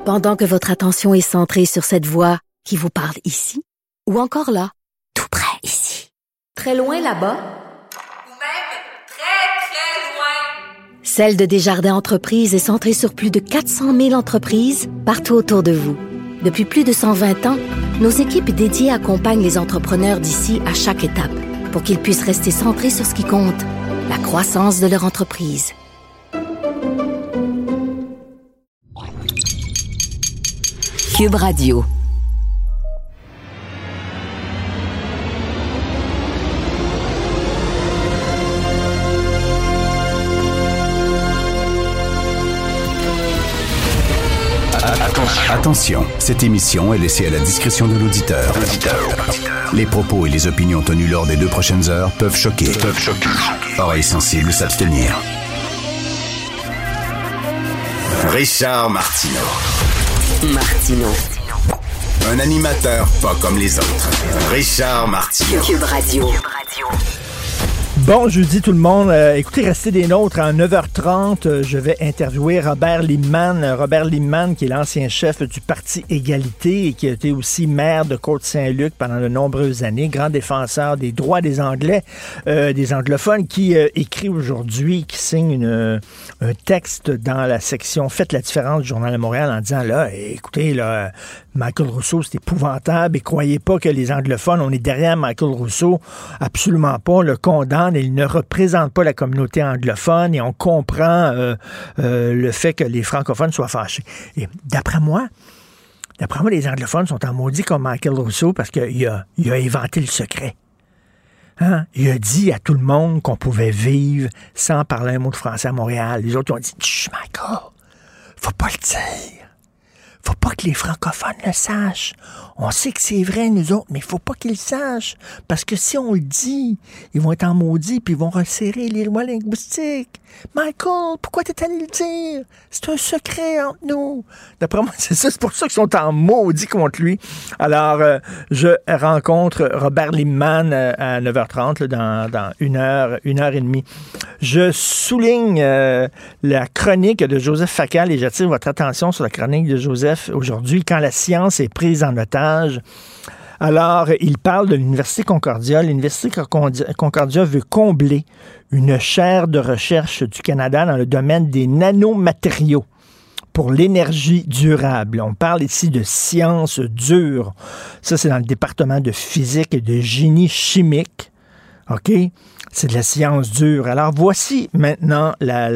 Pendant que votre attention est centrée sur cette voix qui vous parle ici, ou encore là, tout près ici, très loin là-bas, ou même très, très loin. Celle de Desjardins Entreprises est centrée sur plus de 400 000 entreprises partout autour de vous. Depuis plus de 120 ans, nos équipes dédiées accompagnent les entrepreneurs d'ici à chaque étape pour qu'ils puissent rester centrés sur ce qui compte, la croissance de leur entreprise. Cube Radio. Attention, cette émission est laissée à la discrétion de l'auditeur. Les propos et les opinions tenues lors des 2 prochaines heures peuvent choquer. Oreilles sensibles s'abstenir. Richard Martineau. Un animateur pas comme les autres. Richard Martineau. Cube Radio. Bon jeudi tout le monde. Écoutez, restez des nôtres. À 9h30, je vais interviewer Robert Limman. Robert Limman, qui est l'ancien chef du Parti Égalité et qui a été aussi maire de Côte-Saint-Luc pendant de nombreuses années, grand défenseur des droits des Anglais, des anglophones, qui écrit aujourd'hui, qui signe un texte dans la section « Faites la différence » du Journal de Montréal en disant, là, écoutez, là, Michael Rousseau, c'est épouvantable et croyez pas que les anglophones, on est derrière Michael Rousseau, absolument pas, le condamne, il ne représente pas la communauté anglophone et on comprend le fait que les francophones soient fâchés. Et d'après moi, les anglophones sont en maudit comme Michael Rousseau parce qu'il a inventé le secret. Hein? Il a dit à tout le monde qu'on pouvait vivre sans parler un mot de français à Montréal. Les autres ont dit « Chut, Michael, faut pas le dire. Faut pas que les francophones le sachent. On sait que c'est vrai, nous autres, mais il faut pas qu'ils le sachent. Parce que si on le dit, ils vont être en maudit puis ils vont resserrer les lois linguistiques. Michael, pourquoi t'es allé le dire? C'est un secret entre nous. » D'après moi, c'est ça. C'est pour ça qu'ils sont en maudit contre lui. Alors, je rencontre Robert Limman à 9h30, là, dans une heure et demie. Je souligne la chronique de Joseph Facal et j'attire votre attention sur la chronique de Joseph aujourd'hui, quand la science est prise en otage. Alors, il parle de l'Université Concordia. L'Université Concordia veut combler une chaire de recherche du Canada dans le domaine des nanomatériaux pour l'énergie durable. On parle ici de sciences dures. Ça, c'est dans le département de physique et de génie chimique. OK? C'est de la science dure. Alors, voici maintenant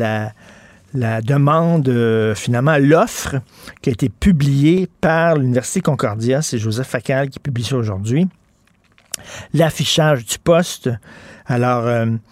la demande, finalement, l'offre qui a été publiée par l'Université Concordia. C'est Joseph Facal qui publie ça aujourd'hui. L'affichage du poste. Alors,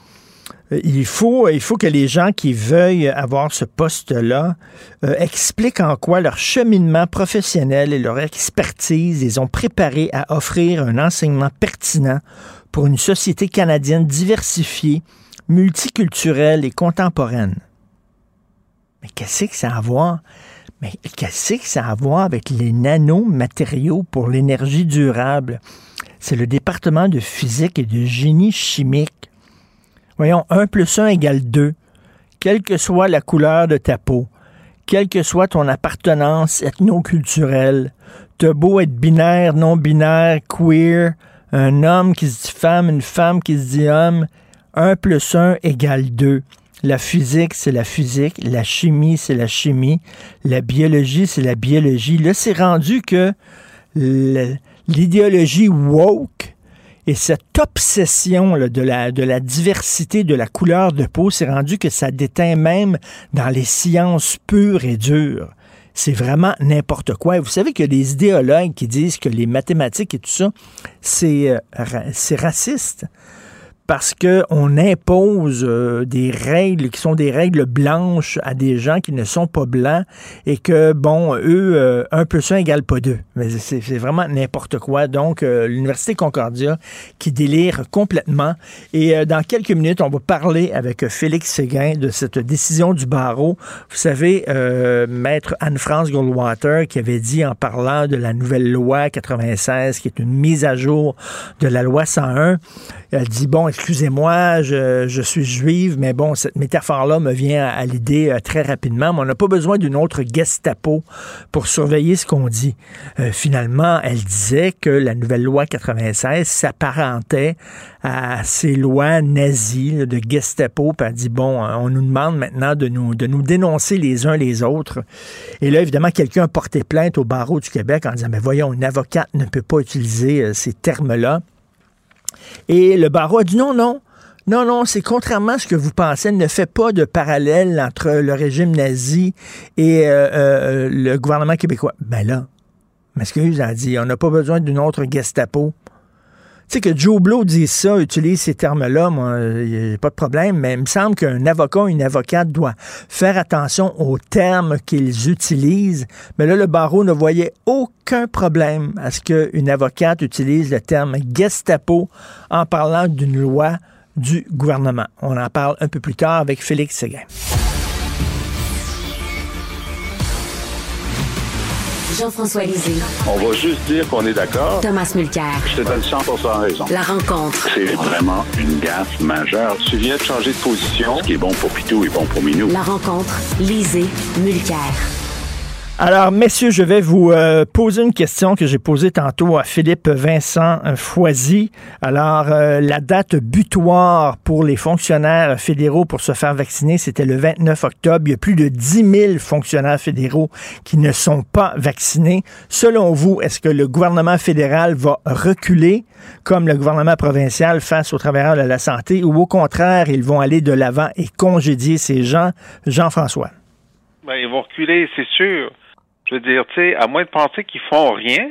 il faut que les gens qui veuillent avoir ce poste-là expliquent en quoi leur cheminement professionnel et leur expertise les ont préparés à offrir un enseignement pertinent pour une société canadienne diversifiée, multiculturelle et contemporaine. Mais qu'est-ce que ça a à voir? Mais qu'est-ce que ça a à voir avec les nanomatériaux pour l'énergie durable? C'est le département de physique et de génie chimique. Voyons, 1 + 1 = 2. Quelle que soit la couleur de ta peau, quelle que soit ton appartenance ethno-culturelle, t'as beau être binaire, non-binaire, queer, un homme qui se dit femme, une femme qui se dit homme, 1 + 1 = 2. La physique, c'est la physique. La chimie, c'est la chimie. La biologie, c'est la biologie. Là, c'est rendu que l'idéologie woke et cette obsession là, de la diversité, de la couleur de peau, c'est rendu que ça déteint même dans les sciences pures et dures. C'est vraiment n'importe quoi. Et vous savez qu'il y a des idéologues qui disent que les mathématiques et tout ça, c'est raciste. Parce qu'on impose des règles qui sont des règles blanches à des gens qui ne sont pas blancs et que, bon, eux, 1 + 1 = pas 2. Mais c'est vraiment n'importe quoi. Donc, l'Université Concordia qui délire complètement. Et dans quelques minutes, on va parler avec Félix Séguin de cette décision du barreau. Vous savez, maître Anne-France Goldwater qui avait dit en parlant de la nouvelle loi 96, qui est une mise à jour de la loi 101, Elle dit, bon, excusez-moi, je suis juive, mais bon, cette métaphore-là me vient à l'idée très rapidement, mais on n'a pas besoin d'une autre Gestapo pour surveiller ce qu'on dit. Finalement, elle disait que la nouvelle loi 96 s'apparentait à ces lois nazies là, de Gestapo, puis elle dit, bon, on nous demande maintenant de nous dénoncer les uns les autres. Et là, évidemment, quelqu'un a porté plainte au barreau du Québec en disant, mais voyons, une avocate ne peut pas utiliser ces termes-là. Et le barreau a dit, non, c'est contrairement à ce que vous pensez, elle ne fait pas de parallèle entre le régime nazi et le gouvernement québécois. Ben là, m'excuse, elle a dit, on n'a pas besoin d'une autre Gestapo. Tu sais, que Joe Blow dise ça, utilise ces termes-là, moi, il n'y a pas de problème, mais il me semble qu'un avocat ou une avocate doit faire attention aux termes qu'ils utilisent. Mais là, le barreau ne voyait aucun problème à ce qu'une avocate utilise le terme Gestapo en parlant d'une loi du gouvernement. On en parle un peu plus tard avec Félix Séguin. Jean-François Lisée. On va juste dire qu'on est d'accord. Thomas Mulcair. Je te donne 100% raison. La rencontre. C'est vraiment une gaffe majeure. Tu viens de changer de position. Ce qui est bon pour Pitou est bon pour Minou. La rencontre. Lisée. Mulcair. Alors, messieurs, je vais vous poser une question que j'ai posée tantôt à Philippe Vincent Foisy. Alors, la date butoir pour les fonctionnaires fédéraux pour se faire vacciner, c'était le 29 octobre. Il y a plus de 10 000 fonctionnaires fédéraux qui ne sont pas vaccinés. Selon vous, est-ce que le gouvernement fédéral va reculer comme le gouvernement provincial face aux travailleurs de la santé ou au contraire, ils vont aller de l'avant et congédier ces gens? Jean-François. Ben, ils vont reculer, c'est sûr. Je veux dire, tu sais, à moins de penser qu'ils font rien,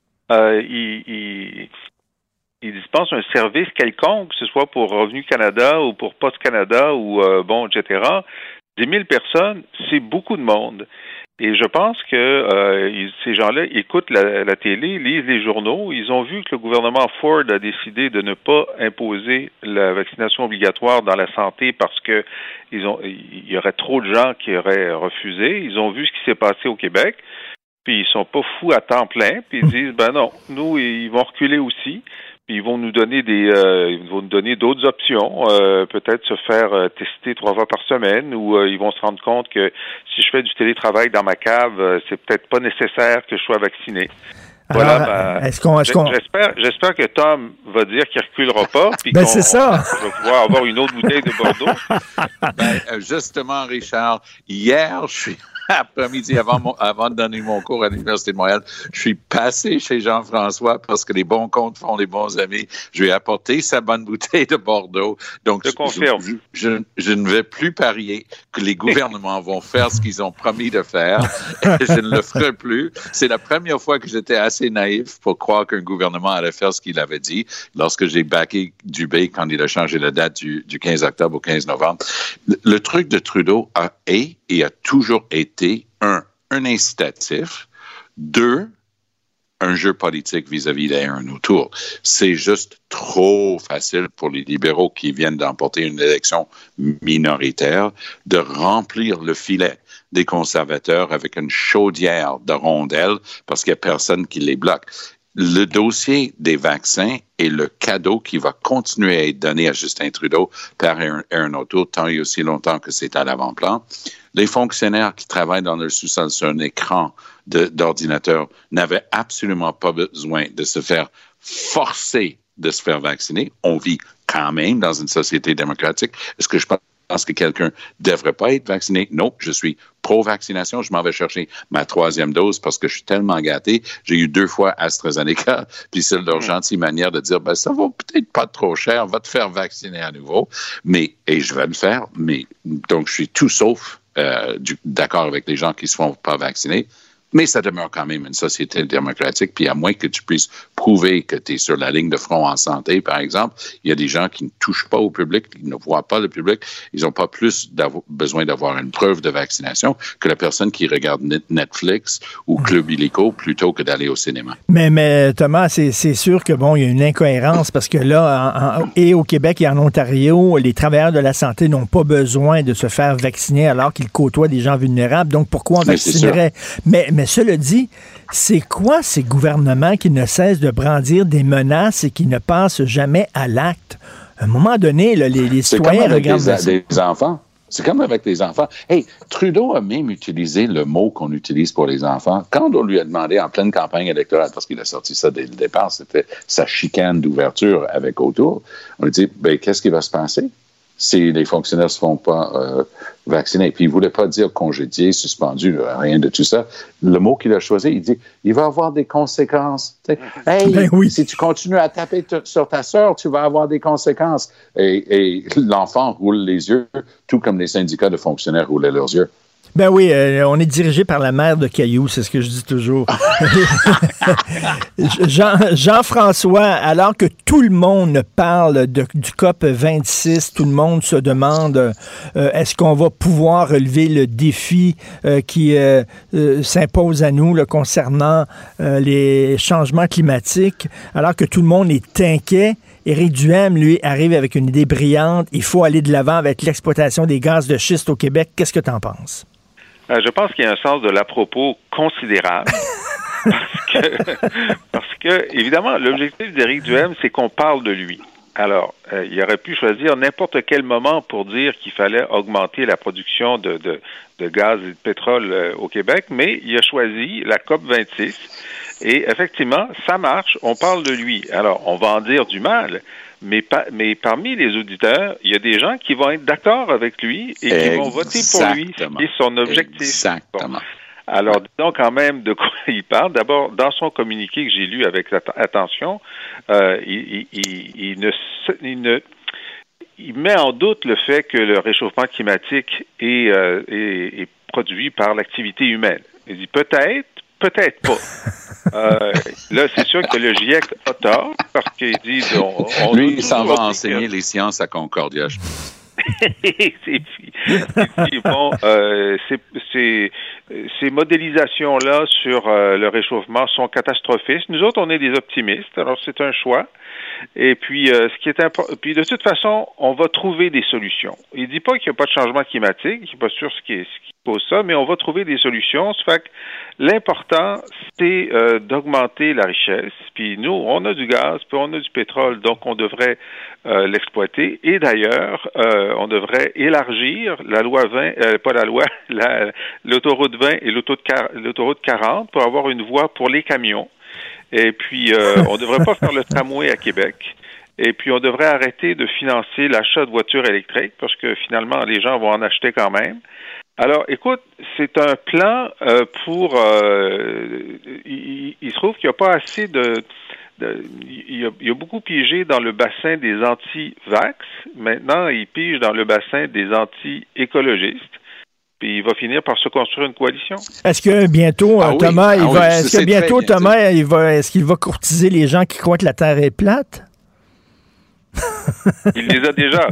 ils dispensent un service quelconque, que ce soit pour Revenu Canada ou pour Poste Canada ou etc. 10 000 personnes, c'est beaucoup de monde. Et je pense que ces gens-là écoutent la télé, lisent les journaux. Ils ont vu que le gouvernement Ford a décidé de ne pas imposer la vaccination obligatoire dans la santé parce que il y aurait trop de gens qui auraient refusé. Ils ont vu ce qui s'est passé au Québec, puis ils sont pas fous à temps plein, puis ils disent ben non, nous ils vont reculer aussi. Puis ils vont nous donner d'autres options, peut-être se faire tester 3 fois par semaine, ou ils vont se rendre compte que si je fais du télétravail dans ma cave, c'est peut-être pas nécessaire que je sois vacciné. Alors, voilà, j'espère que Tom va dire qu'il reculera pas, puis c'est ça. On va pouvoir avoir une autre bouteille de Bordeaux. Justement, Richard, hier, je suis après-midi, avant de donner mon cours à l'Université de Montréal, je suis passé chez Jean-François parce que les bons comptes font les bons amis. Je lui ai apporté sa bonne bouteille de Bordeaux. Donc, je confirme. Je ne vais plus parier que les gouvernements vont faire ce qu'ils ont promis de faire. Je ne le ferai plus. C'est la première fois que j'étais assez naïf pour croire qu'un gouvernement allait faire ce qu'il avait dit lorsque j'ai backé Dubé quand il a changé la date du 15 octobre au 15 novembre. Le truc de Trudeau a toujours été, un incitatif, 2, un jeu politique vis-à-vis d'un autour. C'est juste trop facile pour les libéraux qui viennent d'emporter une élection minoritaire de remplir le filet des conservateurs avec une chaudière de rondelles parce qu'il n'y a personne qui les bloque. Le dossier des vaccins est le cadeau qui va continuer à être donné à Justin Trudeau par un autour tant et aussi longtemps que c'est à l'avant-plan. Les fonctionnaires qui travaillent dans leur sous-sol sur un écran d'ordinateur n'avaient absolument pas besoin de se faire forcer de se faire vacciner. On vit quand même dans une société démocratique. Est-ce que je pense que quelqu'un ne devrait pas être vacciné? Non, je suis pro-vaccination. Je m'en vais chercher ma 3e dose parce que je suis tellement gâté. J'ai eu 2 fois AstraZeneca, puis c'est leur gentille manière de dire, ça vaut peut-être pas trop cher, va te faire vacciner à nouveau. Et je vais le faire, donc je suis tout sauf d'accord avec les gens qui se font pas vacciner. Mais ça demeure quand même une société démocratique. Puis à moins que tu puisses prouver que tu es sur la ligne de front en santé, par exemple, il y a des gens qui ne touchent pas au public, qui ne voient pas le public. Ils n'ont pas plus besoin d'avoir une preuve de vaccination que la personne qui regarde Netflix ou Club Illico plutôt que d'aller au cinéma. Mais Thomas, c'est sûr que il y a une incohérence parce que là, et au Québec et en Ontario, les travailleurs de la santé n'ont pas besoin de se faire vacciner alors qu'ils côtoient des gens vulnérables. Donc pourquoi on vaccinerait? Mais Mais cela dit, c'est quoi ces gouvernements qui ne cessent de brandir des menaces et qui ne passent jamais à l'acte? À un moment donné, là, les citoyens regardent ça. Des enfants. C'est comme avec les enfants. Hey, Trudeau a même utilisé le mot qu'on utilise pour les enfants. Quand on lui a demandé en pleine campagne électorale, parce qu'il a sorti ça dès le départ, c'était sa chicane d'ouverture avec Autour, on lui dit, qu'est-ce qui va se passer si les fonctionnaires ne se font pas vacciner? Puis il ne voulait pas dire congédié, suspendu, rien de tout ça. Le mot qu'il a choisi, il dit, il va avoir des conséquences. Hey, si tu continues à taper sur ta sœur, tu vas avoir des conséquences. Et l'enfant roule les yeux, tout comme les syndicats de fonctionnaires roulaient leurs yeux. Ben oui, on est dirigé par la mère de Caillou, c'est ce que je dis toujours. Jean-François, alors que tout le monde parle du COP 26, tout le monde se demande est-ce qu'on va pouvoir relever le défi qui s'impose à nous là, concernant les changements climatiques, alors que tout le monde est inquiet. Éric Duhaime, lui, arrive avec une idée brillante. Il faut aller de l'avant avec l'exploitation des gaz de schiste au Québec. Qu'est-ce que tu en penses? Je pense qu'il y a un sens de l'à-propos considérable. parce que, évidemment, l'objectif d'Éric Duhaime, c'est qu'on parle de lui. Alors, il aurait pu choisir n'importe quel moment pour dire qu'il fallait augmenter la production de gaz et de pétrole au Québec, mais il a choisi la COP 26. Et effectivement, ça marche, on parle de lui. Alors, on va en dire du mal, mais parmi les auditeurs, il y a des gens qui vont être d'accord avec lui et qui vont voter pour lui, et son objectif. Exactement. Bon. Alors, disons quand même de quoi il parle. D'abord, dans son communiqué que j'ai lu avec attention, il met en doute le fait que le réchauffement climatique est produit par l'activité humaine. Il dit peut-être pas. Là, c'est sûr que le GIEC a tort, parce qu'il dit... Lui, il s'en va enseigner les sciences à Concordia. Ces modélisations-là sur le réchauffement sont catastrophistes. Nous autres, on est des optimistes, alors c'est un choix. Et puis, ce qui est important, puis de toute façon, on va trouver des solutions. Il dit pas qu'il n'y a pas de changement climatique, il n'est pas sûr ce qui cause ça, mais on va trouver des solutions. Ça fait que l'important, c'est d'augmenter la richesse. Puis nous, on a du gaz, puis on a du pétrole, donc on devrait l'exploiter. Et d'ailleurs, on devrait élargir la loi 20, l'autoroute 20 et l'autoroute 40 pour avoir une voie pour les camions. Et puis, on ne devrait pas faire le tramway à Québec. Et puis, on devrait arrêter de financer l'achat de voitures électriques parce que finalement, les gens vont en acheter quand même. Alors, écoute, c'est un plan pour... il se trouve qu'il n'y a pas assez il y a beaucoup pigé dans le bassin des anti-vax. Maintenant, il pige dans le bassin des anti-écologistes. Puis il va finir par se construire une coalition. Est-ce que bientôt, Thomas, est-ce qu'il va courtiser les gens qui croient que la Terre est plate? Il les a déjà.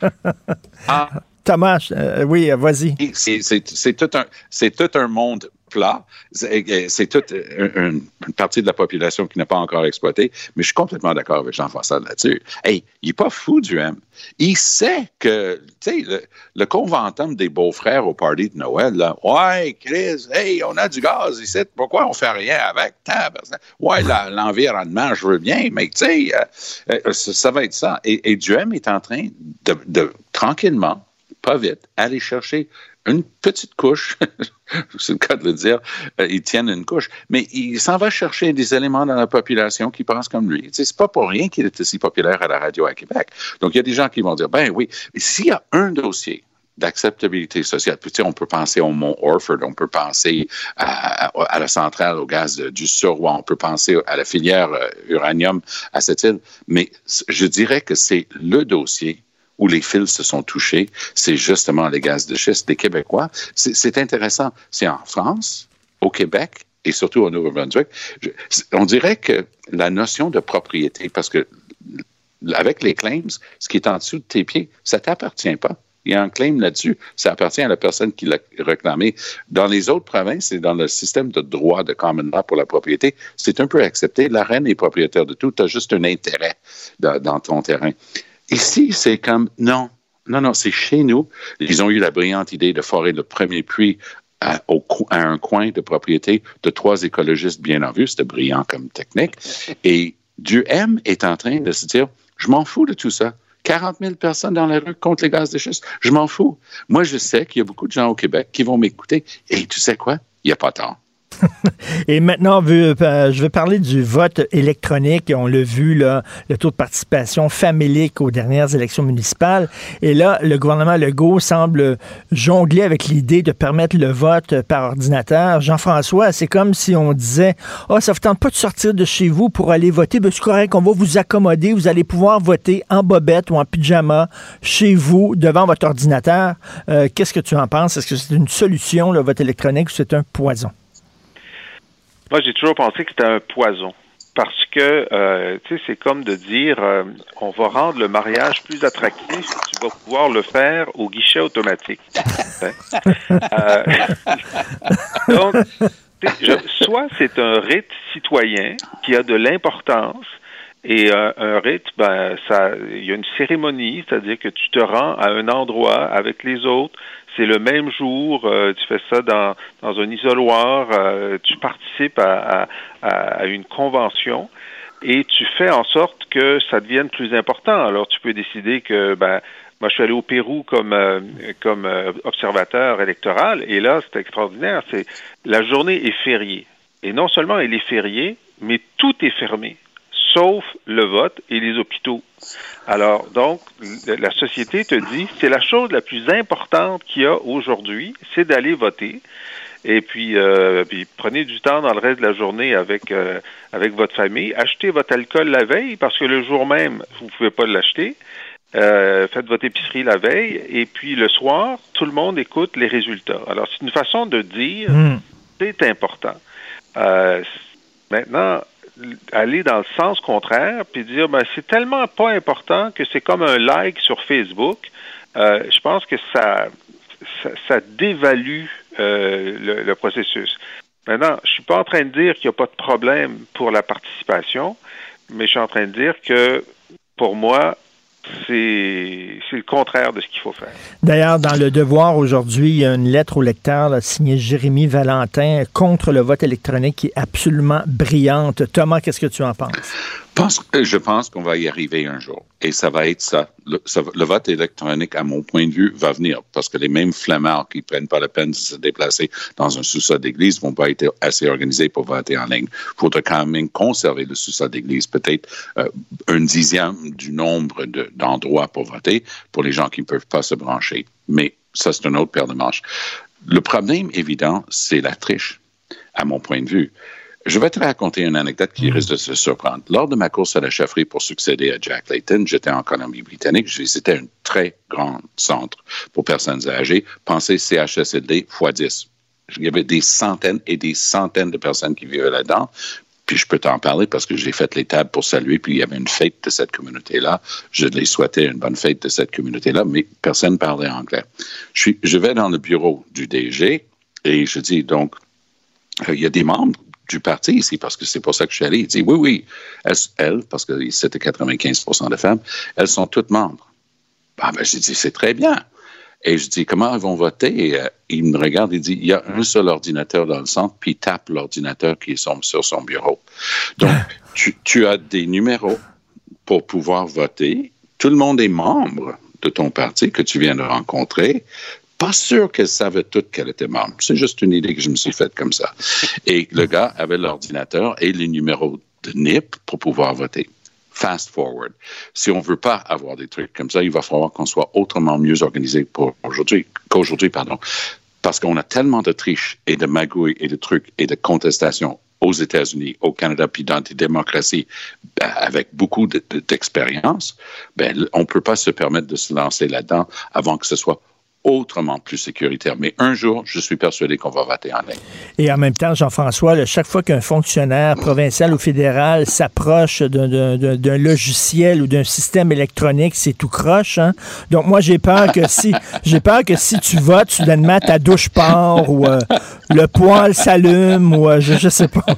Thomas, oui, vas-y. C'est tout un monde plat. C'est toute une partie de la population qui n'est pas encore exploitée. Mais je suis complètement d'accord avec Jean-François là-dessus. Hey, il n'est pas fou, Duhaime. Il sait que, tu sais, le conventum des beaux-frères au party de Noël, là, ouais, Chris, hey, on a du gaz ici, pourquoi on fait rien avec? Ouais, l'environnement, je veux bien, mais tu sais, ça va être ça. Et Duhaime est en train de tranquillement, pas vite, aller chercher une petite couche, c'est le cas de le dire, ils tiennent une couche, mais il s'en va chercher des éléments dans la population qui pensent comme lui. Tu sais, c'est pas pour rien qu'il est aussi populaire à la radio à Québec. Donc, il y a des gens qui vont dire, ben oui, mais s'il y a un dossier d'acceptabilité sociale, puis tu sais, on peut penser au Mont Orford, on peut penser à la centrale au gaz du Suroît, on peut penser à la filière uranium à cette île, mais je dirais que c'est le dossier où les fils se sont touchés, c'est justement les gaz de schiste des Québécois. C'est intéressant. C'est en France, au Québec et surtout au Nouveau-Brunswick. On dirait que la notion de propriété, parce que avec les claims, ce qui est en dessous de tes pieds, ça ne t'appartient pas. Il y a un claim là-dessus. Ça appartient à la personne qui l'a réclamé. Dans les autres provinces et dans le système de droit de common law pour la propriété, c'est un peu accepté. La reine est propriétaire de tout. Tu as juste un intérêt dans ton terrain. Ici, c'est comme, non, c'est chez nous. Ils ont eu la brillante idée de forer le premier puits à un coin de propriété de 3 écologistes bien en vue. C'était brillant comme technique. Et Duhem est en train de se dire, je m'en fous de tout ça. 40 000 personnes dans la rue contre les gaz de schiste. Je m'en fous. Moi, je sais qu'il y a beaucoup de gens au Québec qui vont m'écouter. Et tu sais quoi? Il n'y a pas tort. Et maintenant, je veux parler du vote électronique. On l'a vu, là, le taux de participation famélique aux dernières élections municipales. Et là, le gouvernement Legault semble jongler avec l'idée de permettre le vote par ordinateur. Jean-François, c'est comme si on disait « Ah, ça vous tente pas de sortir de chez vous pour aller voter? Ben, c'est correct, on va vous accommoder. Vous allez pouvoir voter en bobette ou en pyjama chez vous, devant votre ordinateur. » Qu'est-ce que tu en penses? Est-ce que c'est une solution, le vote électronique, ou c'est un poison? Moi, j'ai toujours pensé que c'était un poison. Parce que, tu sais, c'est comme de dire, on va rendre le mariage plus attractif, tu vas pouvoir le faire au guichet automatique. Donc, soit c'est un rite citoyen qui a de l'importance, et un rite, il y a une cérémonie, c'est-à-dire que tu te rends à un endroit avec les autres. C'est le même jour, tu fais ça dans un isoloir, tu participes à une convention et tu fais en sorte que ça devienne plus important. Alors, tu peux décider que, moi, je suis allé au Pérou comme observateur électoral et là, c'est extraordinaire. La journée est fériée. Et non seulement elle est fériée, mais tout est fermé, sauf le vote et les hôpitaux. Alors, donc, la société te dit, c'est la chose la plus importante qu'il y a aujourd'hui, c'est d'aller voter. Et puis prenez du temps dans le reste de la journée avec votre famille. Achetez votre alcool la veille, parce que le jour même, vous ne pouvez pas l'acheter. Faites votre épicerie la veille. Et puis, le soir, tout le monde écoute les résultats. Alors, c'est une façon de dire, c'est important. Maintenant, aller dans le sens contraire, puis dire, c'est tellement pas important que c'est comme un like sur Facebook. Je pense que ça dévalue le processus. Maintenant, je suis pas en train de dire qu'il n'y a pas de problème pour la participation, mais je suis en train de dire que, pour moi, c'est le contraire de ce qu'il faut faire. D'ailleurs, dans Le Devoir, aujourd'hui, il y a une lettre au lecteur là, signée Jérémy Valentin contre le vote électronique qui est absolument brillante. Thomas, qu'est-ce que tu en penses? Je pense qu'on va y arriver un jour. Et ça va être ça. Le vote électronique, à mon point de vue, va venir. Parce que les mêmes flemmards qui ne prennent pas la peine de se déplacer dans un sous-sol d'église ne vont pas être assez organisés pour voter en ligne. Il faudra quand même conserver le sous-sol d'église, peut-être 1/10 du nombre d'endroits pour voter pour les gens qui ne peuvent pas se brancher. Mais ça, c'est une autre paire de manches. Le problème évident, c'est la triche, à mon point de vue. Je vais te raconter une anecdote qui risque de se surprendre. Lors de ma course à la chefferie pour succéder à Jack Layton, j'étais en Colombie-Britannique. J'ai visité un très grand centre pour personnes âgées. Pensez CHSLD x10. Il y avait des centaines et des centaines de personnes qui vivaient là-dedans. Puis je peux t'en parler parce que j'ai fait les tables pour saluer. Puis il y avait une fête de cette communauté-là. Je les souhaitais une bonne fête de cette communauté-là, mais personne ne parlait anglais. Je vais dans le bureau du DG et je dis donc, il y a des membres du parti ici, parce que c'est pour ça que je suis allé. Il dit, oui, elles, parce que c'était 95% de femmes, elles sont toutes membres. J'ai dit, c'est très bien. Et je dis, comment elles vont voter? Et il me regarde et dit, il y a un seul ordinateur dans le centre, puis il tape l'ordinateur qui est sur son bureau. Donc, tu as des numéros pour pouvoir voter. Tout le monde est membre de ton parti que tu viens de rencontrer. Pas sûr qu'elle savait toutes qu'elle était membre. C'est juste une idée que je me suis faite comme ça. Et le gars avait l'ordinateur et les numéros de NIP pour pouvoir voter. Fast forward. Si on veut pas avoir des trucs comme ça, il va falloir qu'on soit autrement mieux organisé qu'aujourd'hui, parce qu'on a tellement de triches et de magouilles et de trucs et de contestations aux États-Unis, au Canada, puis dans des démocraties avec beaucoup d'expérience, on peut pas se permettre de se lancer là-dedans avant que ce soit autrement plus sécuritaire. Mais un jour, je suis persuadé qu'on va voter en ligne. Et en même temps, Jean-François, chaque fois qu'un fonctionnaire provincial ou fédéral s'approche d'un logiciel ou d'un système électronique, c'est tout croche. Hein? Donc moi, j'ai peur que si tu votes, soudainement, ta douche part ou le poêle s'allume ou je sais pas.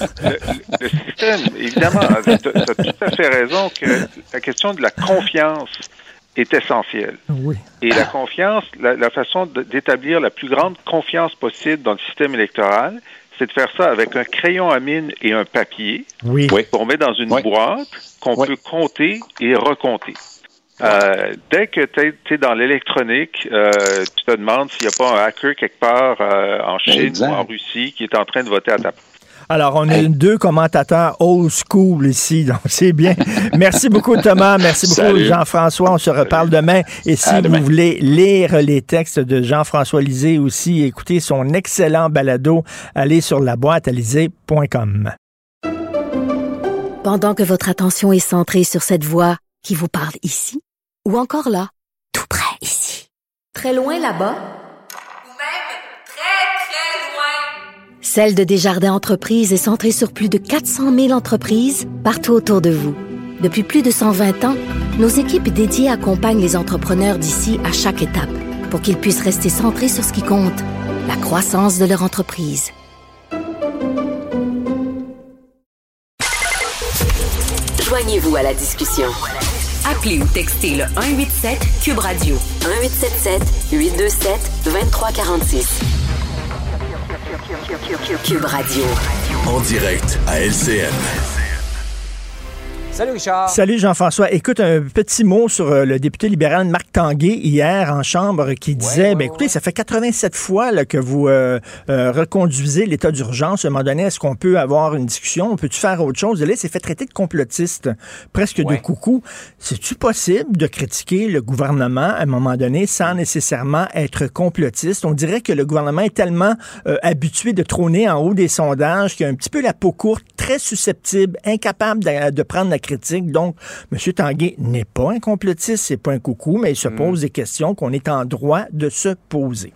Le système, évidemment, tu as tout à fait raison que la question de la confiance est essentielle. Oui. Et la confiance, la façon d'établir la plus grande confiance possible dans le système électoral, c'est de faire ça avec un crayon à mine et un papier qu'on met dans une boîte qu'on peut compter et recompter. Dès que tu es dans l'électronique, tu te demandes s'il n'y a pas un hacker quelque part en Chine ou en Russie qui est en train de voter à ta place. Alors, on a deux commentateurs old school ici, donc c'est bien. Merci beaucoup, Thomas. Merci beaucoup, Jean-François. On se reparle demain. Et si vous voulez lire les textes de Jean-François Lisée aussi, écoutez son excellent balado, allez sur laboîtealisée.com. Pendant que votre attention est centrée sur cette voix qui vous parle ici, ou encore là, tout près ici, très loin là-bas, Celle de Desjardins Entreprises est centrée sur plus de 400 000 entreprises partout autour de vous. Depuis plus de 120 ans, nos équipes dédiées accompagnent les entrepreneurs d'ici à chaque étape pour qu'ils puissent rester centrés sur ce qui compte, la croissance de leur entreprise. Joignez-vous à la discussion. Appelez ou textez le 187-CUBE Radio. 1877-827-2346. Cube Radio. En direct à LCN. Salut Richard. Salut Jean-François. Écoute, un petit mot sur le député libéral Marc Tanguay hier en Chambre qui disait, écoutez, ça fait 87 fois là, que vous reconduisez l'état d'urgence. À un moment donné, est-ce qu'on peut avoir une discussion? Peut-tu faire autre chose? Et là, il s'est fait traiter de complotiste, presque de coucou. C'est-tu possible de critiquer le gouvernement à un moment donné sans nécessairement être complotiste? On dirait que le gouvernement est tellement habitué de trôner en haut des sondages qu'il a un petit peu la peau courte, très susceptible, incapable de prendre la critique. Donc, M. Tanguay n'est pas un complotiste, c'est pas un coucou, mais il se pose des questions qu'on est en droit de se poser.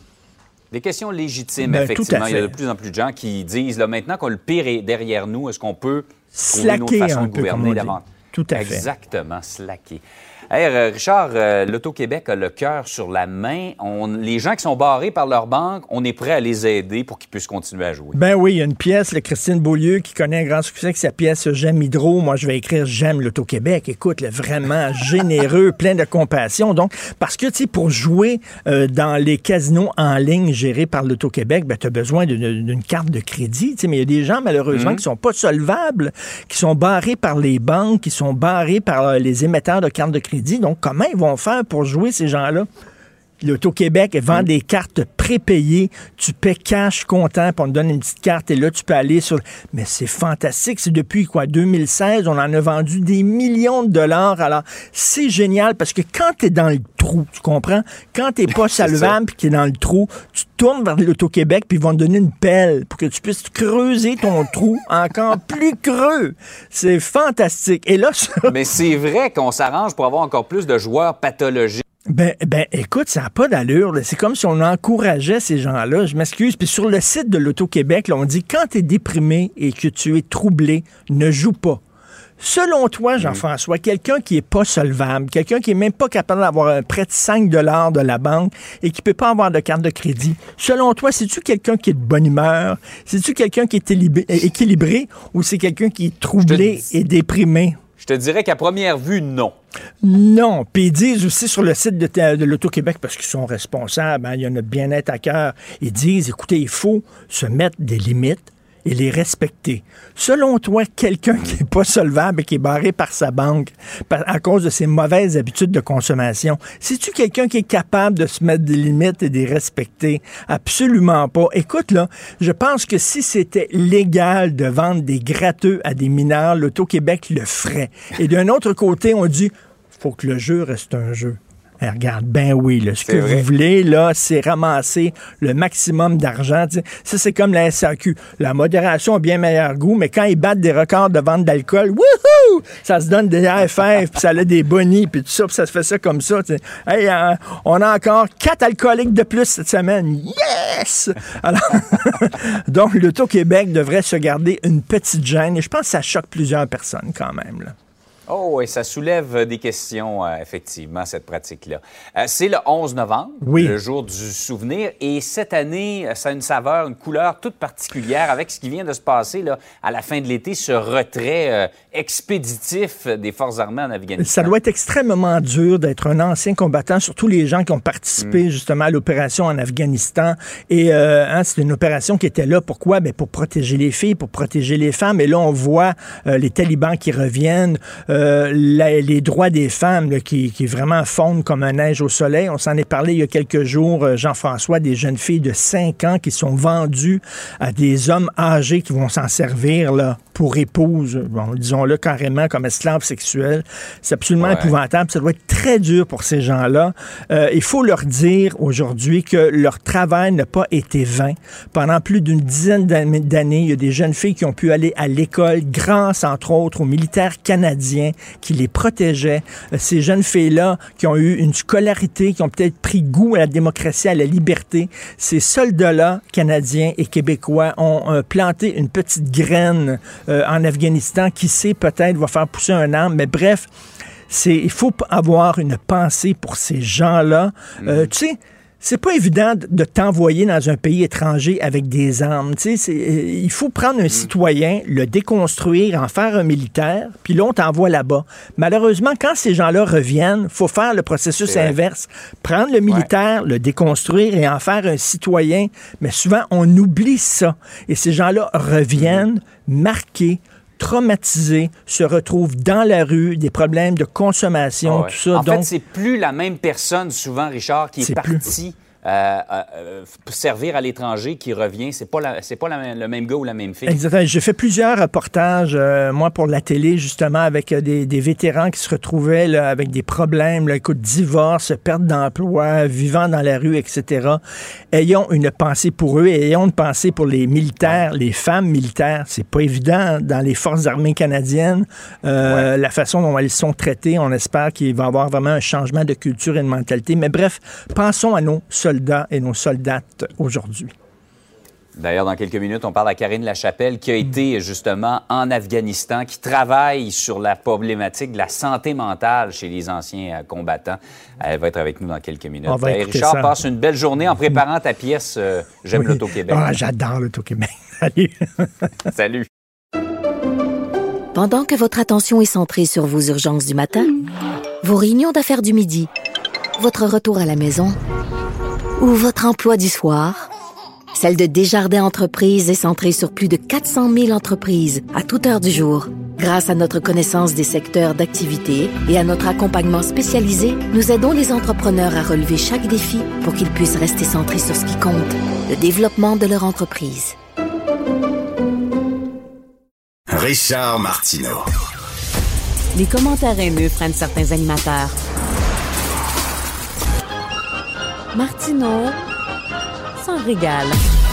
Des questions légitimes, effectivement. Il y a de plus en plus de gens qui disent, là, maintenant que le pire est derrière nous, est-ce qu'on peut trouver une autre façon de gouverner davantage? Tout à fait. Exactement, slacker. Hey, Richard, l'Auto-Québec a le cœur sur la main. Les gens qui sont barrés par leur banque, on est prêt à les aider pour qu'ils puissent continuer à jouer. Ben oui, il y a une pièce, Christine Beaulieu, qui connaît un grand succès, qui sa pièce « J'aime Hydro ». Moi, je vais écrire « J'aime l'Auto-Québec ». Écoute, vraiment généreux, plein de compassion. Donc, parce que, tu sais, pour jouer dans les casinos en ligne gérés par l'Auto-Québec, ben, tu as besoin d'une carte de crédit. Tu sais, mais il y a des gens, malheureusement, qui sont pas solvables, qui sont barrés par les banques, qui sont barrés par les émetteurs de cartes de crédit. Donc, comment ils vont faire pour jouer ces gens-là? L'Auto-Québec vend des cartes prépayées. Tu paies cash comptant, puis on te donne une petite carte, et là, tu peux aller sur... Mais c'est fantastique. C'est depuis, 2016, on en a vendu des millions de dollars. Alors, c'est génial, parce que quand tu es dans le trou, tu comprends? Quand tu n'es pas solvable, puis tu es dans le trou, tu tournes vers l'Auto-Québec, puis ils vont te donner une pelle pour que tu puisses creuser ton trou encore plus creux. C'est fantastique. Et là... Mais c'est vrai qu'on s'arrange pour avoir encore plus de joueurs pathologiques. Ben, écoute, ça n'a pas d'allure. Là. C'est comme si on encourageait ces gens-là. Je m'excuse. Puis sur le site de l'Auto-Québec, là, on dit, quand tu es déprimé et que tu es troublé, ne joue pas. Selon toi, Jean-François, quelqu'un qui n'est pas solvable, quelqu'un qui n'est même pas capable d'avoir un prêt de 5 $ de la banque et qui ne peut pas avoir de carte de crédit, selon toi, c'est-tu quelqu'un qui est de bonne humeur? C'est-tu quelqu'un qui est équilibré ou c'est quelqu'un qui est troublé et déprimé? Je te dirais qu'à première vue, non. Non. Puis ils disent aussi sur le site de l'Auto-Québec, parce qu'ils sont responsables, il y a notre bien-être à cœur, ils disent, écoutez, il faut se mettre des limites et les respecter. Selon toi, quelqu'un qui n'est pas solvable et qui est barré par sa banque à cause de ses mauvaises habitudes de consommation, c'est-tu quelqu'un qui est capable de se mettre des limites et de les respecter? Absolument pas. Écoute, là, je pense que si c'était légal de vendre des gratteux à des mineurs, l'Auto-Québec le ferait. Et d'un autre côté, on dit, faut que le jeu reste un jeu. Hey, regarde, ben oui, là, ce que vous voulez, là, c'est ramasser le maximum d'argent. T'sais. Ça, c'est comme la SAQ. La modération a bien meilleur goût, mais quand ils battent des records de vente d'alcool, wouhou! Ça se donne des AFF, puis ça a des bonnies, puis tout ça, puis ça se fait ça comme ça. T'sais. Hey, on a encore 4 alcooliques de plus cette semaine. Yes! Alors, donc, l'Auto-Québec devrait se garder une petite gêne, et je pense que ça choque plusieurs personnes quand même, là. Oh, et ça soulève des questions, effectivement, cette pratique-là. C'est le 11 novembre, le jour du souvenir, et cette année, ça a une saveur, une couleur toute particulière avec ce qui vient de se passer là, à la fin de l'été, ce retrait expéditif des forces armées en Afghanistan. Ça doit être extrêmement dur d'être un ancien combattant, surtout les gens qui ont participé justement à l'opération en Afghanistan. Et c'est une opération qui était là, pourquoi? Bien, pour protéger les filles, pour protéger les femmes. Et là, on voit les talibans qui reviennent, les droits des femmes là, qui vraiment fondent comme un neige au soleil. On s'en est parlé il y a quelques jours, Jean-François, des jeunes filles de 5 ans qui sont vendues à des hommes âgés qui vont s'en servir là, pour épouses, bon, disons-le carrément comme esclaves sexuels. C'est absolument épouvantable. Ça doit être très dur pour ces gens-là. Il faut leur dire aujourd'hui que leur travail n'a pas été vain. Pendant plus d'une dizaine d'années, il y a des jeunes filles qui ont pu aller à l'école grâce, entre autres, aux militaires canadiens qui les protégeaient. Ces jeunes filles-là qui ont eu une scolarité, qui ont peut-être pris goût à la démocratie, à la liberté. Ces soldats-là, canadiens et québécois, ont planté une petite graine en Afghanistan qui sait peut-être va faire pousser un arbre. Mais bref, il faut avoir une pensée pour ces gens-là. Tu sais, c'est pas évident de t'envoyer dans un pays étranger avec des armes. Tu sais, il faut prendre un citoyen, le déconstruire, en faire un militaire, puis là, on t'envoie là-bas. Malheureusement, quand ces gens-là reviennent, faut faire le processus inverse. Prendre le militaire, le déconstruire et en faire un citoyen. Mais souvent, on oublie ça. Et ces gens-là reviennent marqués, traumatisés, se retrouvent dans la rue, des problèmes de consommation, tout ça. En fait, c'est plus la même personne, souvent, Richard, qui est partie servir à l'étranger, qui revient. C'est pas le même gars ou la même fille. Exactement. J'ai fait plusieurs reportages, moi, pour la télé, justement, avec des vétérans qui se retrouvaient là, avec des problèmes, là, écoute, divorce, perte d'emploi, vivant dans la rue, etc. Ayons une pensée pour eux et ayons une pensée pour les militaires, les femmes militaires. C'est pas évident dans les forces armées canadiennes. La façon dont elles sont traitées, on espère qu'il va y avoir vraiment un changement de culture et de mentalité. Mais bref, pensons à nos soldats et nos soldates aujourd'hui. D'ailleurs, dans quelques minutes, on parle à Karine Lachapelle qui a été justement en Afghanistan, qui travaille sur la problématique de la santé mentale chez les anciens combattants. Elle va être avec nous dans quelques minutes. Richard, passe une belle journée en préparant ta pièce J'aime l'Auto-Québec. Ah, j'adore l'Auto-Québec. Salut. Salut. Pendant que votre attention est centrée sur vos urgences du matin, vos réunions d'affaires du midi, votre retour à la maison ou votre emploi du soir, celle de Desjardins Entreprises est centrée sur plus de 400 000 entreprises à toute heure du jour. Grâce à notre connaissance des secteurs d'activité et à notre accompagnement spécialisé, nous aidons les entrepreneurs à relever chaque défi pour qu'ils puissent rester centrés sur ce qui compte, le développement de leur entreprise. Richard Martineau. Les commentaires haineux freinent certains animateurs. Martineau s'en régale.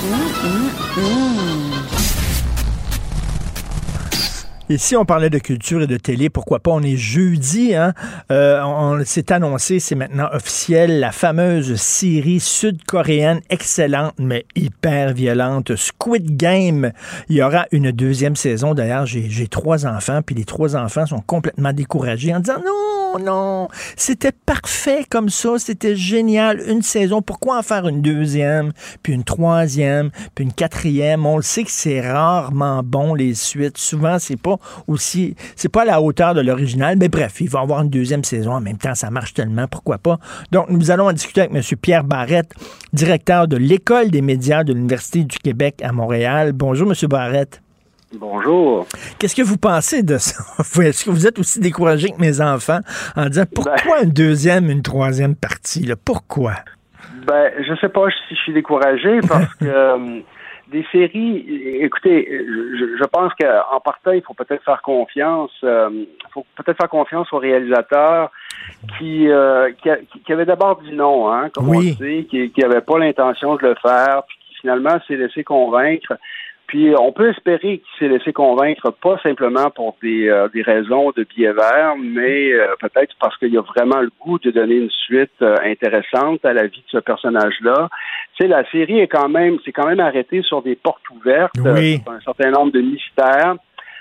Ici, on parlait de culture et de télé. Pourquoi pas? On est jeudi, hein? On s'est annoncé, c'est maintenant officiel, la fameuse série sud-coréenne excellente, mais hyper violente, Squid Game. Il y aura une deuxième saison. D'ailleurs, j'ai 3 enfants, puis les 3 enfants sont complètement découragés en disant non, c'était parfait comme ça, c'était génial, une saison, pourquoi en faire une deuxième, puis une troisième, puis une quatrième? On le sait que c'est rarement bon, les suites. Souvent, c'est pas à la hauteur de l'original, mais bref, il va y avoir une deuxième saison. En même temps, ça marche tellement, pourquoi pas? Donc, nous allons en discuter avec M. Pierre Barrette, directeur de l'École des médias de l'Université du Québec à Montréal. Bonjour, M. Barrette. Bonjour. Qu'est-ce que vous pensez de ça? Est-ce que vous êtes aussi découragé que mes enfants en disant pourquoi une deuxième, une troisième partie? Là? Pourquoi? Je sais pas si je suis découragé parce que des séries, écoutez, je pense qu'en partant, il faut peut-être faire confiance. Aux réalisateurs qui avaient d'abord dit non, hein, comme on le sait, qui n'avaient pas l'intention de le faire, puis qui finalement s'est laissé convaincre. Puis on peut espérer qu'il s'est laissé convaincre, pas simplement pour des raisons de billets verts, mais peut-être parce qu'il a vraiment le goût de donner une suite intéressante à la vie de ce personnage-là. Tu sais, la série c'est quand même arrêté sur des portes ouvertes, un certain nombre de mystères.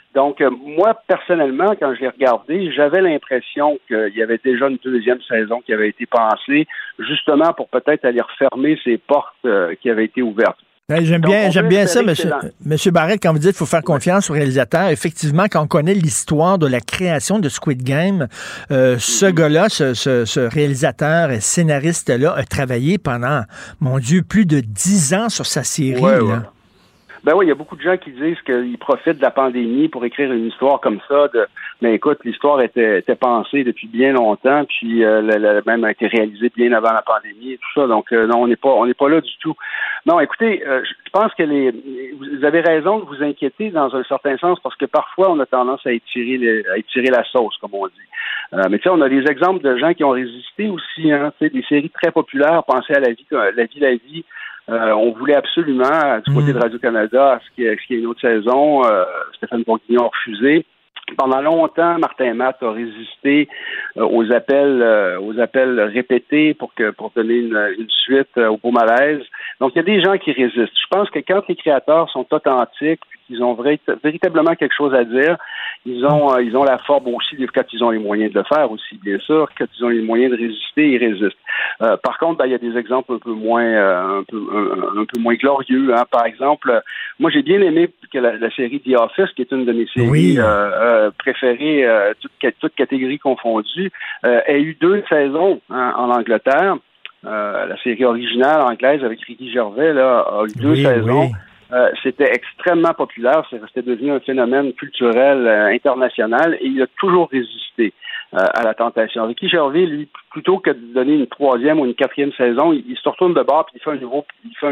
Donc, moi, personnellement, quand je l'ai regardé, j'avais l'impression qu'il y avait déjà une deuxième saison qui avait été pensée, justement pour peut-être aller refermer ces portes qui avaient été ouvertes. J'aime bien ça, Monsieur Barrette, quand vous dites qu'il faut faire confiance au réalisateur. Effectivement, quand on connaît l'histoire de la création de Squid Game, ce gars-là, ce réalisateur et scénariste-là a travaillé pendant, mon Dieu, plus de 10 ans sur sa série. Ouais, là. ouais. Ben oui, il y a beaucoup de gens qui disent qu'ils profitent de la pandémie pour écrire une histoire comme ça. Mais écoute, l'histoire était pensée depuis bien longtemps, puis même a été réalisée bien avant la pandémie et tout ça. Donc non, on n'est pas là du tout. Non, écoutez, je pense que vous avez raison de vous inquiéter dans un certain sens, parce que parfois on a tendance à étirer la sauce, comme on dit. Mais tu sais, on a des exemples de gens qui ont résisté aussi, hein, tu sais, des séries très populaires. Pensez à La vie. On voulait absolument, du côté de Radio-Canada, à ce qu'il y ait une autre saison. Stéphane Bourguignon a refusé. Pendant longtemps, Martin Matt a résisté aux appels répétés pour donner une suite au Beau Malaise. Donc, il y a des gens qui résistent. Je pense que quand les créateurs sont authentiques, qu'ils ont véritablement quelque chose à dire, ils ont la force aussi, quand ils ont les moyens de le faire aussi, bien sûr, quand ils ont les moyens de résister, ils résistent. Par contre, il y a des exemples un peu moins glorieux. Hein. Par exemple, moi j'ai bien aimé que la série The Office, qui est une de mes séries préférées, toutes catégories confondues, ait eu 2 saisons en Angleterre. La série originale anglaise avec Ricky Gervais a eu 2 saisons. Oui. C'était extrêmement populaire, c'était devenu un phénomène culturel international, et il a toujours résisté à la tentation. Ricky Gervais, lui, plutôt que de donner une 3e ou une 4e saison, il se retourne de bord, puis il fait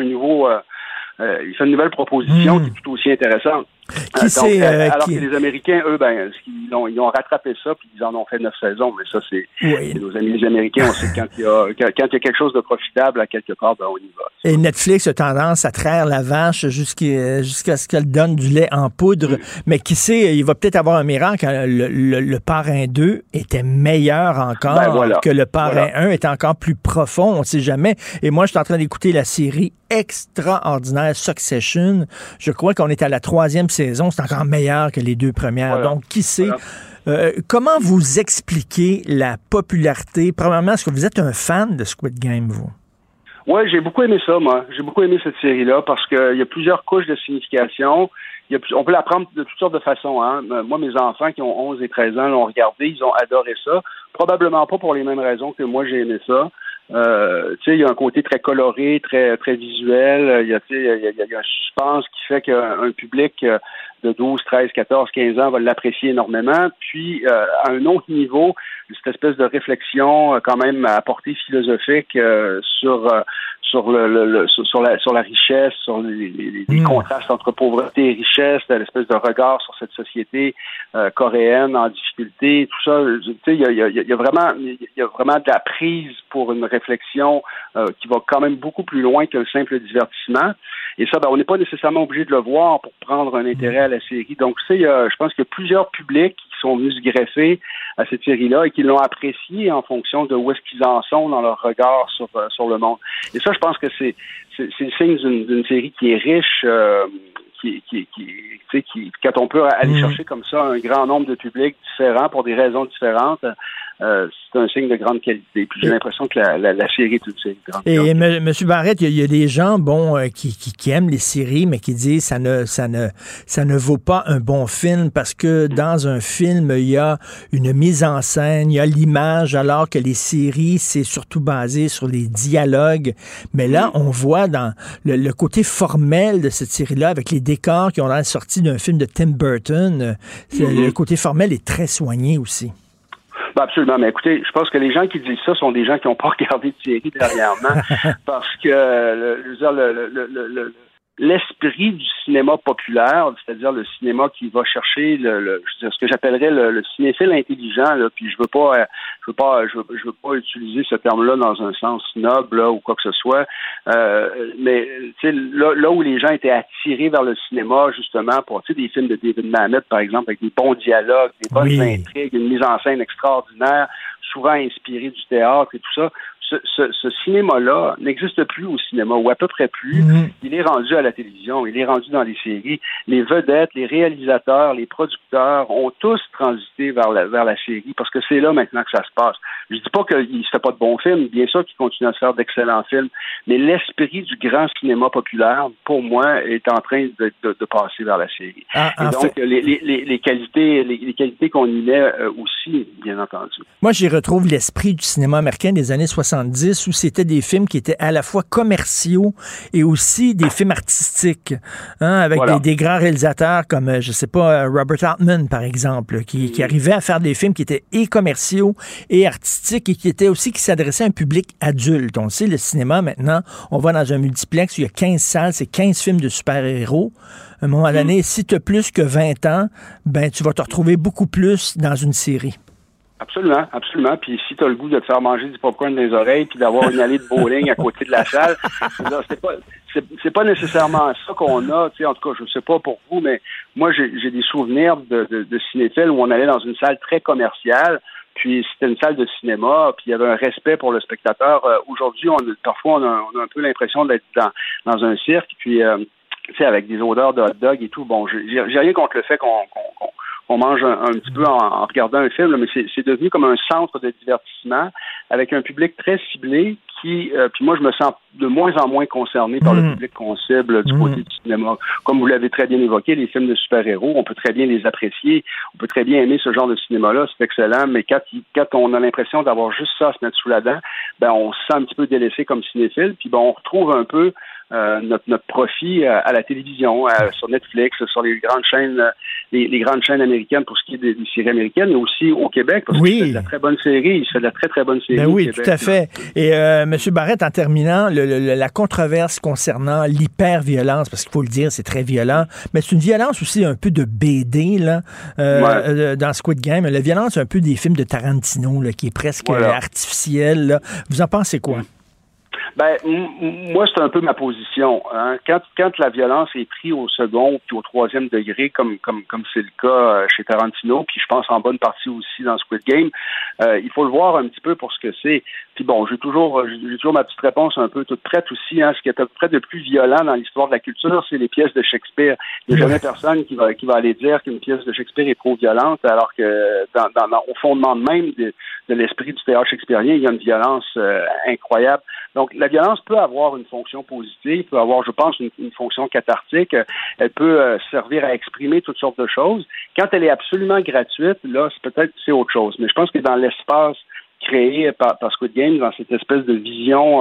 une nouvelle proposition qui est tout aussi intéressante. Alors que les Américains, eux, ils ont rattrapé ça, puis ils en ont fait 9 saisons. Mais ça, c'est nos amis les Américains. On sait que quand il y a quelque chose de profitable à quelque part, on y va. Et Netflix a tendance à traire la vache jusqu'à ce qu'elle donne du lait en poudre. Mais qui sait, il va peut-être avoir un miracle. Le Parrain 2 était meilleur encore que le Parrain 1 est encore plus profond. On ne sait jamais. Et moi, je suis en train d'écouter la série extraordinaire Succession. Je crois qu'on est à la 3e saison. C'est encore meilleur que les 2 premières. Donc, qui sait? Comment vous expliquez la popularité? Premièrement, est-ce que vous êtes un fan de Squid Game, vous? Oui, j'ai beaucoup aimé ça, moi. J'ai beaucoup aimé cette série-là parce qu'il y a plusieurs couches de signification. On peut la prendre de toutes sortes de façons. Hein. Moi, mes enfants qui ont 11 et 13 ans l'ont regardé. Ils ont adoré ça. Probablement pas pour les mêmes raisons que moi, j'ai aimé ça. Il y a un côté très coloré, très très visuel. Il y a un suspense qui fait qu'un public de 12, 13, 14, 15 ans va l'apprécier énormément. Puis, à un autre niveau, cette espèce de réflexion quand même à portée philosophique sur la richesse, sur les contrastes entre pauvreté et richesse, l'espèce de regard sur cette société coréenne en difficulté, tout ça. Il y a vraiment de la prise pour une réflexion qui va quand même beaucoup plus loin qu'un simple divertissement. Et ça, on n'est pas nécessairement obligé de le voir pour prendre un intérêt à la série. Donc, je pense qu'il y a plusieurs publics qui sont venus se greffer à cette série-là et qui l'ont appréciée en fonction de où est-ce qu'ils en sont dans leur regard sur le monde. Et ça, je pense que c'est le signe d'une série qui est riche, quand on peut aller chercher comme ça un grand nombre de publics différents pour des raisons différentes, c'est un signe de grande qualité. Puis j'ai l'impression que la série est une série de grande qualité. Et M. Barrette, il y a des gens qui aiment les séries, mais qui disent ça ne vaut pas un bon film parce que dans un film, il y a une mise en scène, il y a l'image, alors que les séries, c'est surtout basé sur les dialogues. Mais là, on voit dans le côté formel de cette série-là, avec les décors qui ont l'air sortis d'un film de Tim Burton, le côté formel est très soigné aussi. Absolument, mais écoutez, je pense que les gens qui disent ça sont des gens qui n'ont pas regardé de série dernièrement, parce que l'esprit du cinéma populaire, c'est-à-dire le cinéma qui va chercher ce que j'appellerais le cinéphile intelligent, là, puis je veux pas utiliser ce terme-là dans un sens noble là, ou quoi que ce soit, mais tu sais là où les gens étaient attirés vers le cinéma justement pour des films de David Mamet par exemple avec des bons dialogues, des bonnes intrigues, une mise en scène extraordinaire, souvent inspiré du théâtre et tout ça. Ce cinéma-là n'existe plus au cinéma, ou à peu près plus. Il est rendu à la télévision, il est rendu dans les séries. Les vedettes, les réalisateurs, les producteurs ont tous transité vers la série, parce que c'est là maintenant que ça se passe. Je dis pas qu'il se fait pas de bons films, bien sûr qu'il continue à se faire d'excellents films, mais l'esprit du grand cinéma populaire, pour moi, est en train de passer vers la série. Et donc, les qualités qu'on y met aussi, bien entendu. Moi, j'y retrouve l'esprit du cinéma américain des années 70, où c'était des films qui étaient à la fois commerciaux et aussi des films artistiques, avec des grands réalisateurs comme, je sais pas, Robert Altman, par exemple, qui arrivait à faire des films qui étaient et commerciaux et artistiques et qui s'adressaient à un public adulte. On sait, le cinéma, maintenant, on va dans un multiplex où il y a 15 salles, c'est 15 films de super-héros. À un moment donné, si tu as plus que 20 ans, ben tu vas te retrouver beaucoup plus dans une série. Absolument, absolument. Puis si tu as le goût de te faire manger du popcorn dans les oreilles puis d'avoir une allée de bowling à côté de la salle, c'est pas nécessairement ça qu'on a. Tu sais, en tout cas, je sais pas pour vous, mais moi j'ai des souvenirs de cinéphiles où on allait dans une salle très commerciale. Puis c'était une salle de cinéma, puis il y avait un respect pour le spectateur. Aujourd'hui, parfois on a un peu l'impression d'être dans un cirque, puis tu sais, avec des odeurs de hot dog et tout. Bon, j'ai rien contre le fait qu'on mange un petit peu en regardant un film, là, mais c'est devenu comme un centre de divertissement avec un public très ciblé qui, puis moi je me sens de moins en moins concerné par le public qu'on cible du côté du cinéma. Comme vous l'avez très bien évoqué, les films de super-héros, on peut très bien les apprécier, on peut très bien aimer ce genre de cinéma-là, c'est excellent, mais quand on a l'impression d'avoir juste ça à se mettre sous la dent, ben on se sent un petit peu délaissé comme cinéphile, puis ben on retrouve un peu notre profit à la télévision, sur Netflix, sur les grandes chaînes, les grandes chaînes américaines pour ce qui est des séries américaines, mais aussi au Québec, parce qu'il fait de la très bonne série, il fait de la très très bonne série. Ben oui, Québec, tout à fait. Et M. Barrette, en terminant, la controverse concernant l'hyper-violence, parce qu'il faut le dire, c'est très violent, mais c'est une violence aussi un peu de BD là, dans Squid Game, la violence un peu des films de Tarantino là, qui est presque artificielle. Là. Vous en pensez quoi? Ben, moi, c'est un peu ma position. Hein. Quand la violence est prise au second puis au troisième degré, comme c'est le cas chez Tarantino, puis je pense en bonne partie aussi dans Squid Game, il faut le voir un petit peu pour ce que c'est. Puis bon, j'ai toujours ma petite réponse un peu toute prête aussi. Hein. Ce qui est à peu près de plus violent dans l'histoire de la culture, c'est les pièces de Shakespeare. Il n'y a jamais personne qui va aller dire qu'une pièce de Shakespeare est trop violente, alors que au fondement même de l'esprit du théâtre shakespearien, il y a une violence incroyable. Donc, la violence peut avoir une fonction positive, peut avoir, je pense, une fonction cathartique. Elle peut servir à exprimer toutes sortes de choses. Quand elle est absolument gratuite, là, c'est autre chose. Mais je pense que dans l'espace créé par Squid Game, dans cette espèce de vision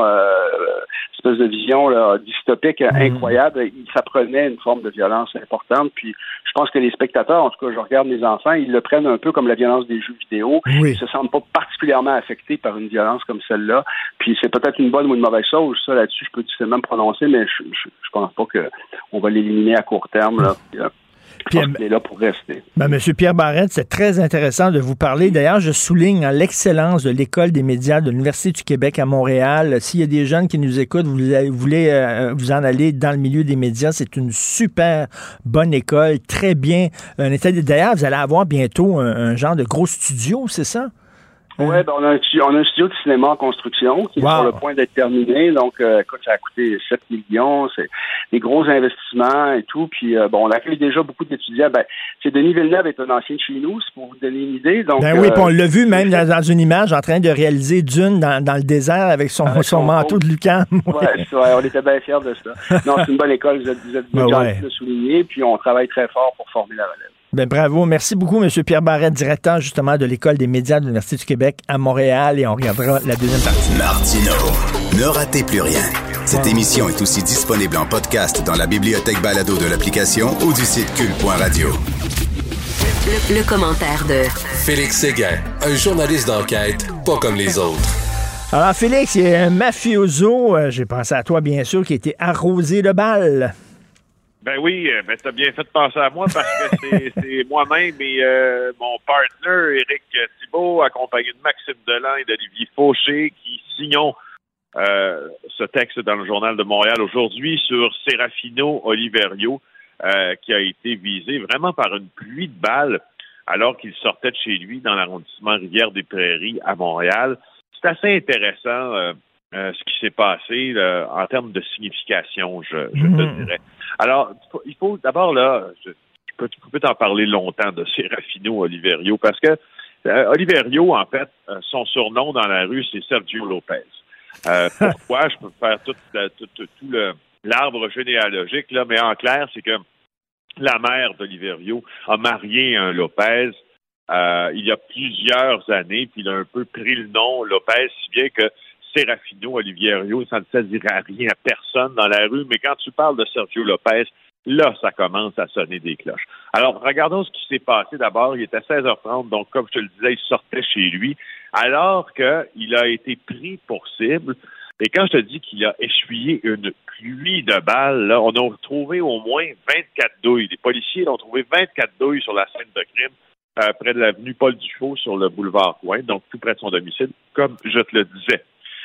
là, dystopique incroyable, ça prenait une forme de violence importante. Puis je pense que les spectateurs, en tout cas je regarde mes enfants, ils le prennent un peu comme la violence des jeux vidéo. Oui. Ils se sentent pas particulièrement affectés par une violence comme celle-là. Puis c'est peut-être une bonne ou une mauvaise chose. Ça, là-dessus, je peux difficilement me prononcer, mais je pense pas qu'on va l'éliminer à court terme. Là. Je pense qu'il est là pour rester. Ben, M. Pierre Barrette, c'est très intéressant de vous parler. D'ailleurs, je souligne l'excellence de l'École des médias de l'Université du Québec à Montréal. S'il y a des jeunes qui nous écoutent, vous voulez vous en aller dans le milieu des médias, c'est une super bonne école, très bien. D'ailleurs, vous allez avoir bientôt un genre de gros studio, c'est ça? Oui, ben on a un studio de cinéma en construction qui est sur le point d'être terminé. Donc, écoute, ça a coûté 7 millions. C'est des gros investissements et tout. Puis, on accueille déjà beaucoup d'étudiants. Ben, c'est Denis Villeneuve est un ancien de chez nous, c'est pour vous donner une idée. Donc, oui, puis on l'a vu même dans une image en train de réaliser Dune dans le désert avec son manteau de Lucan. On était bien fiers de ça. Non, c'est une bonne école, vous êtes gentil de souligner. Puis, on travaille très fort pour former la relève. Ben bravo. Merci beaucoup, M. Pierre Barrette, directeur justement de l'École des médias de l'Université du Québec à Montréal. Et on regardera la deuxième partie. Martino, ne ratez plus rien. Cette émission est aussi disponible en podcast dans la bibliothèque balado de l'application ou du site cul.radio. Le commentaire de Félix Séguin, un journaliste d'enquête pas comme les autres. Alors, Félix, il y a un mafioso, j'ai pensé à toi bien sûr, qui a été arrosé de balles. Ben oui, t'as bien fait de penser à moi parce que c'est moi-même et mon partner, Éric Thibault, accompagné de Maxime Delan et d'Olivier Fauché, qui signons ce texte dans le Journal de Montréal aujourd'hui sur Serafino Oliverio, qui a été visé vraiment par une pluie de balles alors qu'il sortait de chez lui dans l'arrondissement Rivière-des-Prairies à Montréal. C'est assez intéressant ce qui s'est passé en termes de signification, je te dirais. Alors, il faut d'abord, là, je peux t'en parler longtemps de Serafino Oliverio, parce que Oliverio, en fait, son surnom dans la rue, c'est Sergio Lopez. Pourquoi? Je peux faire tout l'arbre généalogique, là, mais en clair, c'est que la mère d'Oliverio a marié un Lopez il y a plusieurs années, puis il a un peu pris le nom Lopez, si bien que Serafino Oliverio, ça ne sert à rien à personne dans la rue, mais quand tu parles de Sergio Lopez, là, ça commence à sonner des cloches. Alors, regardons ce qui s'est passé d'abord. Il était 16h30, donc comme je te le disais, il sortait chez lui, alors qu'il a été pris pour cible. Et quand je te dis qu'il a essuyé une pluie de balles, là, on a trouvé au moins 24 douilles. Les policiers ont trouvé 24 douilles sur la scène de crime, près de l'avenue Paul-Dufault sur le boulevard Coin, donc tout près de son domicile, comme je te le disais.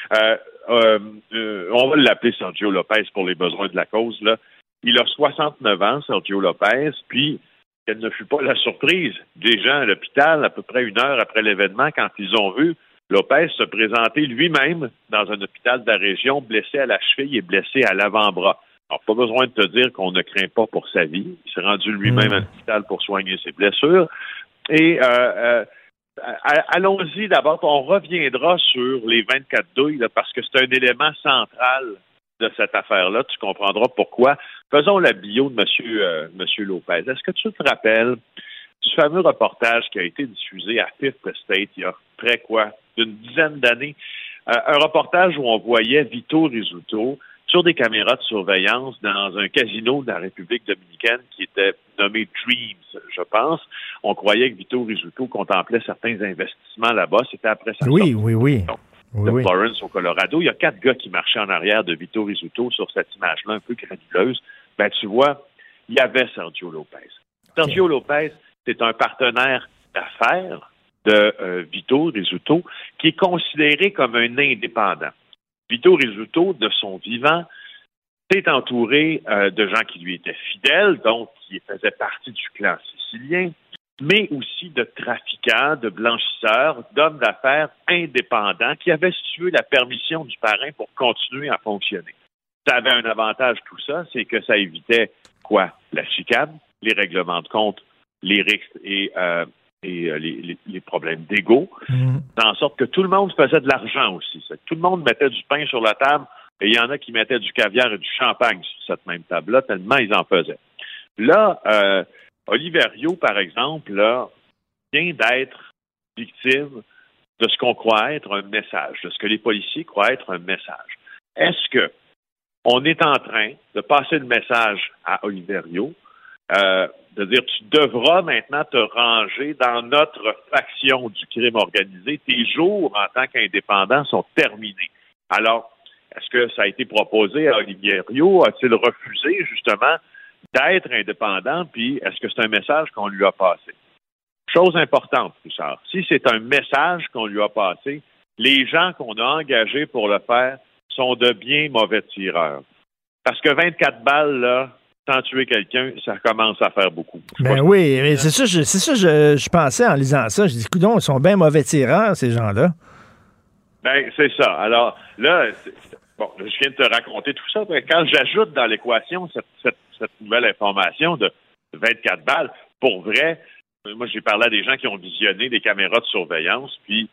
On va l'appeler Sergio Lopez pour les besoins de la cause, là. Il a 69 ans, Sergio Lopez, puis quelle ne fut pas la surprise des gens à l'hôpital à peu près 1 heure après l'événement quand ils ont vu Lopez se présenter lui-même dans un hôpital de la région, blessé à la cheville et blessé à l'avant-bras. Alors, pas besoin de te dire qu'on ne craint pas pour sa vie. Il s'est rendu lui-même à l'hôpital pour soigner ses blessures. Et allons-y d'abord. On reviendra sur les 24 douilles là, parce que c'est un élément central de cette affaire-là. Tu comprendras pourquoi. Faisons la bio de Monsieur Lopez. Est-ce que tu te rappelles du fameux reportage qui a été diffusé à Fifth Estate il y a près d'une dizaine d'années? Un reportage où on voyait Vito Rizzuto sur des caméras de surveillance dans un casino de la République dominicaine qui était nommé Dreams, je pense. On croyait que Vito Rizzuto contemplait certains investissements là-bas. C'était après sa sortie. Oui. De Florence au Colorado. Il y a 4 gars qui marchaient en arrière de Vito Rizzuto sur cette image-là un peu granuleuse. Ben, tu vois, il y avait Sergio Lopez. Sergio Lopez, c'est un partenaire d'affaires de Vito Rizzuto qui est considéré comme un indépendant. Vito Rizzuto, de son vivant, s'est entouré de gens qui lui étaient fidèles, donc qui faisaient partie du clan sicilien, mais aussi de trafiquants, de blanchisseurs, d'hommes d'affaires indépendants qui avaient, si tu veux, la permission du parrain pour continuer à fonctionner. Ça avait un avantage, tout ça, c'est que ça évitait quoi? La chicane, les règlements de compte, les risques et les problèmes d'ego, en sorte que tout le monde faisait de l'argent aussi. Tout le monde mettait du pain sur la table et il y en a qui mettaient du caviar et du champagne sur cette même table-là, tellement ils en faisaient. Là, Oliverio, par exemple, là, vient d'être victime de ce qu'on croit être un message, de ce que les policiers croient être un message. Est-ce que on est en train de passer le message à Oliverio, de dire tu devras maintenant te ranger dans notre faction du crime organisé, tes jours en tant qu'indépendant sont terminés. Alors, est-ce que ça a été proposé à Oliverio? A-t-il refusé justement d'être indépendant? Puis, est-ce que c'est un message qu'on lui a passé? Chose importante, Richard, si c'est un message qu'on lui a passé, les gens qu'on a engagés pour le faire sont de bien mauvais tireurs. Parce que 24 balles, là, sans tuer quelqu'un, ça commence à faire beaucoup. Ben oui, mais c'est ça, je pensais en lisant ça. Je dis, coudonc, ils sont bien mauvais tireurs, ces gens-là. Ben, c'est ça. Alors, là, je viens de te raconter tout ça. Quand j'ajoute dans l'équation cette nouvelle information de 24 balles, pour vrai, moi, j'ai parlé à des gens qui ont visionné des caméras de surveillance, puis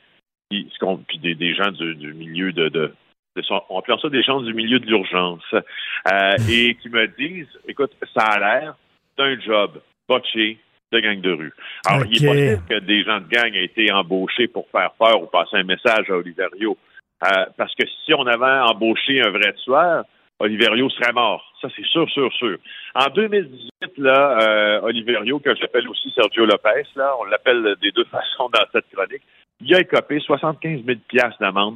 des gens du milieu on appelle ça des gens du milieu de l'urgence, et qui me disent, écoute, ça a l'air d'un job botché de gang de rue. Alors, il est possible que des gens de gang aient été embauchés pour faire peur ou passer un message à Oliverio, parce que si on avait embauché un vrai tueur, Oliverio serait mort. Ça, c'est sûr. En 2018, là, Oliverio, que j'appelle aussi Sergio Lopez, là, on l'appelle des deux façons dans cette chronique, il a écopé 75 000 $ d'amende.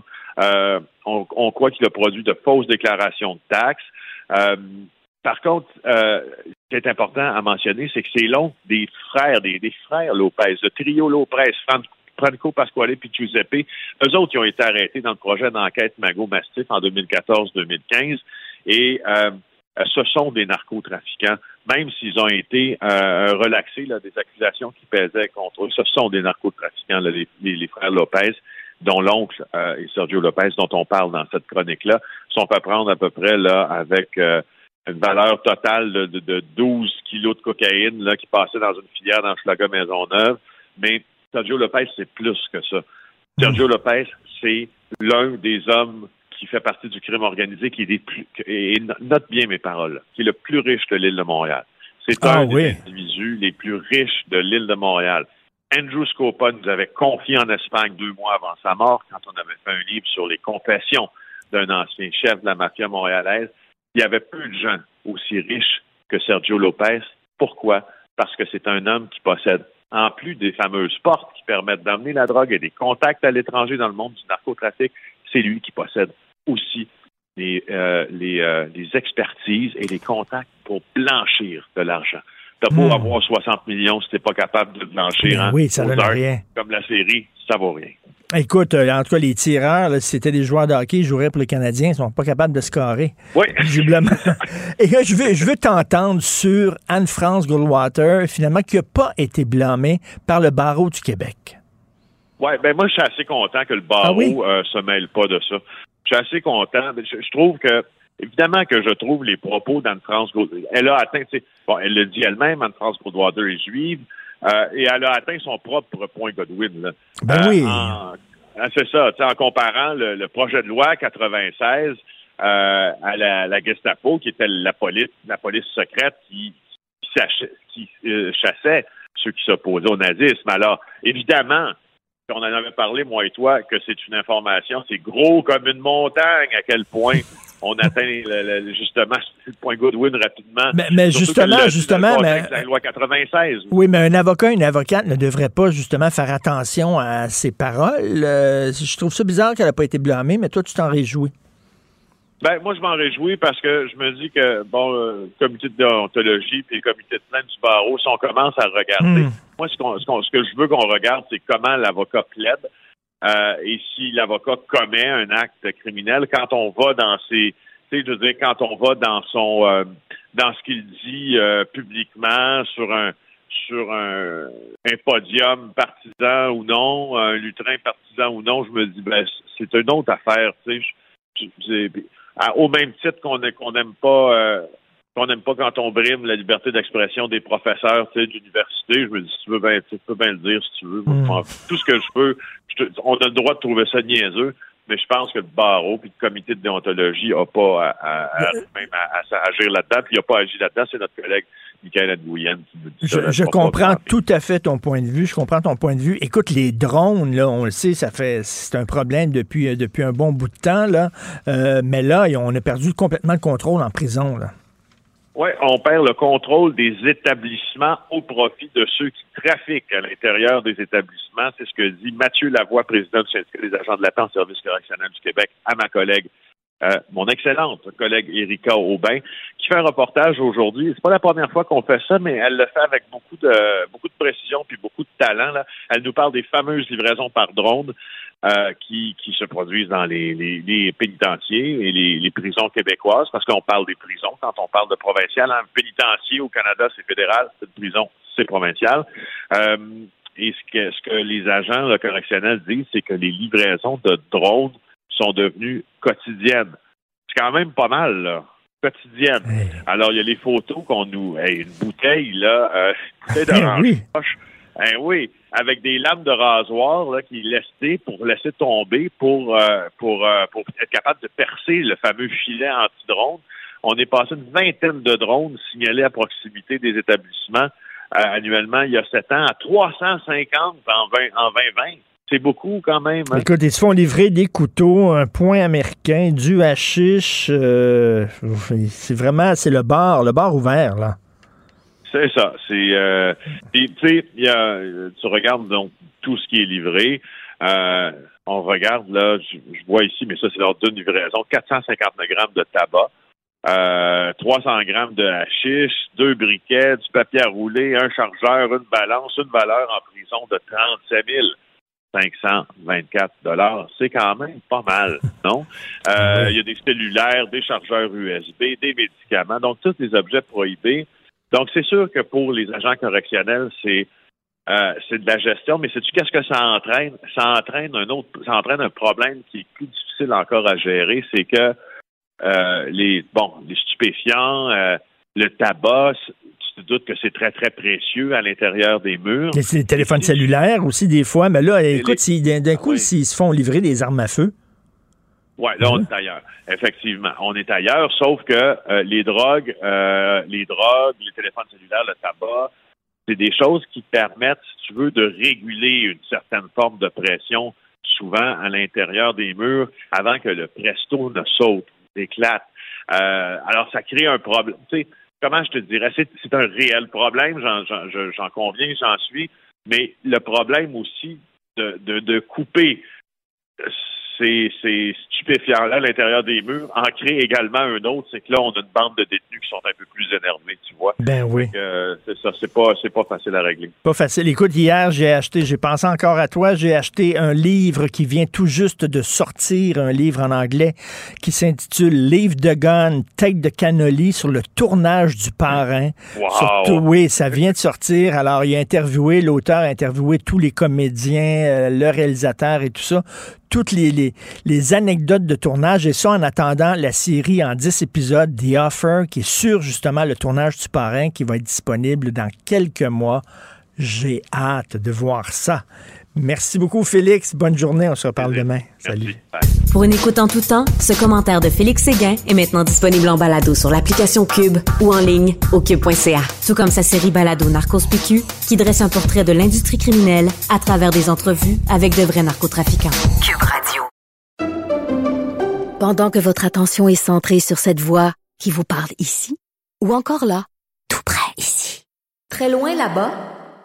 On croit qu'il a produit de fausses déclarations de taxes. Par contre, ce qui est important à mentionner, c'est que c'est l'oncle des frères Lopez, le trio Lopez, Franco Pasquale et Giuseppe. Eux autres, qui ont été arrêtés dans le projet d'enquête Mago Mastif en 2014-2015. Et ce sont des narcotrafiquants, même s'ils ont été relaxés là, des accusations qui pesaient contre eux. Ce sont des narcotrafiquants, là, les frères Lopez, dont l'oncle et Sergio Lopez, dont on parle dans cette chronique-là, sont à prendre à peu près là avec une valeur totale de 12 kilos de cocaïne là, qui passait dans une filière dans Schlager Maisonneuve. Mais Sergio Lopez, c'est plus que ça. Sergio Lopez, c'est l'un des hommes qui fait partie du crime organisé, qui est des plus, et note bien mes paroles, qui est le plus riche de l'île de Montréal. C'est un des individus les plus riches de l'île de Montréal. Andrew Scopa nous avait confié en Espagne 2 mois avant sa mort, quand on avait fait un livre sur les confessions d'un ancien chef de la mafia montréalaise. Il y avait peu de gens aussi riches que Sergio Lopez. Pourquoi? Parce que c'est un homme qui possède, en plus des fameuses portes qui permettent d'amener la drogue et des contacts à l'étranger dans le monde du narcotrafic, c'est lui qui possède aussi les expertises et les contacts pour blanchir de l'argent. T'as beau avoir 60 millions, si t'es pas capable de blanchir, oui, ça donne rien. Comme la série, ça vaut rien. Écoute, en tout cas, les tireurs, là, si c'était des joueurs de hockey, ils joueraient pour les Canadiens, ils sont pas capables de scorer. Oui. Visiblement. Et là, je veux t'entendre sur Anne-France Goldwater, finalement, qui n'a pas été blâmée par le barreau du Québec. Oui, ben moi, je suis assez content que le barreau se mêle pas de ça. Je suis assez content. Je trouve que, évidemment que je trouve les propos d'Anne-France Goldwater. Elle a atteint, elle le dit elle-même, Anne-France Goldwater est juive, et elle a atteint son propre point Godwin. Là. Ben oui. C'est ça, en comparant le projet de loi 96 à la Gestapo, qui était la police secrète qui chassait ceux qui s'opposaient au nazisme. Alors, évidemment, on en avait parlé, moi et toi, que c'est une information, c'est gros comme une montagne, à quel point on atteint justement le point Godwin rapidement. Mais justement, mais la loi 96. Oui, mais un avocat, une avocate ne devrait pas justement faire attention à ses paroles. Je trouve ça bizarre qu'elle n'a pas été blâmée, mais toi, tu t'en réjouis. Ben, moi, je m'en réjouis parce que je me dis que, le comité de déontologie puis le comité de plainte du barreau, si on commence à regarder, moi, ce que je veux qu'on regarde, c'est comment l'avocat plaide et si l'avocat commet un acte criminel. Quand on va dans quand on va dans son, dans ce qu'il dit publiquement sur un podium partisan ou non, un lutrin partisan ou non, je me dis, ben, c'est une autre affaire, tu sais. Au même titre qu'on n'aime pas quand on brime la liberté d'expression des professeurs d'université, je me dis, si tu peux bien le dire si tu veux. Tout ce que je peux, on a le droit de trouver ça niaiseux, mais je pense que le barreau puis le comité de déontologie n'a pas à agir là-dedans, puis il n'a pas agi là-dedans, c'est notre collègue Michael Adbouyen qui nous dit ça. Je comprends tout à fait ton point de vue. Je comprends ton point de vue. Écoute, les drones, là, on le sait, c'est un problème depuis un bon bout de temps, là. Mais là, on a perdu complètement le contrôle en prison, là. Oui, on perd le contrôle des établissements au profit de ceux qui trafiquent à l'intérieur des établissements. C'est ce que dit Mathieu Lavoie, président du syndicat des agents de la paix en service correctionnel du Québec, à ma collègue, mon excellente collègue Érika Aubin, qui fait un reportage aujourd'hui. C'est pas la première fois qu'on fait ça, mais elle le fait avec beaucoup de précision puis beaucoup de talent, là. Elle nous parle des fameuses livraisons par drone qui se produisent dans les pénitenciers et les prisons québécoises, parce qu'on parle des prisons quand on parle de provincial. Un pénitencier au Canada, c'est fédéral, c'est une prison, c'est provincial. Et ce que les agents correctionnels disent, c'est que les livraisons de drones sont devenues quotidiennes. C'est quand même pas mal, là. Quotidienne. Hey. Alors, il y a les photos qu'on nous... une bouteille, là, bouteille d'orange poche. Oui, avec des lames de rasoir là, qui est lestées pour laisser tomber pour être capable de percer le fameux filet anti-drone. On est passé une vingtaine de drones signalés à proximité des établissements annuellement il y a 7 ans à 350 en 2020. C'est beaucoup quand même. Hein? Écoute, ils se font livrer des couteaux, un poing américain, du hashish. C'est le bar ouvert, là. C'est ça. Tu sais, tu regardes donc tout ce qui est livré. On regarde, là, je vois ici, mais ça, c'est lors d'une livraison, 459 grammes de tabac, 300 grammes de hashish, 2 briquets, du papier à rouler, un chargeur, une balance, une valeur en prison de 37 000. 524 $, c'est quand même pas mal, non? Il y a des cellulaires, des chargeurs USB, des médicaments, donc tous des objets prohibés. Donc, c'est sûr que pour les agents correctionnels, c'est de la gestion, mais sais-tu qu'est-ce que ça entraîne? Ça entraîne un problème qui est plus difficile encore à gérer, c'est que les stupéfiants, le tabac, tu te doutes que c'est très, très précieux à l'intérieur des murs. Et c'est les téléphones cellulaires aussi, des fois. Mais là, écoute, d'un coup, s'ils se font livrer des armes à feu. Oui, là, on est ailleurs. Effectivement, on est ailleurs, sauf que les drogues, les téléphones cellulaires, le tabac, c'est des choses qui permettent, si tu veux, de réguler une certaine forme de pression, souvent à l'intérieur des murs, avant que le presto ne saute, éclate. Alors, ça crée un problème. Tu sais, comment je te dirais, c'est un réel problème, j'en conviens, j'en suis, mais le problème aussi de couper ces stupéfiants-là à l'intérieur des murs en crée également un autre, c'est que là, on a une bande de détenus qui sont un peu plus énervés, tu vois. Ben oui. C'est ça, c'est pas facile à régler. Pas facile. Écoute, hier, j'ai pensé encore à toi, j'ai acheté un livre qui vient tout juste de sortir, un livre en anglais qui s'intitule Leave the Gun, Take the Cannoli, sur le tournage du Parrain. Wow! Oui, ça vient de sortir. Alors, l'auteur a interviewé tous les comédiens, le réalisateur et tout ça. Toutes les anecdotes de tournage, et ça en attendant la série en 10 épisodes, The Offer, qui est sur justement le tournage du Parrain, qui va être disponible dans quelques mois. J'ai hâte de voir ça. Merci beaucoup, Félix. Bonne journée. On se reparle demain. Salut. Pour une écoute en tout temps, ce commentaire de Félix Séguin est maintenant disponible en balado sur l'application Cube ou en ligne au cube.ca. Tout comme sa série balado Narcos PQ, qui dresse un portrait de l'industrie criminelle à travers des entrevues avec de vrais narcotrafiquants. Cube Radio. Pendant que votre attention est centrée sur cette voix qui vous parle ici, ou encore là, tout près ici, très loin là-bas,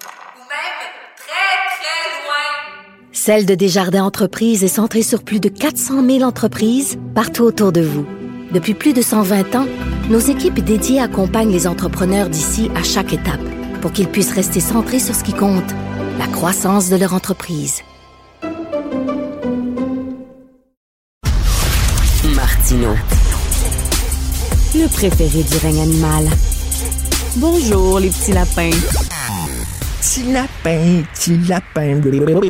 Celle de Desjardins Entreprises est centrée sur plus de 400 000 entreprises partout autour de vous. Depuis plus de 120 ans, nos équipes dédiées accompagnent les entrepreneurs d'ici à chaque étape pour qu'ils puissent rester centrés sur ce qui compte, la croissance de leur entreprise. Martineau, le préféré du règne animal. Bonjour, les petits lapins. Petit lapin, petit lapin.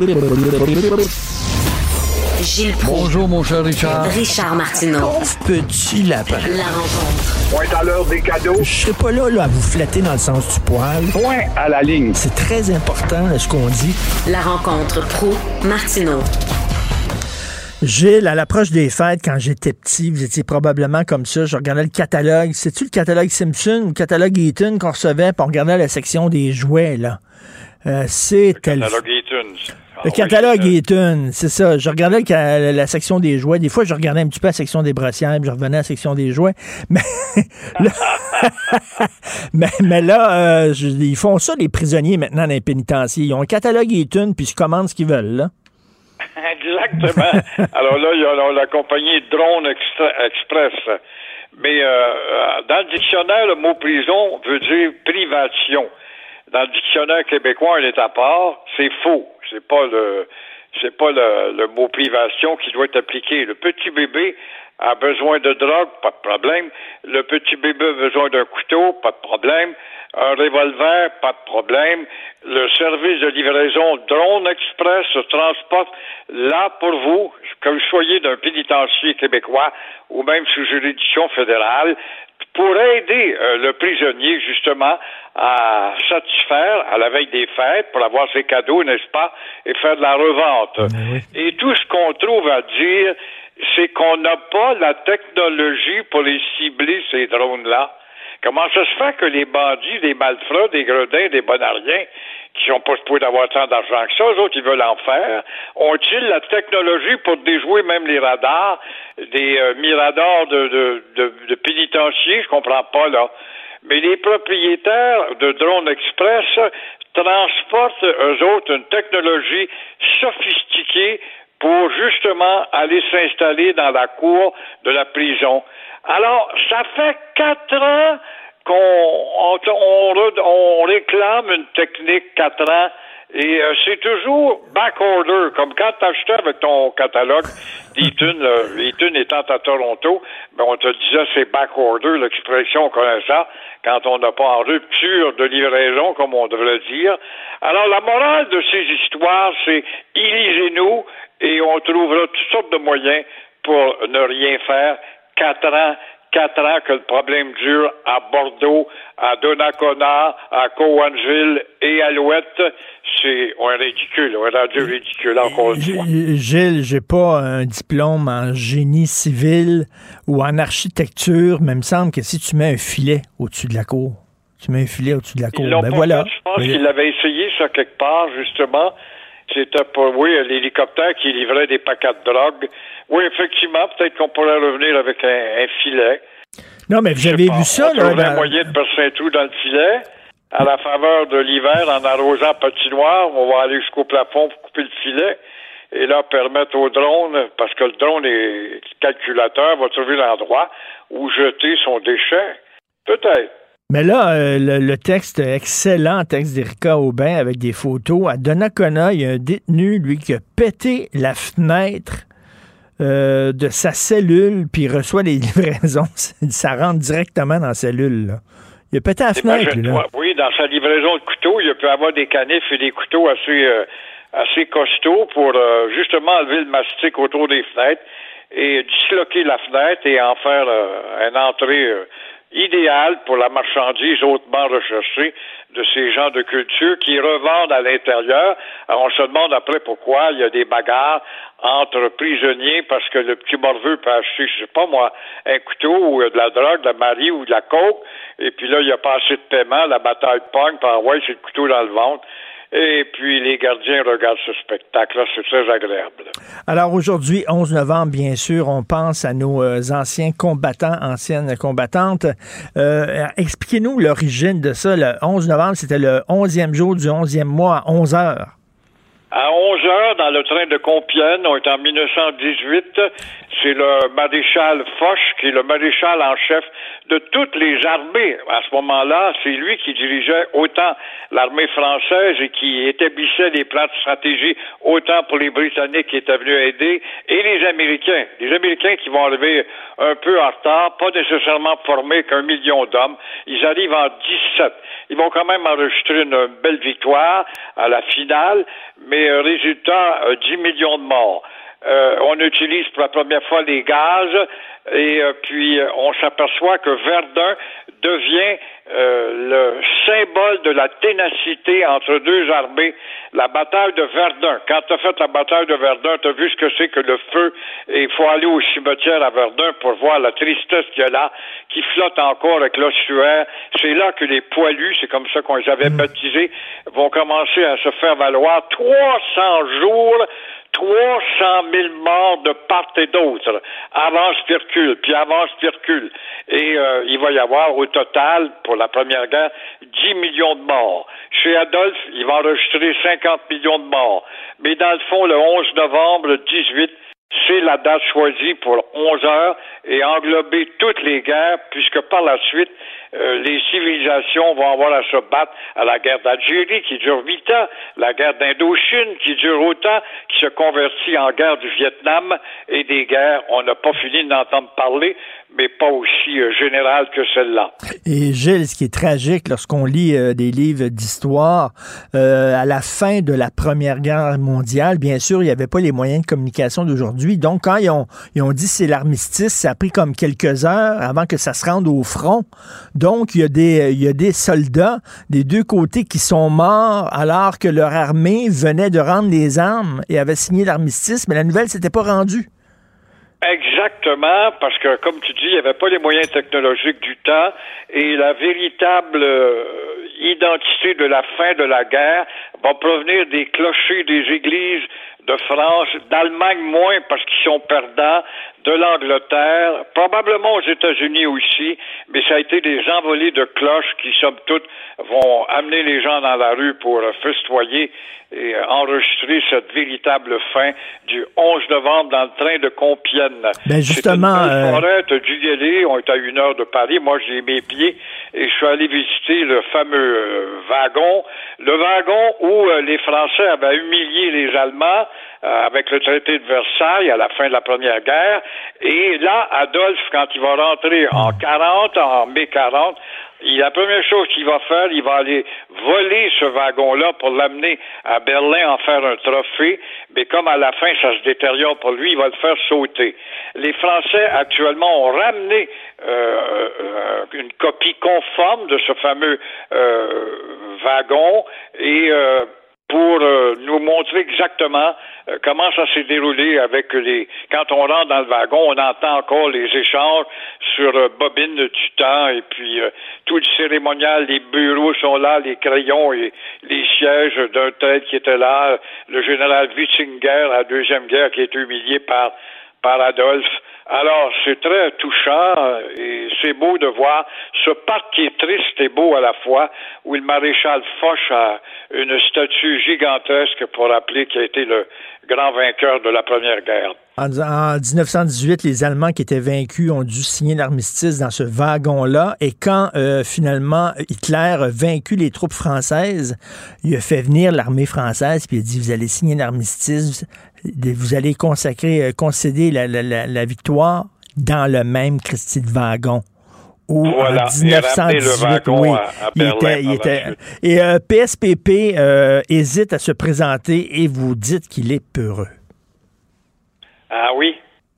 Gilles Proulx. Bonjour, mon cher Richard. Richard Martineau. Pauvre petit lapin. La rencontre. Point à l'heure des cadeaux. Je serai pas là à vous flatter dans le sens du poil. Point à la ligne. C'est très important, là, ce qu'on dit. La rencontre Proulx-Martineau. Gilles, à l'approche des fêtes, quand j'étais petit, vous étiez probablement comme ça, je regardais le catalogue. C'est-tu le catalogue Simpson ou le catalogue Eaton qu'on recevait, puis on regardait la section des jouets, là? C'était le catalogue Eaton. Le catalogue Eaton, c'est ça. Je regardais la section des jouets. Des fois, je regardais un petit peu la section des brossières, puis je revenais à la section des jouets. Mais là, mais là ils font ça, les prisonniers, maintenant, dans les pénitenciers. Ils ont un catalogue Eaton, puis ils commandent ce qu'ils veulent, là. Exactement. Alors là, il y a la compagnie Drone Express. Mais dans le dictionnaire, le mot prison veut dire privation. Dans le dictionnaire québécois, il est à part. C'est faux. C'est pas le mot privation qui doit être appliqué. Le petit bébé a besoin de drogue, pas de problème. Le petit bébé a besoin d'un couteau, pas de problème. Un revolver, pas de problème. Le service de livraison Drone Express se transporte là pour vous, que vous soyez d'un pénitencier québécois ou même sous juridiction fédérale, pour aider le prisonnier, justement, à satisfaire à la veille des fêtes, pour avoir ses cadeaux, n'est-ce pas, et faire de la revente. Oui. Et tout ce qu'on trouve à dire, c'est qu'on n'a pas la technologie pour les cibler, ces drones-là. Comment ça se fait que les bandits, des malfrats, des gredins, des bonariens, qui sont pas supposés d'avoir tant d'argent que ça, eux autres, ils veulent en faire, ont-ils la technologie pour déjouer même les radars, des miradors de pénitenciers? Je comprends pas, là. Mais les propriétaires de Drone Express transportent, eux autres, une technologie sophistiquée pour justement aller s'installer dans la cour de la prison. Alors, ça fait 4 ans qu'on réclame une technique, 4 ans, Et c'est toujours back-order, comme quand t'achetais avec ton catalogue Eaton étant à Toronto, ben on te disait c'est back-order, l'expression on connaît ça, quand on n'a pas en rupture de livraison, comme on devrait dire. Alors la morale de ces histoires, c'est élisez-nous et on trouvera toutes sortes de moyens pour ne rien faire. 4 ans que le problème dure à Bordeaux, à Donnacona, à Cowansville et à Alouette. C'est ridicule, on est rendu ridicule encore une fois. Gilles, j'ai pas un diplôme en génie civil ou en architecture, mais il me semble que si tu mets un filet au-dessus de la cour, voilà. Je pense qu'il avait essayé ça quelque part, justement. C'était pour, l'hélicoptère qui livrait des paquets de drogue. Oui, effectivement, peut-être qu'on pourrait revenir avec un filet. Non, mais vous avez vu ça, là? On a un moyen de percer un trou dans le filet. À la faveur de l'hiver, en arrosant patinoire, on va aller jusqu'au plafond pour couper le filet. Et là, permettre au drone, parce que le drone est calculateur, va trouver l'endroit où jeter son déchet. Peut-être. Mais là, le texte, excellent texte d'Érika Aubin avec des photos. À Donnacona, il y a un détenu, lui, qui a pété la fenêtre de sa cellule, puis il reçoit les livraisons. Ça rentre directement dans la cellule, là. Il a pété la fenêtre, lui, là. Oui, dans sa livraison de couteaux, il peut avoir des canifs et des couteaux assez costauds pour justement enlever le mastic autour des fenêtres et disloquer la fenêtre et en faire une entrée idéal pour la marchandise hautement recherchée de ces gens de culture qui revendent à l'intérieur. Alors, on se demande après pourquoi il y a des bagarres entre prisonniers parce que le petit morveux peut acheter, je sais pas moi, un couteau ou de la drogue, de la marie ou de la coke, et puis là, il n'y a pas assez de paiement, la bataille pogne, par ouais, c'est le couteau dans le ventre. Et puis, les gardiens regardent ce spectacle-là. C'est très agréable. Alors, aujourd'hui, 11 novembre, bien sûr, on pense à nos anciens combattants, anciennes combattantes. Expliquez-nous l'origine de ça. Le 11 novembre, c'était le 11e jour du 11e mois à 11 heures. À 11 heures, dans le train de Compiègne, on est en 1918, c'est le maréchal Foch, qui est le maréchal en chef de toutes les armées. À ce moment-là, c'est lui qui dirigeait autant l'armée française et qui établissait des plans de stratégie autant pour les Britanniques qui étaient venus aider et les Américains. Les Américains qui vont arriver un peu en retard, pas nécessairement formés qu'1 million d'hommes. Ils arrivent en 17. Ils vont quand même enregistrer une belle victoire à la finale, mais résultat, 10 millions de morts. On utilise pour la première fois les gaz et puis on s'aperçoit que Verdun devient le symbole de la ténacité entre deux armées. La bataille de Verdun. Quand tu as fait la bataille de Verdun, tu as vu ce que c'est que le feu et il faut aller au cimetière à Verdun pour voir la tristesse qu'il y a là, qui flotte encore avec l'ossuaire. C'est là que les poilus, c'est comme ça qu'on les avait baptisés, vont commencer à se faire valoir. 300 jours, 300 000 morts de part et d'autre. Avance puis recule, puis avance puis recule. Et il va y avoir au total, pour la Première Guerre, 10 millions de morts. Chez Adolphe, il va enregistrer 50 millions de morts. Mais dans le fond, le 11 novembre 18, c'est la date choisie pour 11 heures et englober toutes les guerres, puisque par la suite, les civilisations vont avoir à se battre à la guerre d'Algérie qui dure 8 ans, la guerre d'Indochine qui dure autant, qui se convertit en guerre du Vietnam et des guerres, on n'a pas fini d'entendre parler, mais pas aussi générale que celle-là. Et Gilles, ce qui est tragique lorsqu'on lit des livres d'histoire, à la fin de la Première Guerre mondiale, bien sûr, il n'y avait pas les moyens de communication d'aujourd'hui. Donc, quand ils ont dit c'est l'armistice, ça a pris comme quelques heures avant que ça se rende au front. Donc, il y a des soldats des deux côtés qui sont morts alors que leur armée venait de rendre les armes et avait signé l'armistice, mais la nouvelle s'était pas rendue. Exactement, parce que, comme tu dis, il n'y avait pas les moyens technologiques du temps et la véritable identité de la fin de la guerre va provenir des clochers des églises de France, d'Allemagne moins parce qu'ils sont perdants, de l'Angleterre, probablement aux États-Unis aussi, mais ça a été des envolées de cloches qui, somme toute, vont amener les gens dans la rue pour festoyer et enregistrer cette véritable fin du 11 novembre dans le train de Compiègne. Ben justement, c'est une forêt, t'as dû y aller, on est à 1 heure de Paris, moi j'ai mes pieds et je suis allé visiter le fameux wagon, le wagon où les Français avaient humilié les Allemands avec le traité de Versailles à la fin de la Première Guerre, et là, Adolphe, quand il va rentrer en mai 40, la première chose qu'il va faire, il va aller voler ce wagon-là pour l'amener à Berlin, en faire un trophée, mais comme à la fin, ça se détériore pour lui, il va le faire sauter. Les Français, actuellement, ont ramené une copie conforme de ce fameux wagon, et pour nous montrer exactement comment ça s'est déroulé avec quand on rentre dans le wagon, on entend encore les échanges sur bobine du temps, et puis tout le cérémonial, les bureaux sont là, les crayons et les sièges d'un tel qui était là, le général Witzinger à la Deuxième Guerre qui est humilié par Adolphe. Alors, c'est très touchant et c'est beau de voir ce parc qui est triste et beau à la fois, où le maréchal Foch a une statue gigantesque pour rappeler qu'il a été le grand vainqueur de la Première Guerre. En 1918, les Allemands qui étaient vaincus ont dû signer l'armistice dans ce wagon-là. Et quand finalement Hitler a vaincu les troupes françaises, il a fait venir l'armée française puis il a dit, vous allez signer l'armistice, vous allez concéder la victoire dans le même Christi de wagon. Où voilà, en 1918, oui, à Berlin, et PSPP hésite à se présenter et vous dites qu'il est peureux. Ah oui.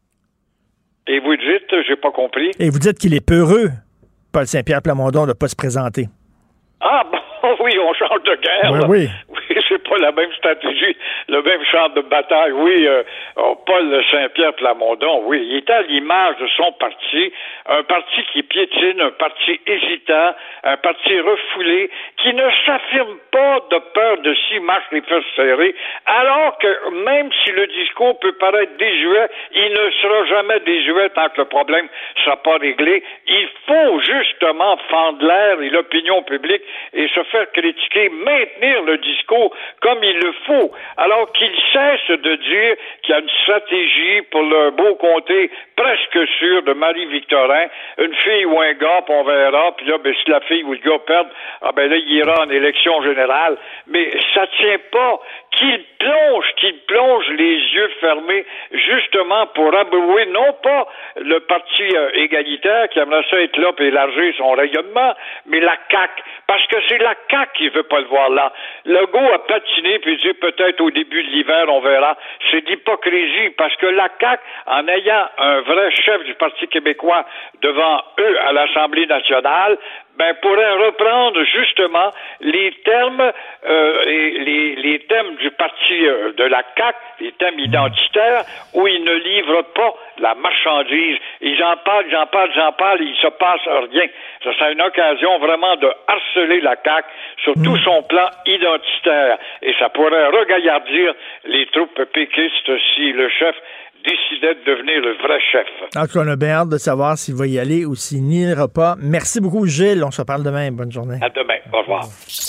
Et vous dites, j'ai pas compris. Et vous dites qu'il est peureux, Paul Saint-Pierre Plamondon, de ne pas se présenter. Ah bon, oui, on change de guerre. Oui. Oui, c'est pas la même stratégie, le même champ de bataille. Oui, Paul Saint-Pierre Plamondon, oui, il est à l'image de son parti, un parti qui piétine, un parti hésitant, un parti refoulé, qui ne s'affirme pas de peur de s'y marche les fesses serrées, alors que même si le discours peut paraître désuet, il ne sera jamais désuet tant que le problème ne sera pas réglé. Il faut justement fendre l'air et l'opinion publique et se faire critiquer, maintenir le discours comme il le faut, alors qu'il cesse de dire qu'il y a une stratégie pour le beau comté presque sûr de Marie-Victorin, une fille ou un gars, puis on verra, puis là, ben, si la fille ou le gars perd, ah ben là, il ira en élection générale, mais ça tient pas. Qu'il plonge les yeux fermés, justement pour abrouer non pas le parti égalitaire qui aimerait ça être là pour élargir son rayonnement, mais la CAQ, parce que c'est la CAQ qui veut pas le voir là. Legault a patiné puis dit peut-être au début de l'hiver on verra. C'est d'hypocrisie parce que la CAQ, en ayant un vrai chef du Parti québécois devant eux à l'Assemblée nationale, pourrait reprendre justement les termes et les thèmes du parti de la CAQ, les thèmes identitaires, où ils ne livrent pas la marchandise. Ils en parlent, et il se passe rien. Ça serait une occasion vraiment de harceler la CAQ sur tout son plan identitaire. Et ça pourrait regaillardir les troupes péquistes si le chef décidait de devenir le vrai chef. En tout cas, on a bien hâte de savoir s'il va y aller ou s'il n'ira pas. Merci beaucoup, Gilles. On se parle demain. Bonne journée. À demain. Au revoir.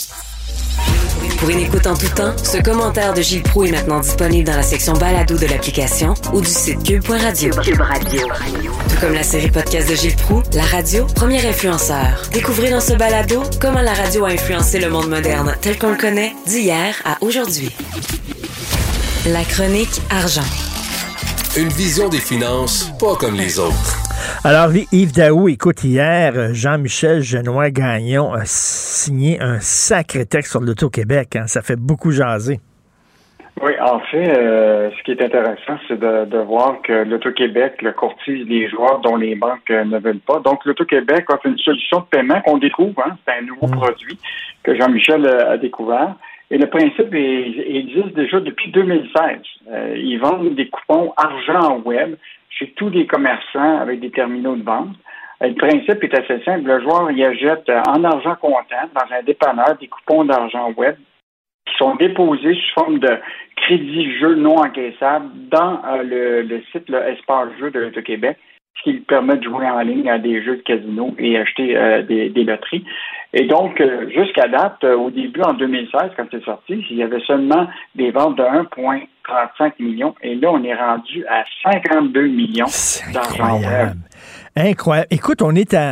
Pour une écoute en tout temps, ce commentaire de Gilles Proulx est maintenant disponible dans la section balado de l'application ou du site cube.radio. Cube Radio. Tout comme la série podcast de Gilles Proulx, la radio, premier influenceur. Découvrez dans ce balado comment la radio a influencé le monde moderne tel qu'on le connaît d'hier à aujourd'hui. La chronique argent. Une vision des finances pas comme les autres. Alors, Yves Daou, écoute, hier, Jean-Michel Genois-Gagnon a signé un sacré texte sur l'Auto-Québec. Hein. Ça fait beaucoup jaser. Oui, en fait, ce qui est intéressant, c'est de voir que l'Auto-Québec le courtise les joueurs dont les banques ne veulent pas. Donc, l'Auto-Québec offre une solution de paiement qu'on découvre. Hein. C'est un nouveau produit que Jean-Michel a découvert. Et le principe existe déjà depuis 2016. Ils vendent des coupons argent web chez tous les commerçants avec des terminaux de vente. Le principe est assez simple. Le joueur y achète en argent comptant dans un dépanneur des coupons d'argent web qui sont déposés sous forme de crédits jeux non encaissables dans le site Espace Jeux de l'Auto-Québec, ce qui lui permet de jouer en ligne à des jeux de casino et acheter des loteries. Et donc, jusqu'à date, au début, en 2016, quand c'est sorti, il y avait seulement des ventes de 1,35 million. Et là, on est rendu à 52 millions d'argent web. Incroyable. Écoute, on est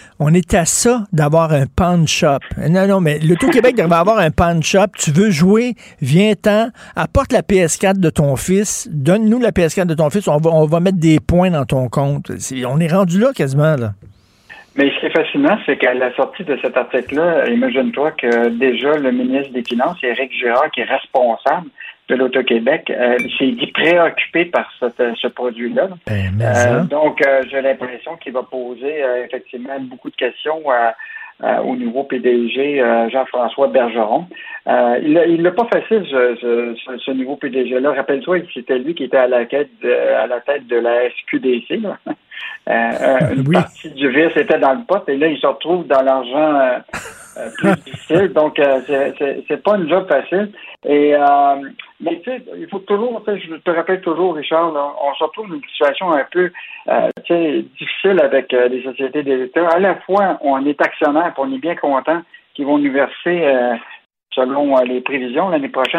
à ça d'avoir un pawn shop. Non, mais l'Auto-Québec devrait avoir un pawn shop. Tu veux jouer, viens-t'en, apporte la PS4 de ton fils, donne-nous la PS4 de ton fils, on va mettre des points dans ton compte. On est rendu là quasiment, là. Mais ce qui est fascinant, c'est qu'à la sortie de cet article-là, imagine-toi que déjà le ministre des Finances, Éric Girard, qui est responsable de l'Auto-Québec, s'est dit préoccupé par ce produit-là. Donc, j'ai l'impression qu'il va poser effectivement beaucoup de questions au nouveau PDG Jean-François Bergeron. Il l'a pas facile, ce nouveau PDG-là. Rappelle-toi, c'était lui qui était à la tête de la SQDC, là. Une partie du vice était dans le pot et là, il se retrouve dans l'argent plus difficile. Donc, c'est pas une job facile. Et mais tu sais, il faut toujours, je te rappelle toujours, Richard, là, on se retrouve dans une situation un peu difficile avec les sociétés d'État. À la fois, on est actionnaire et on est bien content qu'ils vont nous verser, selon les prévisions, l'année prochaine,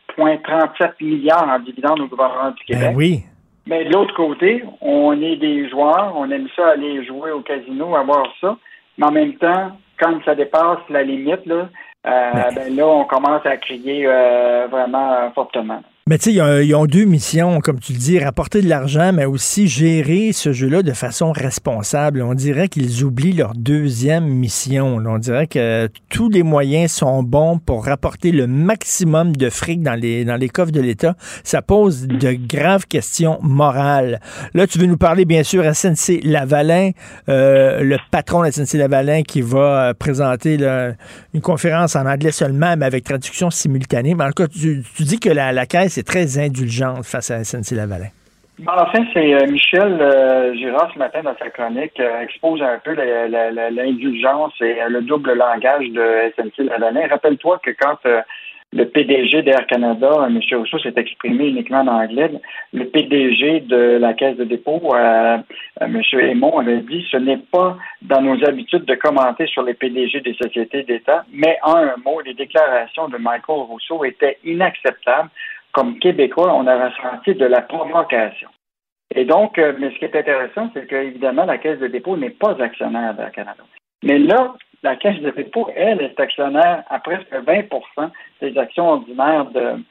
1,37 milliard en dividendes au gouvernement du Québec. Oui. Mais de l'autre côté, on est des joueurs, on aime ça aller jouer au casino, avoir ça, mais en même temps, quand ça dépasse la limite, là, là, on commence à crier vraiment fortement. Mais tu sais, ils ont deux missions, comme tu le dis, rapporter de l'argent, mais aussi gérer ce jeu-là de façon responsable. On dirait qu'ils oublient leur deuxième mission. On dirait que tous les moyens sont bons pour rapporter le maximum de fric dans les coffres de l'État. Ça pose de graves questions morales. Là, tu veux nous parler, bien sûr, à SNC-Lavalin, le patron de SNC-Lavalin qui va présenter une conférence en anglais seulement, mais avec traduction simultanée. Mais en tout cas, tu dis que la Caisse est très indulgente face à SNC-Lavalin. Enfin, c'est Michel Girard, ce matin, dans sa chronique, expose un peu l'indulgence et le double langage de SNC-Lavalin. Rappelle-toi que quand le PDG d'Air Canada, M. Rousseau, s'est exprimé uniquement en anglais, le PDG de la Caisse de dépôt, M. Aymon, avait dit « Ce n'est pas dans nos habitudes de commenter sur les PDG des sociétés d'État, mais en un mot, les déclarations de Michael Rousseau étaient inacceptables. Comme Québécois, on a ressenti de la provocation. » Et donc, mais ce qui est intéressant, c'est qu'évidemment, la Caisse de dépôt n'est pas actionnaire d'Air Canada. Mais là, la Caisse de dépôt, elle, est actionnaire à presque 20% des actions ordinaires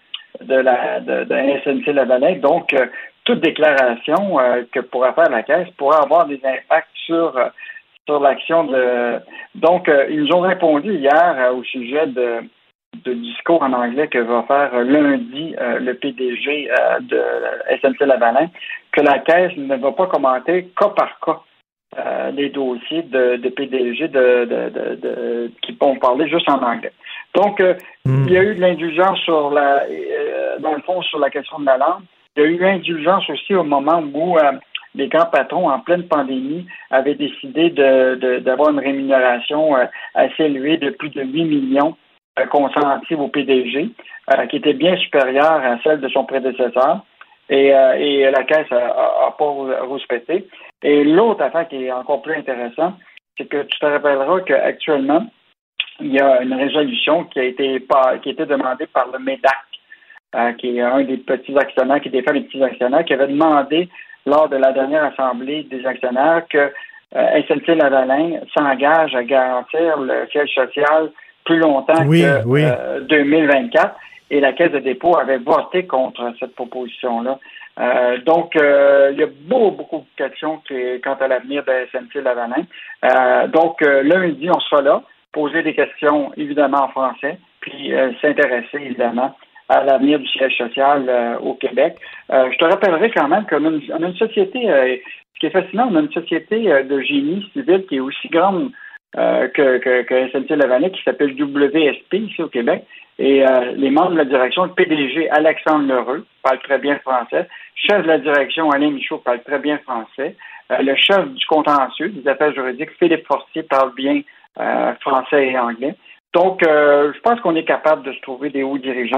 de SNC-Lavalin. Donc, toute déclaration que pourra faire la Caisse pourra avoir des impacts sur l'action de... Donc, ils nous ont répondu hier au sujet de discours en anglais que va faire lundi le PDG de SNC-Lavalin, que la Caisse ne va pas commenter cas par cas les dossiers de PDG qui vont parler juste en anglais. Donc, il y a eu de l'indulgence dans le fond, sur la question de la langue. Il y a eu l'indulgence aussi au moment où les grands patrons, en pleine pandémie, avaient décidé d'avoir une rémunération assez élevée de plus de 8 millions consentis au PDG, qui était bien supérieure à celle de son prédécesseur. Et la Caisse a pas respecté. Et l'autre affaire qui est encore plus intéressante, c'est que tu te rappelleras qu'actuellement, il y a une résolution qui a été demandée par le MEDAC, qui est un des petits actionnaires, qui défend les petits actionnaires, qui avait demandé lors de la dernière assemblée des actionnaires que SNC-Lavalin s'engage à garantir le siège social plus longtemps que 2024. Et la Caisse de dépôt avait voté contre cette proposition-là. Donc, il y a beaucoup de questions quant à l'avenir de SNC-Lavalin. Donc, lundi, on sera là, poser des questions, évidemment, en français, puis s'intéresser, évidemment, à l'avenir du siège social au Québec. Je te rappellerai quand même qu'on a une société, ce qui est fascinant, on a une société de génie civil qui est aussi grande que SNC-Lavalin, qui s'appelle WSP, ici au Québec. Et les membres de la direction, le PDG Alexandre Lheureux parle très bien français. Chef de la direction, Alain Michaud, parle très bien français. Le chef du contentieux, des affaires juridiques, Philippe Fortier, parle bien français et anglais. Donc, je pense qu'on est capable de se trouver des hauts dirigeants qui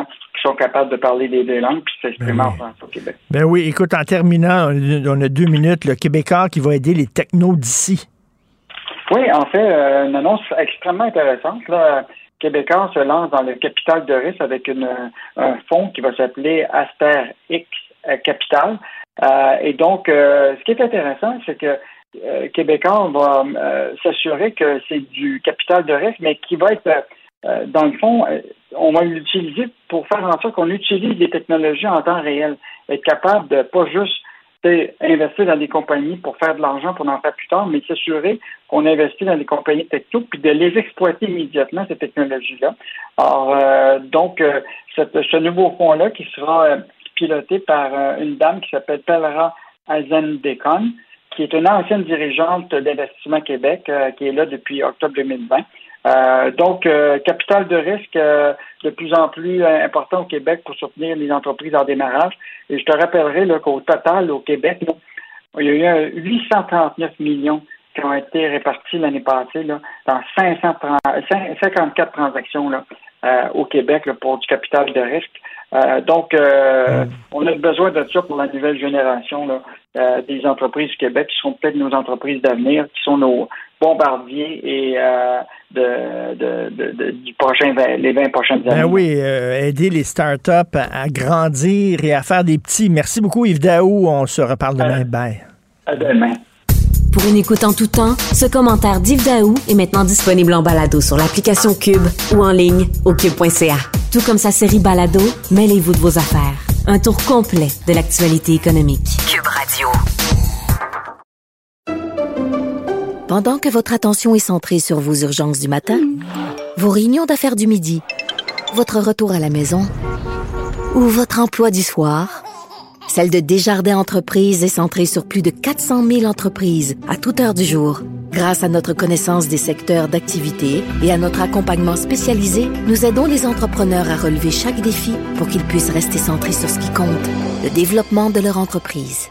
sont capables de parler les deux langues puis s'exprimer en français au Québec. Ben oui, écoute, en terminant, on a 2 minutes, le Québécois qui va aider les technos d'ici. Oui, en fait, une annonce extrêmement intéressante. Là, Québécois se lance dans le capital de risque avec un fonds qui va s'appeler Aster X Capital. Et donc, ce qui est intéressant, c'est que Québécois va s'assurer que c'est du capital de risque, mais qui va être, dans le fond, on va l'utiliser pour faire en sorte qu'on utilise les technologies en temps réel. Être capable de pas juste investir dans des compagnies pour faire de l'argent pour en faire plus tard, mais s'assurer qu'on investit dans des compagnies techno puis de les exploiter immédiatement, ces technologies-là. Alors, donc, ce nouveau fonds-là qui sera piloté par une dame qui s'appelle Pelra Azendekon, qui est une ancienne dirigeante d'Investissement Québec, qui est là depuis octobre 2020. Donc, capital de risque de plus en plus important au Québec pour soutenir les entreprises en démarrage. Et je te rappellerai là, qu'au total, au Québec, là, il y a eu 839 millions qui ont été répartis l'année passée là, dans 54 transactions là, au Québec là, pour du capital de risque. Donc, on a besoin de ça pour la nouvelle génération là, des entreprises du Québec qui seront peut-être nos entreprises d'avenir, qui sont nos bombardiers et du prochain, les 20 prochaines années. Ben oui, aider les startups à grandir et à faire des petits. Merci beaucoup Yves Daou. On se reparle demain. Bye. À demain. Pour une écoute en tout temps, ce commentaire d'Yves Daou est maintenant disponible en balado sur l'application Cube ou en ligne au cube.ca. Tout comme sa série Balado, mêlez-vous de vos affaires. Un tour complet de l'actualité économique. Cube Radio. Pendant que votre attention est centrée sur vos urgences du matin, vos réunions d'affaires du midi, votre retour à la maison ou votre emploi du soir, celle de Desjardins Entreprises est centrée sur plus de 400 000 entreprises à toute heure du jour. Grâce à notre connaissance des secteurs d'activité et à notre accompagnement spécialisé, nous aidons les entrepreneurs à relever chaque défi pour qu'ils puissent rester centrés sur ce qui compte, le développement de leur entreprise.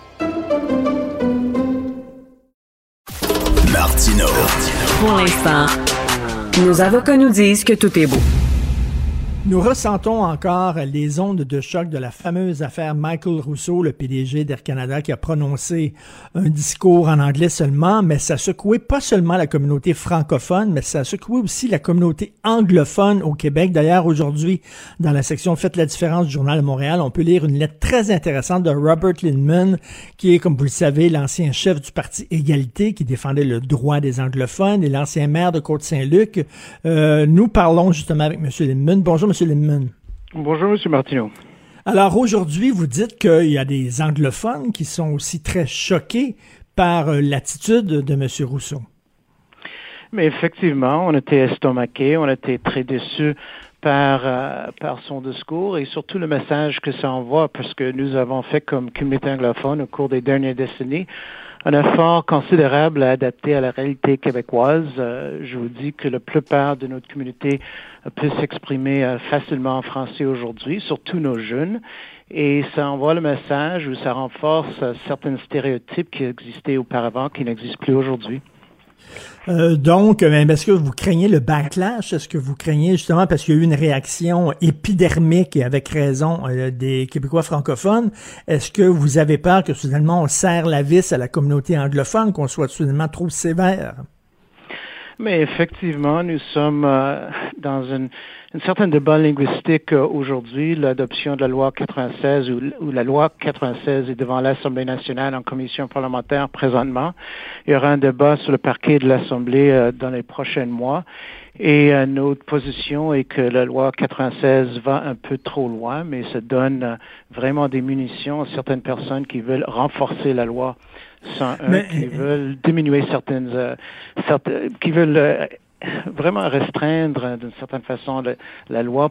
Martino. Pour l'instant, nos avocats nous disent que tout est beau. Nous ressentons encore les ondes de choc de la fameuse affaire Michael Rousseau, le PDG d'Air Canada, qui a prononcé un discours en anglais seulement, mais ça a secoué pas seulement la communauté francophone, mais ça a secoué aussi la communauté anglophone au Québec. D'ailleurs, aujourd'hui, dans la section Faites la différence du Journal de Montréal, on peut lire une lettre très intéressante de Robert Lindman, qui est, comme vous le savez, l'ancien chef du Parti Égalité, qui défendait le droit des anglophones, et l'ancien maire de Côte-Saint-Luc. Nous parlons justement avec M. Lindman. Bonjour, M. Lindman. Bonjour, M. Martineau. Alors, aujourd'hui, vous dites qu'il y a des anglophones qui sont aussi très choqués par l'attitude de M. Rousseau. Mais effectivement, on était estomaqués, on était très déçus par son discours et surtout le message que ça envoie, parce que nous avons fait comme communauté anglophone au cours des dernières décennies un effort considérable à adapter à la réalité québécoise. Je vous dis que la plupart de notre communauté peut s'exprimer facilement en français aujourd'hui, surtout nos jeunes. Et ça envoie le message ou ça renforce certains stéréotypes qui existaient auparavant, qui n'existent plus aujourd'hui. Donc, est-ce que vous craignez le backlash? Est-ce que vous craignez justement, parce qu'il y a eu une réaction épidermique et avec raison des Québécois francophones, est-ce que vous avez peur que soudainement on serre la vis à la communauté anglophone, qu'on soit soudainement trop sévère? Mais effectivement, nous sommes dans une certaine débat linguistique aujourd'hui. L'adoption de la loi 96 ou la loi 96 est devant l'Assemblée nationale en commission parlementaire présentement. Il y aura un débat sur le parquet de l'Assemblée dans les prochains mois. Et notre position est que la loi 96 va un peu trop loin, mais ça donne vraiment des munitions à certaines personnes qui veulent renforcer la loi 101, qui veulent diminuer qui veulent vraiment restreindre d'une certaine façon la loi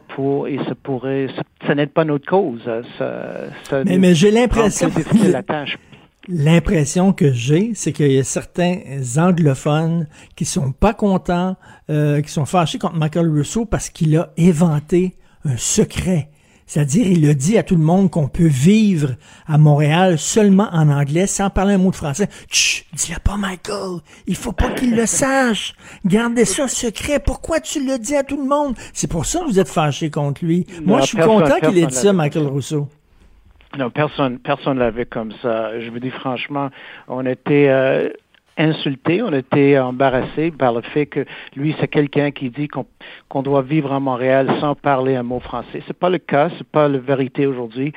ça n'aide pas notre cause. Mais j'ai l'impression la tâche. L'impression que j'ai, c'est qu'il y a certains anglophones qui sont pas contents, qui sont fâchés contre Michael Rousseau parce qu'il a éventé un secret. C'est-à-dire, il a dit à tout le monde qu'on peut vivre à Montréal seulement en anglais, sans parler un mot de français. Chut, dis-le pas, Michael. Il faut pas qu'il le sache. Gardez ça secret. Pourquoi tu le dis à tout le monde? C'est pour ça que vous êtes fâché contre lui. Moi, je suis content qu'il ait dit ça, Michael Rousseau. Non, personne l'avait comme ça. Je vous dis franchement, on était insulté, on était embarrassé par le fait que lui, c'est quelqu'un qui dit qu'on doit vivre à Montréal sans parler un mot français. C'est pas le cas, c'est pas la vérité aujourd'hui.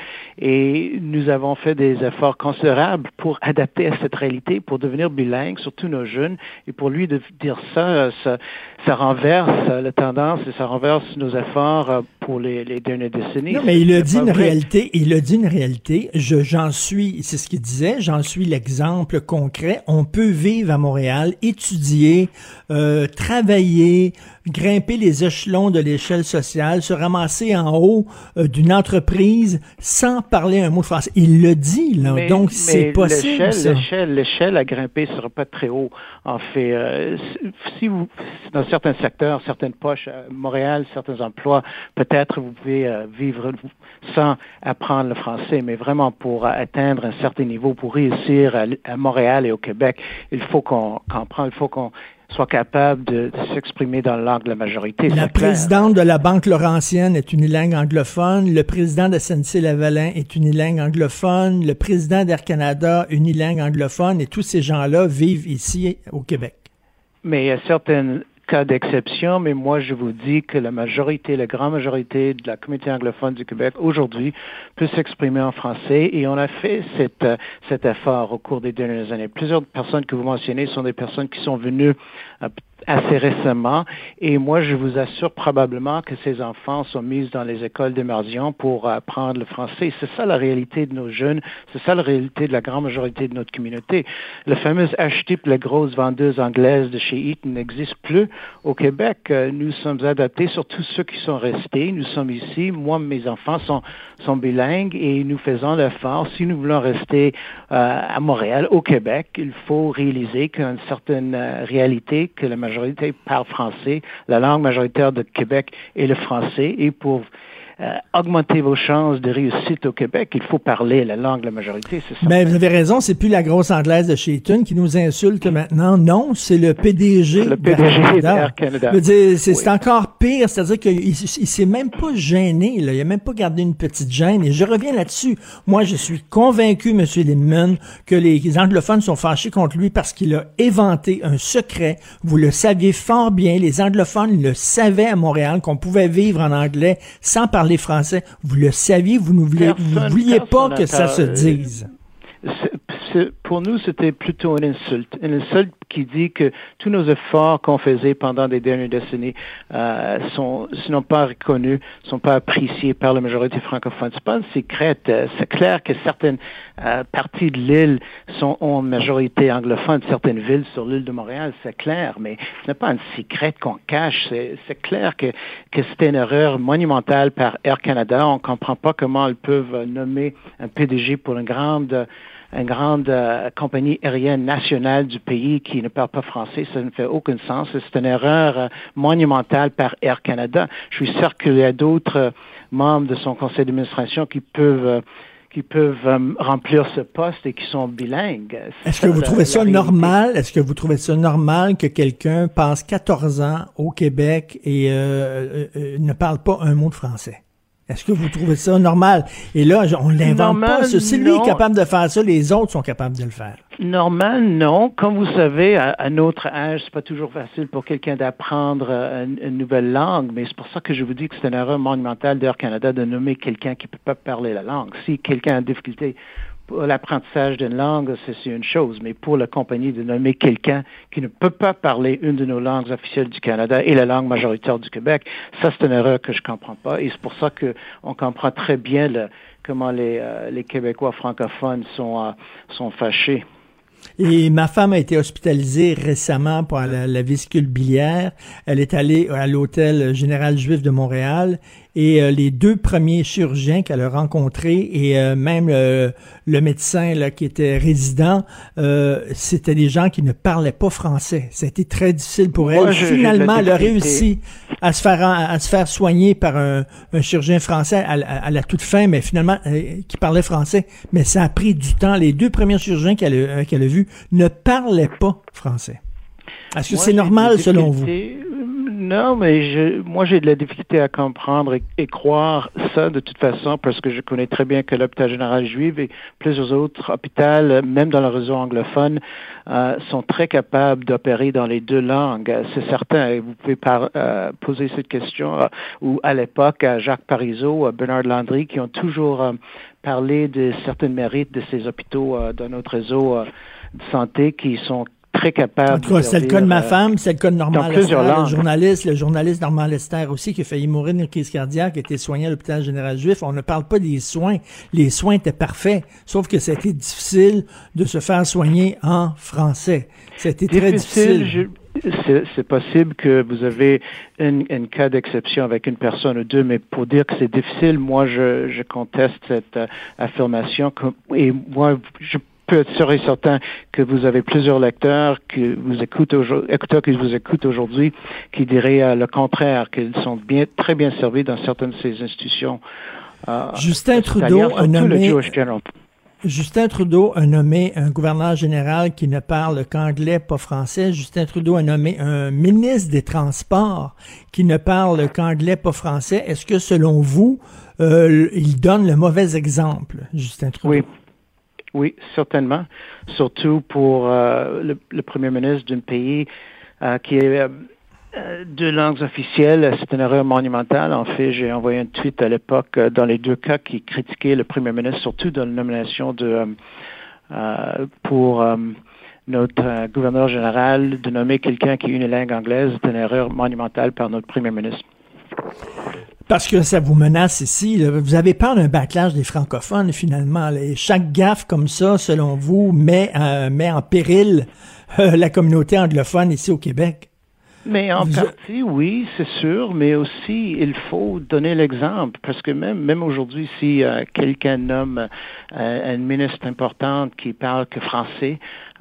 Et nous avons fait des efforts considérables pour adapter à cette réalité, pour devenir bilingue, surtout nos jeunes. Et pour lui de dire ça renverse la tendance et ça renverse nos efforts pour les dernières décennies. Non, mais il a dit une réalité. Il a dit une réalité. J'en suis, c'est ce qu'il disait, j'en suis l'exemple concret. On peut vivre à Montréal, étudier, travailler, grimper les échelons de l'échelle sociale, se ramasser en haut d'une entreprise sans parler un mot de français. Il le dit, là. Donc, c'est possible, l'échelle à grimper ne sera pas très haut. En fait, si vous, dans certains secteurs, certaines poches, Montréal, certains emplois, peut-être vous pouvez vivre sans apprendre le français, mais vraiment pour atteindre un certain niveau, pour réussir à Montréal et au Québec, il faut qu'on comprenne, il faut qu'on soit capable de s'exprimer dans la langue de la majorité. La présidente de la Banque Laurentienne est unilingue anglophone, le président de SNC-Lavalin est unilingue anglophone, le président d'Air Canada unilingue anglophone, et tous ces gens-là vivent ici au Québec. Mais il y a certains cas d'exception, mais moi je vous dis que la grande majorité de la communauté anglophone du Québec aujourd'hui peut s'exprimer en français et on a fait cet effort au cours des dernières années. Plusieurs personnes que vous mentionnez sont des personnes qui sont venues assez récemment et moi je vous assure probablement que ces enfants sont mis dans les écoles d'immersion pour apprendre le français. C'est ça la réalité de nos jeunes, c'est ça la réalité de la grande majorité de notre communauté. La fameuse HTIP, la grosse vendeuse anglaise de chez Eaton, n'existe plus au Québec. Nous sommes adaptés sur tous ceux qui sont restés. Nous sommes ici. Moi, mes enfants sont bilingues et nous faisons l'effort. Si nous voulons rester à Montréal, au Québec, il faut réaliser qu'il y a une certaine réalité que la majorité parle français. La langue majoritaire de Québec est le français et pour augmenter vos chances de réussite au Québec, il faut parler la langue de la majorité, c'est ça. Mais vous avez raison, c'est plus la grosse anglaise de chez Eaton qui nous insulte maintenant. Non, c'est le PDG d'Air Canada. Je veux dire, c'est encore pire, c'est-à-dire qu'il s'est même pas gêné, là. Il a même pas gardé une petite gêne. Et je reviens là-dessus. Moi, je suis convaincu, M. Lindemann, que les anglophones sont fâchés contre lui parce qu'il a éventé un secret. Vous le saviez fort bien, les anglophones le savaient à Montréal qu'on pouvait vivre en anglais sans parler français. Vous le saviez, vous ne vouliez pas que ça se dise. Pour nous, c'était plutôt une insulte. Une insulte qui dit que tous nos efforts qu'on faisait pendant les dernières décennies sont pas reconnus, sont pas appréciés par la majorité francophone. C'est pas un secret. C'est clair que certaines parties de l'île sont en majorité anglophone, certaines villes sur l'île de Montréal, c'est clair, mais ce n'est pas un secret qu'on cache. C'est clair que c'était une erreur monumentale par Air Canada. On comprend pas comment ils peuvent nommer un PDG pour une grande compagnie aérienne nationale du pays qui ne parle pas français. Ça ne fait aucun sens. C'est une erreur monumentale par Air Canada. Je suis sûr qu'il y a d'autres membres de son conseil d'administration qui peuvent remplir ce poste et qui sont bilingues. Est-ce que vous trouvez ça normal? Est-ce que vous trouvez ça normal que quelqu'un passe 14 ans au Québec et ne parle pas un mot de français? Est-ce que vous trouvez ça normal? Et là, on l'invente pas. Si lui est capable de faire ça, les autres sont capables de le faire. Normal, non. Comme vous savez, à notre âge, c'est pas toujours facile pour quelqu'un d'apprendre une nouvelle langue, mais c'est pour ça que je vous dis que c'est une erreur monumentale d'Air Canada de nommer quelqu'un qui peut pas parler la langue. Si quelqu'un a une difficulté pour l'apprentissage d'une langue, c'est une chose, mais pour la compagnie de nommer quelqu'un qui ne peut pas parler une de nos langues officielles du Canada et la langue majoritaire du Québec, ça c'est une erreur que je comprends pas et c'est pour ça que on comprend très bien comment les Québécois francophones sont fâchés. Et ma femme a été hospitalisée récemment pour la vésicule biliaire. Elle est allée à l'hôtel Général Juif de Montréal Et les 2 premiers chirurgiens qu'elle a rencontrés et même le médecin là, qui était résident, c'était des gens qui ne parlaient pas français. Ça a été très difficile pour elle. Finalement, elle a réussi à se faire soigner par un chirurgien français à la toute fin, mais finalement, qui parlait français. Mais ça a pris du temps. Les 2 premiers chirurgiens qu'elle a vus ne parlaient pas français. Est-ce que c'est normal selon vous? Non, mais moi, j'ai de la difficulté à comprendre et croire ça de toute façon parce que je connais très bien que l'hôpital général juif et plusieurs autres hôpitaux, même dans le réseau anglophone, sont très capables d'opérer dans les 2 langues. C'est certain. Vous pouvez poser cette question ou à l'époque, à Jacques Parizeau, à Bernard Landry, qui ont toujours parlé de certains mérites de ces hôpitaux dans notre réseau de santé qui sont très capable. En tout cas, c'est le cas de ma femme, c'est le cas de Normand Lester, le journaliste Normand Lester aussi, qui a failli mourir d'une crise cardiaque, qui a été soigné à l'hôpital général juif. On ne parle pas des soins. Les soins étaient parfaits, sauf que c'était difficile de se faire soigner en français. C'était très difficile. C'est possible que vous avez un cas d'exception avec une personne ou 2, mais pour dire que c'est difficile, moi, je conteste cette affirmation. Et moi, je peux être sûr et certain que vous avez plusieurs lecteurs qui vous écoutent aujourd'hui qui diraient le contraire, qu'ils sont très bien servis dans certaines de ces institutions. Justin Trudeau a nommé un gouverneur général qui ne parle qu'anglais, pas français. Justin Trudeau a nommé un ministre des Transports qui ne parle qu'anglais, pas français. Est-ce que, selon vous, il donne le mauvais exemple, Justin Trudeau? Oui, certainement. Surtout pour le premier ministre d'un pays qui est 2 langues officielles. C'est une erreur monumentale. En fait, j'ai envoyé un tweet à l'époque dans les 2 cas qui critiquaient le premier ministre, surtout dans la nomination pour notre gouverneur général, de nommer quelqu'un qui a une langue anglaise. C'est une erreur monumentale par notre premier ministre. Parce que ça vous menace ici. Là. Vous avez peur d'un backlash des francophones, finalement. Là. Et chaque gaffe comme ça, selon vous, met en péril la communauté anglophone ici au Québec. Mais en partie, oui, c'est sûr, mais aussi, il faut donner l'exemple, parce que même aujourd'hui, si quelqu'un nomme un ministre important qui parle que français,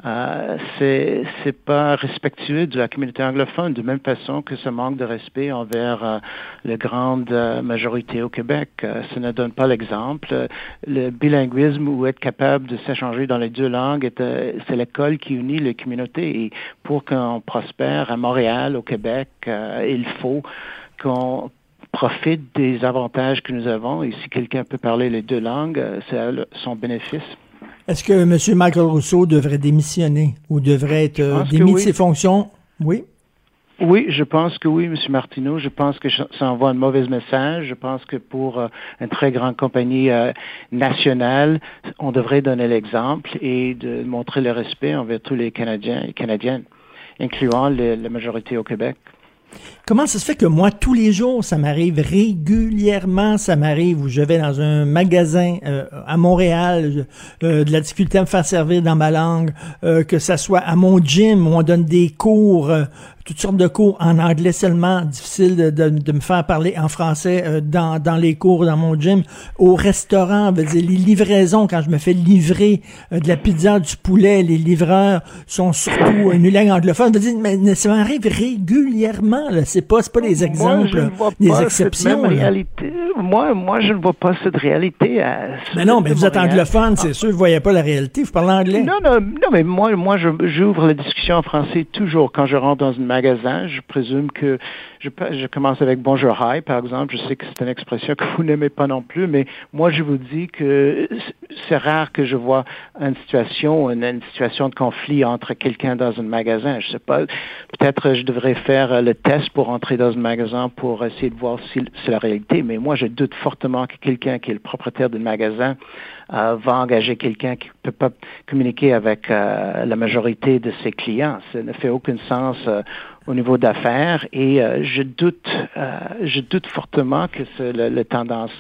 c'est pas respectueux de la communauté anglophone, de même façon que ça manque de respect envers la grande majorité au Québec. Ça ne donne pas l'exemple. Le bilinguisme ou être capable de s'échanger dans les 2 langues, c'est l'école qui unit les communautés. Et pour qu'on prospère à Montréal, au Québec, il faut qu'on profite des avantages que nous avons. Et si quelqu'un peut parler les 2 langues, c'est à son bénéfice. Est-ce que M. Michael Rousseau devrait démissionner ou devrait être démis de ses fonctions? Oui. Oui, je pense que oui, M. Martineau. Je pense que ça envoie un mauvais message. Je pense que pour une très grande compagnie nationale, on devrait donner l'exemple et de montrer le respect envers tous les Canadiens et Canadiennes, incluant la majorité au Québec. Comment ça se fait que moi, tous les jours, ça m'arrive régulièrement, ça m'arrive où je vais dans un magasin à Montréal, de la difficulté à me faire servir dans ma langue, que ça soit à mon gym où on donne des cours, toutes sortes de cours en anglais seulement, difficile de me faire parler en français dans les cours dans mon gym, au restaurant, veut dire, les livraisons, quand je me fais livrer de la pizza, du poulet, les livreurs sont surtout une langue anglophone, veut dire, mais ça m'arrive régulièrement, là. C'est pas des exemples, des exceptions. Réalité. Moi, je ne vois pas cette réalité. Mais non, mais vous êtes anglophone, c'est sûr, vous voyez pas la réalité, vous parlez anglais. Non, mais moi, j'ouvre la discussion en français toujours quand je rentre dans un magasin. Je présume que je commence avec bonjour, hi, par exemple. Je sais que c'est une expression que vous n'aimez pas non plus, mais moi, je vous dis que c'est rare que je vois une situation de conflit entre quelqu'un dans un magasin. Je sais pas, peut-être je devrais faire le test pour entrer dans un magasin pour essayer de voir si c'est la réalité, mais moi, je doute fortement que quelqu'un qui est le propriétaire d'un magasin va engager quelqu'un qui ne peut pas communiquer avec la majorité de ses clients. Ça ne fait aucun sens au niveau d'affaires et je doute fortement que c'est la tendance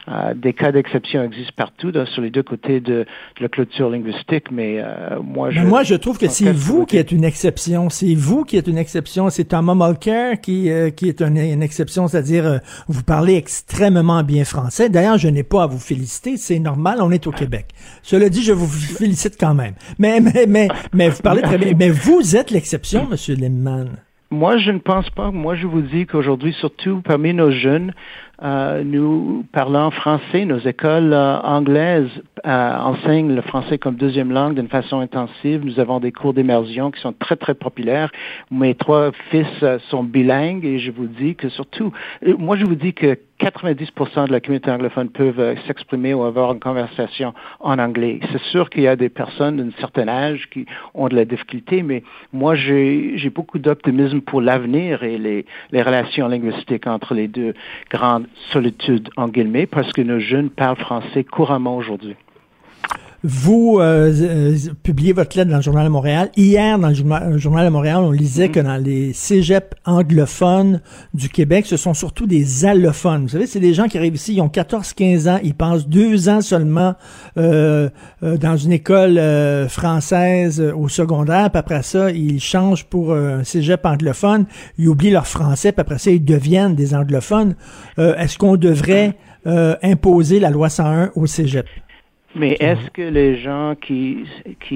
Des cas d'exception existent partout sur les deux côtés de la clôture linguistique, mais moi, je trouve que c'est vous qui êtes une exception. C'est vous qui êtes une exception. C'est Thomas Mulcair qui est une exception, c'est-à-dire vous parlez extrêmement bien français. D'ailleurs, je n'ai pas à vous féliciter. C'est normal, on est au Québec. Cela dit, je vous félicite quand même. Mais vous parlez très bien. Mais vous êtes l'exception, M. Limman. Moi, je ne pense pas. Moi, je vous dis qu'aujourd'hui, surtout parmi nos jeunes, nous parlons français. Nos écoles anglaises enseignent le français comme deuxième langue d'une façon intensive. Nous avons des cours d'immersion qui sont très, très populaires. Mes 3 fils sont bilingues et je vous dis que surtout, moi, je vous dis que 90% de la communauté anglophone peuvent s'exprimer ou avoir une conversation en anglais. C'est sûr qu'il y a des personnes d'un certain âge qui ont de la difficulté, mais moi, j'ai beaucoup d'optimisme pour l'avenir et les relations linguistiques entre les deux grandes solitudes, en guillemets, parce que nos jeunes parlent français couramment aujourd'hui. Vous publiez votre lettre dans le Journal de Montréal. Hier, dans le Journal de Montréal, on lisait que dans les cégeps anglophones du Québec, ce sont surtout des allophones. Vous savez, c'est des gens qui arrivent ici, ils ont 14-15 ans, ils passent 2 ans seulement dans une école française au secondaire, puis après ça, ils changent pour un cégep anglophone, ils oublient leur français, puis après ça, ils deviennent des anglophones. Est-ce qu'on devrait imposer la loi 101 au cégep? Mais est-ce que les gens qui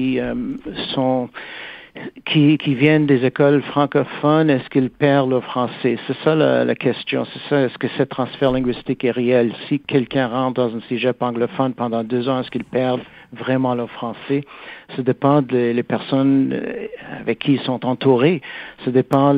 viennent des écoles francophones, est-ce qu'ils perdent le français? C'est ça la question. C'est ça. Est-ce que ce transfert linguistique est réel? Si quelqu'un rentre dans un cégep anglophone pendant 2 ans, est-ce qu'ils perdent vraiment le français? Ça dépend des personnes avec qui ils sont entourés. Ça dépend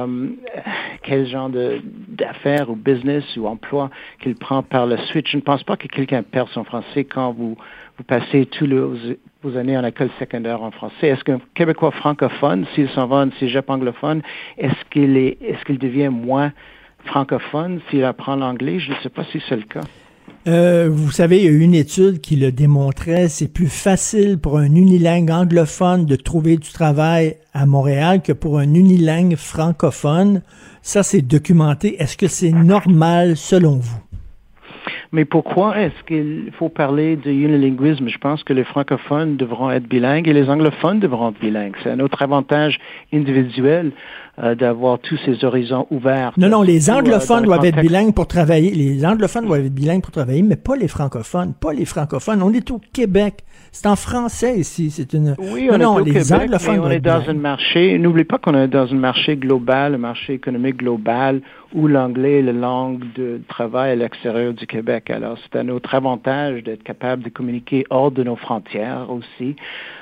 quel genre d'affaires ou business ou emploi qu'il prend par la suite. Je ne pense pas que quelqu'un perde son français quand vous passez tous vos années en école secondaire en français. Est-ce qu'un Québécois francophone, s'il s'en va à un cégep anglophone, est-ce qu'il devient moins francophone s'il apprend l'anglais? Je ne sais pas si c'est le cas. Vous savez, il y a eu une étude qui le démontrait, c'est plus facile pour un unilingue anglophone de trouver du travail à Montréal que pour un unilingue francophone. Ça, c'est documenté. Est-ce que c'est normal selon vous? Mais pourquoi est-ce qu'il faut parler de unilinguisme? Je pense que les francophones devront être bilingues et les anglophones devront être bilingues. C'est un autre avantage individuel d'avoir tous ces horizons ouverts. Non, les anglophones doivent être bilingues pour travailler. Les anglophones doivent être bilingues pour travailler, mais pas les francophones. Pas les francophones. On est au Québec. C'est en français ici. Oui, on est au Québec, mais on est dans un marché. N'oubliez pas qu'on est dans un marché global, un marché économique global, où l'anglais est la langue de travail à l'extérieur du Québec. Alors, c'est un autre avantage d'être capable de communiquer hors de nos frontières aussi.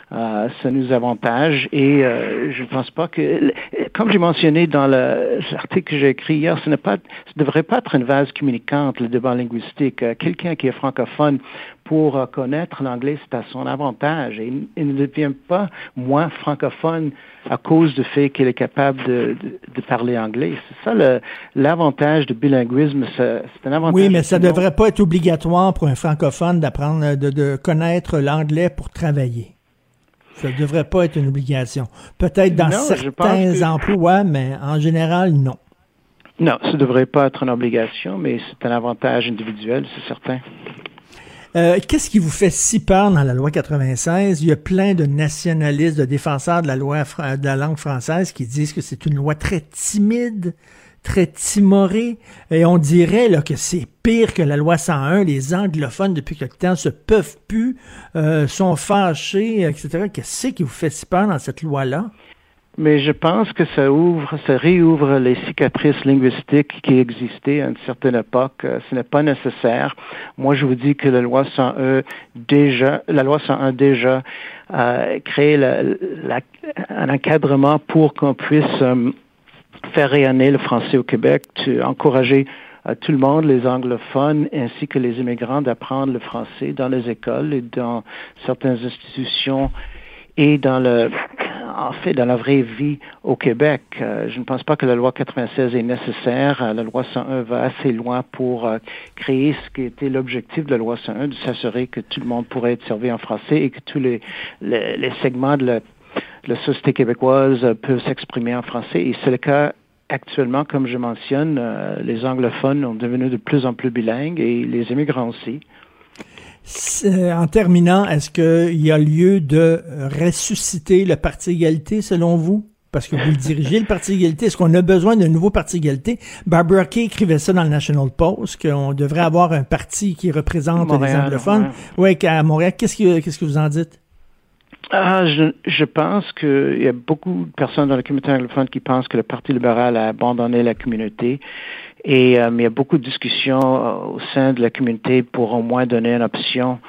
Ça nous avantage et je ne pense pas que, comme j'ai mentionné dans l'article que j'ai écrit hier, ça devrait pas être une vase communicante, le débat linguistique. Quelqu'un qui est francophone pour connaître l'anglais, c'est à son avantage et il ne devient pas moins francophone à cause du fait qu'il est capable de parler anglais. C'est ça l'avantage du bilinguisme, c'est un avantage. Oui, mais ça ne devrait pas être obligatoire pour un francophone d'apprendre, de connaître l'anglais pour travailler. Ça ne devrait pas être une obligation. Peut-être dans certains emplois, mais en général, non. Non, ça ne devrait pas être une obligation, mais c'est un avantage individuel, c'est certain. Qu'est-ce qui vous fait si peur dans la loi 96? Il y a plein de nationalistes, de défenseurs de la loi de la langue française qui disent que c'est une loi très timide, très timorée, et on dirait là, que c'est pire que la loi 101. Les anglophones, depuis quelque temps, se peuvent plus, sont fâchés, etc. Qu'est-ce qui vous fait si peur dans cette loi-là? Mais je pense que ça réouvre les cicatrices linguistiques qui existaient à une certaine époque. Ce n'est pas nécessaire. Moi, je vous dis que la loi 101 déjà crée un encadrement pour qu'on puisse faire rayonner le français au Québec, encourager tout le monde, les anglophones ainsi que les immigrants, d'apprendre le français dans les écoles et dans certaines institutions et dans la vraie vie au Québec. Je ne pense pas que la loi 96 est nécessaire. La loi 101 va assez loin pour créer ce qui était l'objectif de la loi 101, de s'assurer que tout le monde pourrait être servi en français et que tous les segments de la société québécoise peuvent s'exprimer en français. Et c'est le cas actuellement, comme je mentionne, les anglophones sont devenus de plus en plus bilingues et les immigrants aussi. En terminant, est-ce qu'il y a lieu de ressusciter le Parti égalité, selon vous? Parce que vous le dirigez, le Parti égalité. Est-ce qu'on a besoin d'un nouveau Parti égalité? Barbara Kay écrivait ça dans le National Post, qu'on devrait avoir un parti qui représente Montréal, les anglophones. Oui, à Montréal. Qu'est-ce que vous en dites? Je pense qu'il y a beaucoup de personnes dans la communauté anglophone qui pensent que le Parti libéral a abandonné la communauté. Et il y a beaucoup de discussions au sein de la communauté pour au moins donner une option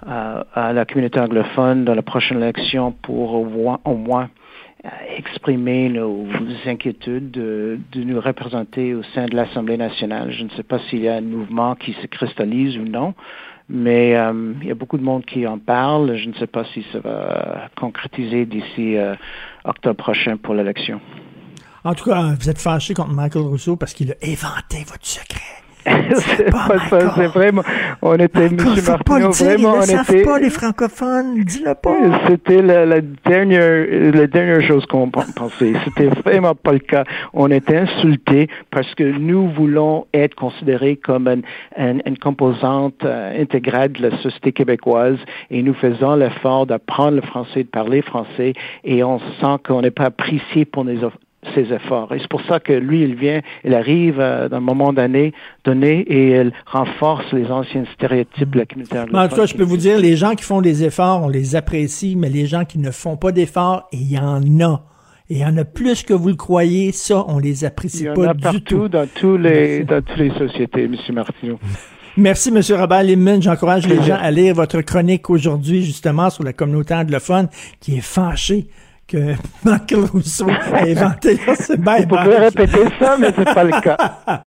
à la communauté anglophone dans la prochaine élection pour au moins exprimer nos inquiétudes de nous représenter au sein de l'Assemblée nationale. Je ne sais pas s'il y a un mouvement qui se cristallise ou non, mais il y a beaucoup de monde qui en parle. Je ne sais pas si ça va concrétiser d'ici octobre prochain pour l'élection. En tout cas, vous êtes fâché contre Michael Rousseau parce qu'il a éventé votre secret. C'est pas ça, c'est vraiment, on était, M. Martineau, vraiment, on était... pas les francophones, dis-le pas. C'était la dernière chose qu'on pensait. C'était vraiment pas le cas. On était insultés parce que nous voulons être considérés comme une composante intégrale de la société québécoise et nous faisons l'effort d'apprendre le français, de parler français et on sent qu'on n'est pas apprécié pour ses efforts. Et c'est pour ça que lui, il arrive dans un moment donné et il renforce les anciens stéréotypes de la communauté anglophone. En tout cas, je peux vous dire, les gens qui font des efforts, on les apprécie, mais les gens qui ne font pas d'efforts, il y en a. Et il y en a plus que vous le croyez, ça, on les apprécie pas du tout. Il y en a partout dans toutes les sociétés, M. Martineau. Merci, M. Robert Limon. J'encourage les gens à lire votre chronique aujourd'hui, justement, sur la communauté anglophone qui est fâchée que Michael Rousseau a inventé ce bye-bye. Vous pouvez répéter ça, mais c'est pas le cas.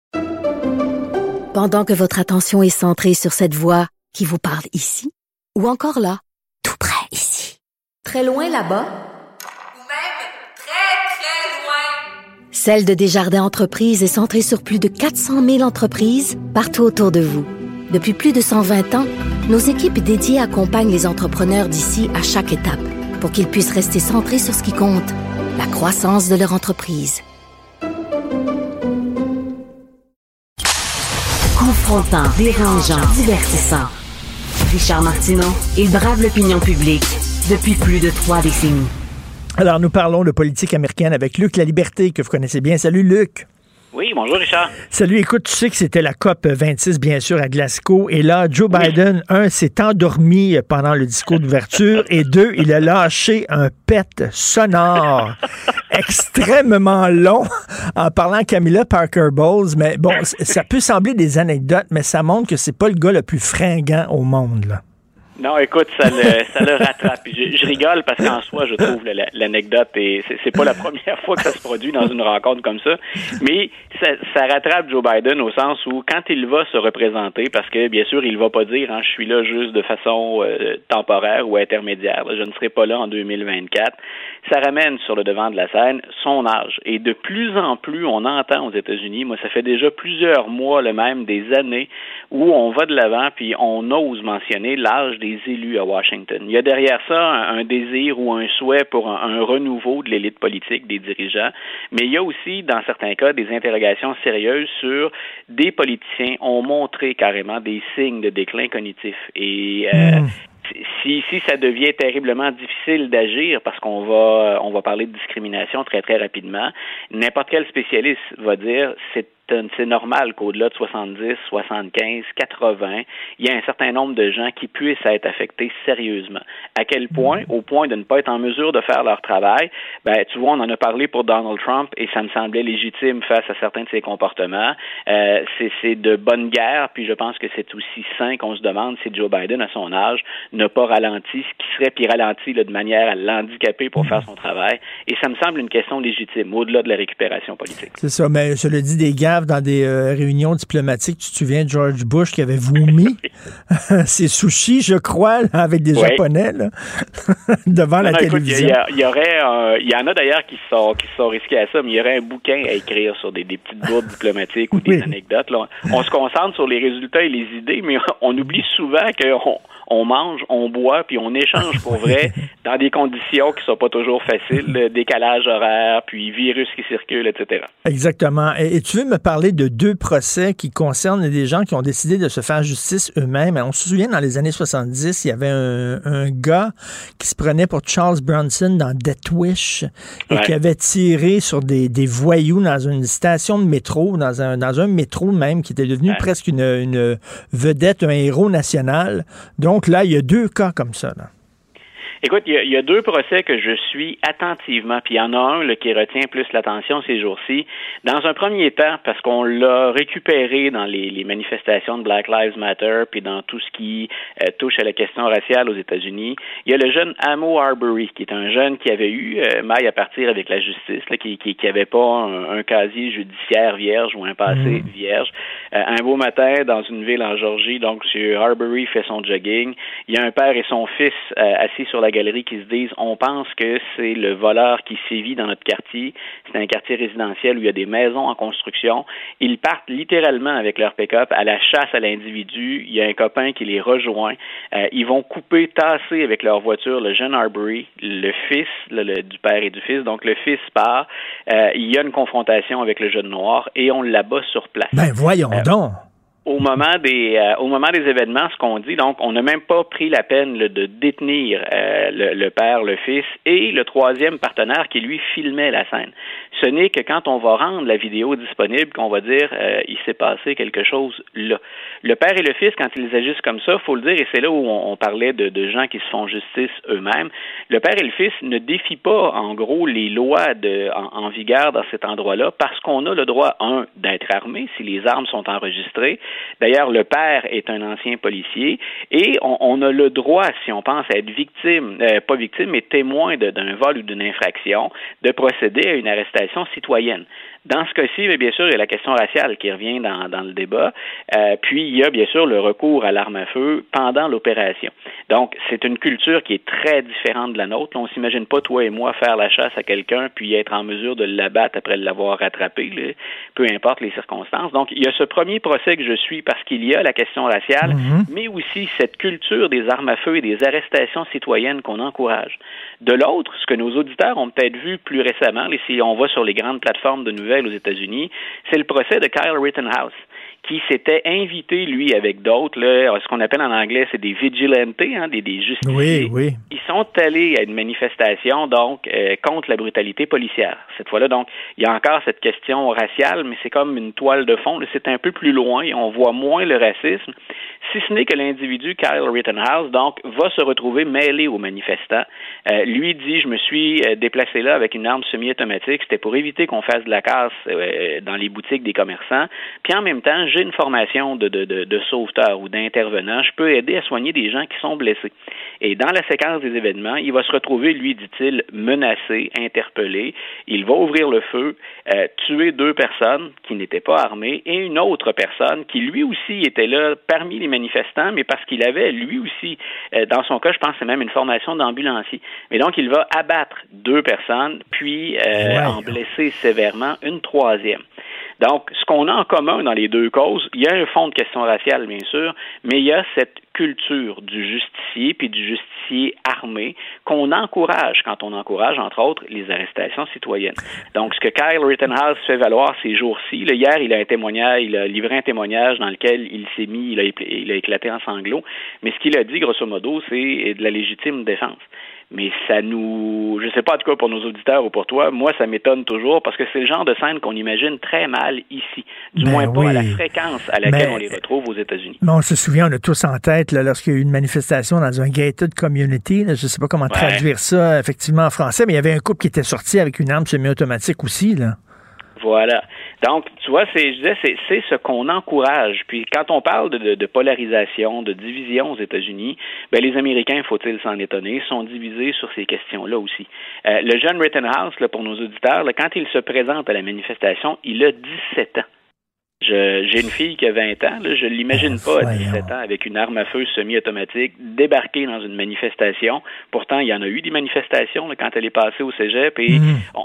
Pendant que votre attention est centrée sur cette voix qui vous parle ici, ou encore là, tout près ici, très loin là-bas, ou même très, très loin, Celle de Desjardins Entreprises est centrée sur plus de 400 000 entreprises partout autour de vous. Depuis plus de 120 ans, nos équipes dédiées accompagnent les entrepreneurs d'ici à chaque étape, pour qu'ils puissent rester centrés sur ce qui compte, la croissance de leur entreprise. Confrontant, dérangeant, divertissant. Richard Martineau, il brave l'opinion publique depuis plus de 3 décennies. Alors, nous parlons de politique américaine avec Luc Laliberté, que vous connaissez bien. Salut, Luc. Oui, bonjour Richard. Salut, écoute, tu sais que c'était la COP 26, bien sûr, à Glasgow. Et là, Joe Biden, s'est endormi pendant le discours d'ouverture. Et 2, il a lâché un pet sonore extrêmement long en parlant à Camilla Parker Bowles. Mais bon, ça peut sembler des anecdotes, mais ça montre que c'est pas le gars le plus fringant au monde, là. Non, écoute, ça le rattrape. Je rigole parce qu'en soi, je trouve l'anecdote et c'est pas la première fois que ça se produit dans une rencontre comme ça. Mais ça rattrape Joe Biden au sens où quand il va se représenter, parce que bien sûr, il va pas dire je suis là juste de façon temporaire ou intermédiaire. Je ne serai pas là en 2024. Ça ramène sur le devant de la scène son âge. Et de plus en plus, on entend aux États-Unis, moi, ça fait déjà plusieurs mois, même des années, où on va de l'avant puis on ose mentionner l'âge des élus à Washington. Il y a derrière ça un désir ou un souhait pour un renouveau de l'élite politique, des dirigeants, mais il y a aussi, dans certains cas, des interrogations sérieuses sur des politiciens ont montré carrément des signes de déclin cognitif. Et si ça devient terriblement difficile d'agir, parce qu'on va parler de discrimination très, très rapidement, n'importe quel spécialiste va dire c'est normal qu'au-delà de 70, 75, 80, il y a un certain nombre de gens qui puissent être affectés sérieusement. À quel point? Au point de ne pas être en mesure de faire leur travail. Tu vois, on en a parlé pour Donald Trump et ça me semblait légitime face à certains de ses comportements. C'est de bonne guerre, puis je pense que c'est aussi sain qu'on se demande si Joe Biden, à son âge, n'a pas ralenti, ce qui serait puis ralenti de manière à l'handicaper pour faire son travail. Et ça me semble une question légitime, au-delà de la récupération politique. C'est ça, mais je le dis des gaffes dans des réunions diplomatiques. Tu te souviens de George Bush qui avait vomi ses sushis, je crois, là, avec des Japonais là, devant la télévision. Il y en a d'ailleurs qui se sont risqués à ça, mais il y aurait un bouquin à écrire sur des petites bourdes diplomatiques ou des anecdotes. Là. On se concentre sur les résultats et les idées, mais on oublie souvent qu'on on mange, on boit, puis on échange pour vrai dans des conditions qui sont pas toujours faciles, décalage horaire, puis virus qui circulent, etc. Exactement. Et tu veux me parler de 2 procès qui concernent des gens qui ont décidé de se faire justice eux-mêmes. On se souvient, dans les années 70, il y avait un gars qui se prenait pour Charles Bronson dans Death Wish et qui avait tiré sur des voyous dans une station de métro, dans un métro même, qui était devenu presque une vedette, un héros national. Donc là, il y a 2 cas comme ça, là. Écoute, il y a 2 procès que je suis attentivement, puis il y en a un là, qui retient plus l'attention ces jours-ci. Dans un premier temps, parce qu'on l'a récupéré dans les manifestations de Black Lives Matter, puis dans tout ce qui touche à la question raciale aux États-Unis, il y a le jeune Ahmaud Arbery, qui est un jeune qui avait eu maille à partir avec la justice, là, qui avait pas un casier judiciaire vierge ou un passé vierge. Un beau matin, dans une ville en Georgie, donc M. Arbery fait son jogging. Il y a un père et son fils assis sur la galerie qui se disent « On pense que c'est le voleur qui sévit dans notre quartier. » C'est un quartier résidentiel où il y a des maisons en construction. Ils partent littéralement avec leur pick-up à la chasse à l'individu. Il y a un copain qui les rejoint. Ils vont couper, tasser avec leur voiture le jeune Arbery, le fils du père et du fils. Donc le fils part. Il y a une confrontation avec le jeune noir et on l'abat sur place. Ben voyons donc! Au moment des événements, ce qu'on dit, donc, on n'a même pas pris la peine de détenir le père, le fils et le troisième partenaire qui, lui, filmait la scène. Ce n'est que quand on va rendre la vidéo disponible qu'on va dire il s'est passé quelque chose là. Le père et le fils, quand ils agissent comme ça, faut le dire, et c'est là où on parlait de gens qui se font justice eux-mêmes, le père et le fils ne défient pas, en gros, les lois en vigueur dans cet endroit-là parce qu'on a le droit, d'être armé si les armes sont enregistrées. D'ailleurs, le père est un ancien policier et on a le droit, si on pense à être victime, pas victime, mais témoin d'un vol ou d'une infraction, de procéder à une arrestation citoyenne. Dans ce cas-ci, bien sûr, il y a la question raciale qui revient dans le débat. Puis, il y a bien sûr le recours à l'arme à feu pendant l'opération. Donc, c'est une culture qui est très différente de la nôtre. On ne s'imagine pas, toi et moi, faire la chasse à quelqu'un puis être en mesure de l'abattre après l'avoir rattrapé, là, peu importe les circonstances. Donc, il y a ce premier procès que je suis parce qu'il y a la question raciale, mais aussi cette culture des armes à feu et des arrestations citoyennes qu'on encourage. De l'autre, ce que nos auditeurs ont peut-être vu plus récemment, et si on va sur les grandes plateformes de nouvelles aux États-Unis, c'est le procès de Kyle Rittenhouse, qui s'était invité, lui, avec d'autres, là, ce qu'on appelle en anglais, c'est des vigilantes, des justiciers. Oui. Ils sont allés à une manifestation, donc, contre la brutalité policière. Cette fois-là, donc, il y a encore cette question raciale, mais c'est comme une toile de fond. Là, c'est un peu plus loin et on voit moins le racisme, si ce n'est que l'individu, Kyle Rittenhouse, donc, va se retrouver mêlé aux manifestants. Lui dit, je me suis déplacé là avec une arme semi-automatique. C'était pour éviter qu'on fasse de la casse dans les boutiques des commerçants. Puis en même temps, j'ai une formation de sauveteur ou d'intervenant. Je peux aider à soigner des gens qui sont blessés. Et dans la séquence des événements, il va se retrouver, lui, dit-il, menacé, interpellé. Il va ouvrir le feu, tuer 2 personnes qui n'étaient pas armées et une autre personne qui, lui aussi, était là parmi les manifestants, mais parce qu'il avait, lui aussi, dans son cas, je pense que c'est même une formation d'ambulancier. Mais donc, il va abattre 2 personnes, puis en blesser sévèrement une troisième. Donc, ce qu'on a en commun dans les 2 causes, il y a un fond de question raciale, bien sûr, mais il y a cette culture du justicier puis du justicier armé qu'on encourage quand on encourage, entre autres, les arrestations citoyennes. Donc, ce que Kyle Rittenhouse fait valoir ces jours-ci, là, hier, il a livré un témoignage dans lequel il s'est mis, il a éclaté en sanglots, mais ce qu'il a dit, grosso modo, c'est de la légitime défense. Mais je sais pas en tout cas pour nos auditeurs ou pour toi, moi ça m'étonne toujours parce que c'est le genre de scène qu'on imagine très mal ici, du moins pas à la fréquence à laquelle on les retrouve aux États-Unis. Mais on se souvient, on a tous en tête là, lorsqu'il y a eu une manifestation dans un gated community, là, je sais pas comment traduire ça effectivement en français, mais il y avait un couple qui était sorti avec une arme semi-automatique aussi, là. Voilà. Donc, tu vois, c'est ce qu'on encourage. Puis, quand on parle de polarisation, de division aux États-Unis, ben les Américains, faut-il s'en étonner, sont divisés sur ces questions-là aussi. Le jeune Rittenhouse, là, pour nos auditeurs, là, quand il se présente à la manifestation, il a 17 ans. J'ai une fille qui a 20 ans, là, je l'imagine pas à 17 ans avec une arme à feu semi-automatique débarquer dans une manifestation. Pourtant, il y en a eu des manifestations là, quand elle est passée au cégep et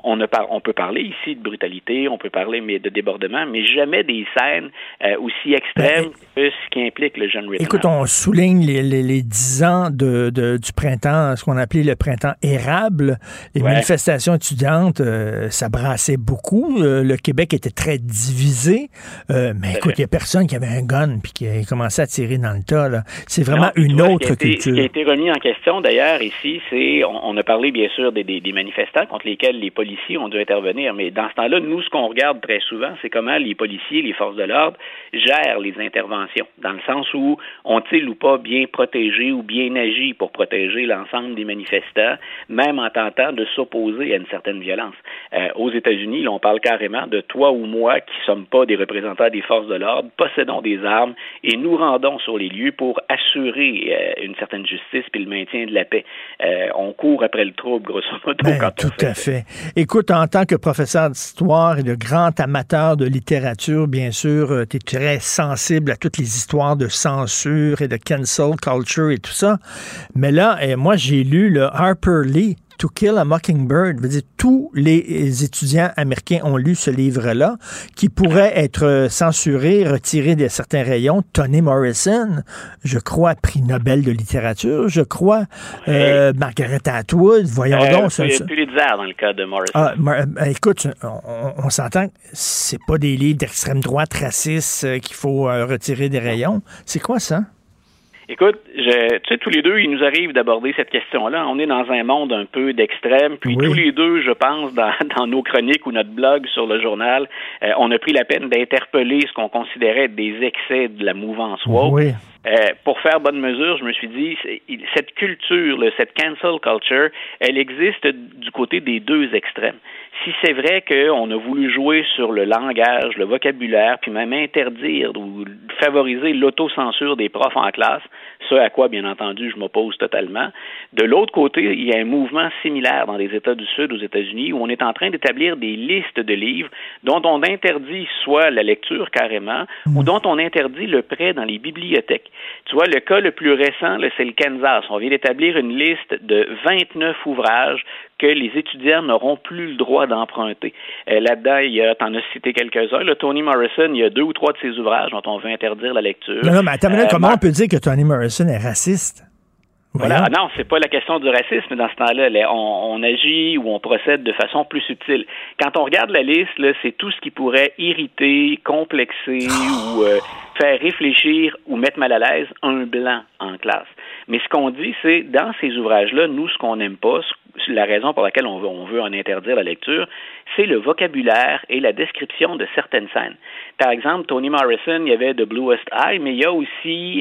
on peut parler ici de brutalité, on peut parler de débordement, mais jamais des scènes aussi extrêmes que ce qui implique le jeune Rittenhouse. Écoute, on souligne les 10 ans du printemps, ce qu'on appelait le printemps érable. Les manifestations étudiantes, ça brassait beaucoup. Le Québec était très divisé. Mais écoute, il n'y a personne qui avait un gun puis qui a commencé à tirer dans le tas. Là. C'est vraiment une autre culture. Ce qui a été remis en question, d'ailleurs, ici, c'est, on a parlé, bien sûr, des manifestants contre lesquels les policiers ont dû intervenir. Mais dans ce temps-là, nous, ce qu'on regarde très souvent, c'est comment les policiers, les forces de l'ordre gèrent les interventions. Dans le sens où ont-ils ou pas bien protégé ou bien agi pour protéger l'ensemble des manifestants, même en tentant de s'opposer à une certaine violence. Aux États-Unis, là, on parle carrément de toi ou moi qui ne sommes pas des représentants des forces de l'ordre, possédons des armes et nous rendons sur les lieux pour assurer une certaine justice puis le maintien de la paix. On court après le trouble, grosso modo. Tout à fait. Écoute, en tant que professeur d'histoire et de grand amateur de littérature, bien sûr, tu es très sensible à toutes les histoires de censure et de cancel culture et tout ça. Mais là, moi, j'ai lu le Harper Lee, To Kill a Mockingbird. Je veux dire, tous les étudiants américains ont lu ce livre-là, qui pourrait être censuré, retiré de certains rayons. Toni Morrison, je crois, prix Nobel de littérature, je crois. Margaret Atwood, voyons donc. Il y a Pulitzer dans le cas de Morrison. Écoute, on s'entend que c'est pas des livres d'extrême droite racistes qu'il faut retirer des rayons. C'est quoi ça? Écoute, tu sais, tous les deux, il nous arrive d'aborder cette question-là. On est dans un monde un peu d'extrême, puis tous les deux, je pense, dans nos chroniques ou notre blog sur le journal, on a pris la peine d'interpeller ce qu'on considérait être des excès de la mouvance woke. Oui. Pour faire bonne mesure, je me suis dit, cette culture, cette cancel culture, elle existe du côté des deux extrêmes. Si c'est vrai qu'on a voulu jouer sur le langage, le vocabulaire, puis même interdire ou favoriser l'autocensure des profs en classe, ce à quoi, bien entendu, je m'oppose totalement. De l'autre côté, il y a un mouvement similaire dans les États du Sud, aux États-Unis, où on est en train d'établir des listes de livres dont on interdit soit la lecture carrément, ou dont on interdit le prêt dans les bibliothèques. Tu vois, le cas le plus récent, là, c'est le Kansas. On vient d'établir une liste de 29 ouvrages que les étudiants n'auront plus le droit d'emprunter. Là-dedans, t'en as cité quelques-uns. Là, Toni Morrison, il y a 2 ou 3 de ses ouvrages dont on veut interdire la lecture. Non, mais attends, comment on peut dire que Toni Morrison est raciste? Voilà. Non, c'est pas la question du racisme dans ce temps-là. On agit ou on procède de façon plus subtile. Quand on regarde la liste, là, c'est tout ce qui pourrait irriter, complexer ou faire réfléchir ou mettre mal à l'aise un blanc en classe. Mais ce qu'on dit, c'est, dans ces ouvrages-là, nous, ce qu'on n'aime pas, la raison pour laquelle on veut en interdire la lecture, c'est le vocabulaire et la description de certaines scènes. Par exemple, Toni Morrison, il y avait The Bluest Eye, mais il y a aussi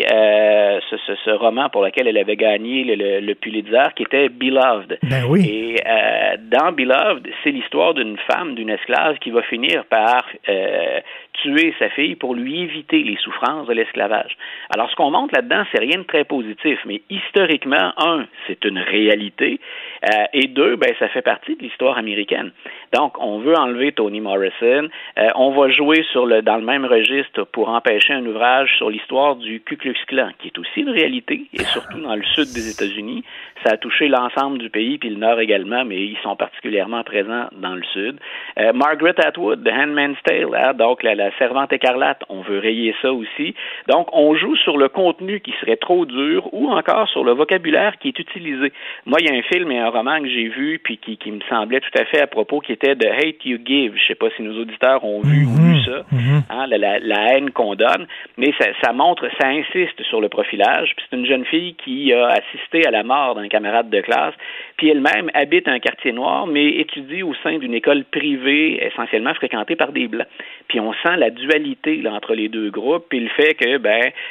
ce roman pour lequel elle avait gagné le Pulitzer, qui était Beloved. Ben oui. Et dans Beloved, c'est l'histoire d'une femme, d'une esclave, qui va finir par tuer sa fille pour lui éviter les souffrances de l'esclavage. Alors, ce qu'on montre là-dedans, c'est rien de très positif, mais historiquement, c'est une réalité, et 2, ça fait partie de l'histoire américaine. Donc, on veut enlever Toni Morrison, on va jouer dans le même registre pour empêcher un ouvrage sur l'histoire du Ku Klux Klan, qui est aussi une réalité, et surtout dans le sud des États-Unis. Ça a touché l'ensemble du pays, puis le nord également, mais ils sont particulièrement présents dans le sud. Margaret Atwood, The Handmaid's Tale, donc la Servante écarlate, on veut rayer ça aussi. Donc, on joue sur le contenu qui serait trop dur ou encore sur le vocabulaire qui est utilisé. Moi, il y a un film et un roman que j'ai vu puis qui me semblait tout à fait à propos, qui était The Hate You Give. Je sais pas si nos auditeurs ont vu ou lu ça, la haine qu'on donne, mais ça montre, ça insiste sur le profilage. Puis c'est une jeune fille qui a assisté à la mort d'un camarade de classe, puis elle-même habite un quartier noir, mais étudie au sein d'une école privée essentiellement fréquentée par des Blancs. Puis on sent la dualité là, entre les deux groupes, puis le fait que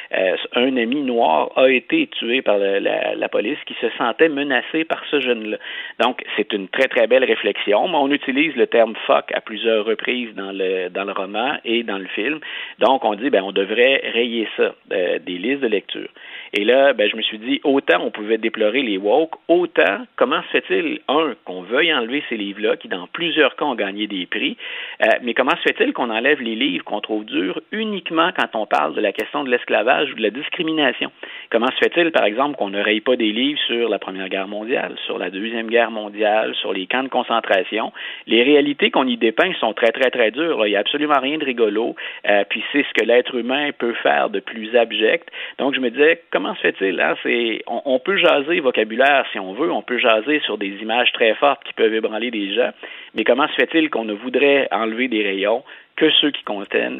un ami noir a été tué par la police qui se sentait menacé par ce jeune-là. Donc, c'est une très, très belle réflexion. On utilise le terme « fuck » à plusieurs reprises dans le roman. roman et dans le film. Donc, on dit, on devrait rayer ça des listes de lecture. Et là, je me suis dit, autant on pouvait déplorer les woke, autant, comment se fait-il, qu'on veuille enlever ces livres-là, qui dans plusieurs cas ont gagné des prix, mais comment se fait-il qu'on enlève les livres qu'on trouve durs uniquement quand on parle de la question de l'esclavage ou de la discrimination? Comment se fait-il, par exemple, qu'on ne raye pas des livres sur la Première Guerre mondiale, sur la Deuxième Guerre mondiale, sur les camps de concentration? Les réalités qu'on y dépeint sont très, très, très dures. Là. Il n'y a absolument rien de rigolo, puis c'est ce que l'être humain peut faire de plus abject. Donc, je me disais, comment se fait-il? Hein? On peut jaser vocabulaire si on veut, on peut jaser sur des images très fortes qui peuvent ébranler des gens, mais comment se fait-il qu'on ne voudrait enlever des rayons que ceux qui concernent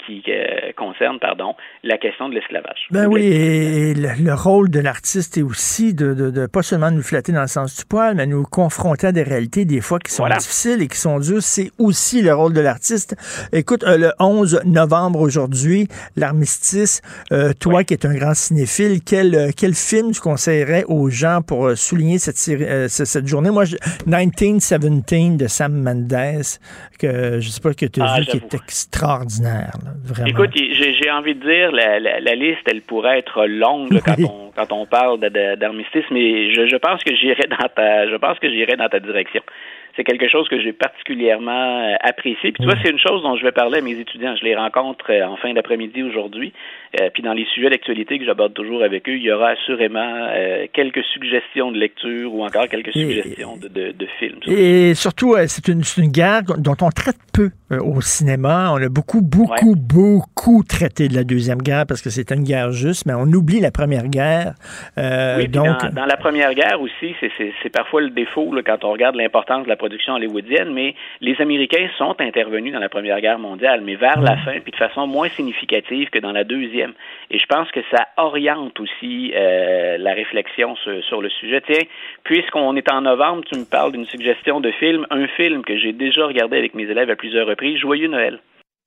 la question de l'esclavage? Oui, et le rôle de l'artiste est aussi de pas seulement nous flatter dans le sens du poil, mais nous confronter à des réalités des fois qui sont difficiles et qui sont dures. C'est aussi le rôle de l'artiste. Écoute, le 11 novembre aujourd'hui, l'armistice, toi qui es un grand cinéphile, quel film tu conseillerais aux gens pour souligner cette journée? Moi, 1917 de Sam Mendes, que je sais pas que tu as vu, qui est extraordinaire, là, vraiment. Écoute, j'ai envie de dire, la liste, elle pourrait être longue là, quand on parle d'armistice, mais je pense que j'irai dans ta direction. C'est quelque chose que j'ai particulièrement apprécié. Puis tu vois, c'est une chose dont je vais parler à mes étudiants. Je les rencontre en fin d'après-midi aujourd'hui. Puis dans les sujets d'actualité que j'aborde toujours avec eux, il y aura assurément quelques suggestions de lecture ou encore quelques suggestions de films. Et surtout, c'est une guerre dont on traite peu au cinéma. On a beaucoup traité de la Deuxième Guerre parce que c'était une guerre juste, mais on oublie la Première Guerre. Donc dans la Première Guerre aussi, c'est parfois le défaut là, quand on regarde l'importance de la production hollywoodienne, mais les Américains sont intervenus dans la Première Guerre mondiale, mais vers la fin, puis de façon moins significative que dans la Deuxième. Et je pense que ça oriente aussi la réflexion sur le sujet. Tiens, puisqu'on est en novembre, tu me parles d'une suggestion de film, un film que j'ai déjà regardé avec mes élèves à plusieurs reprises, Joyeux Noël.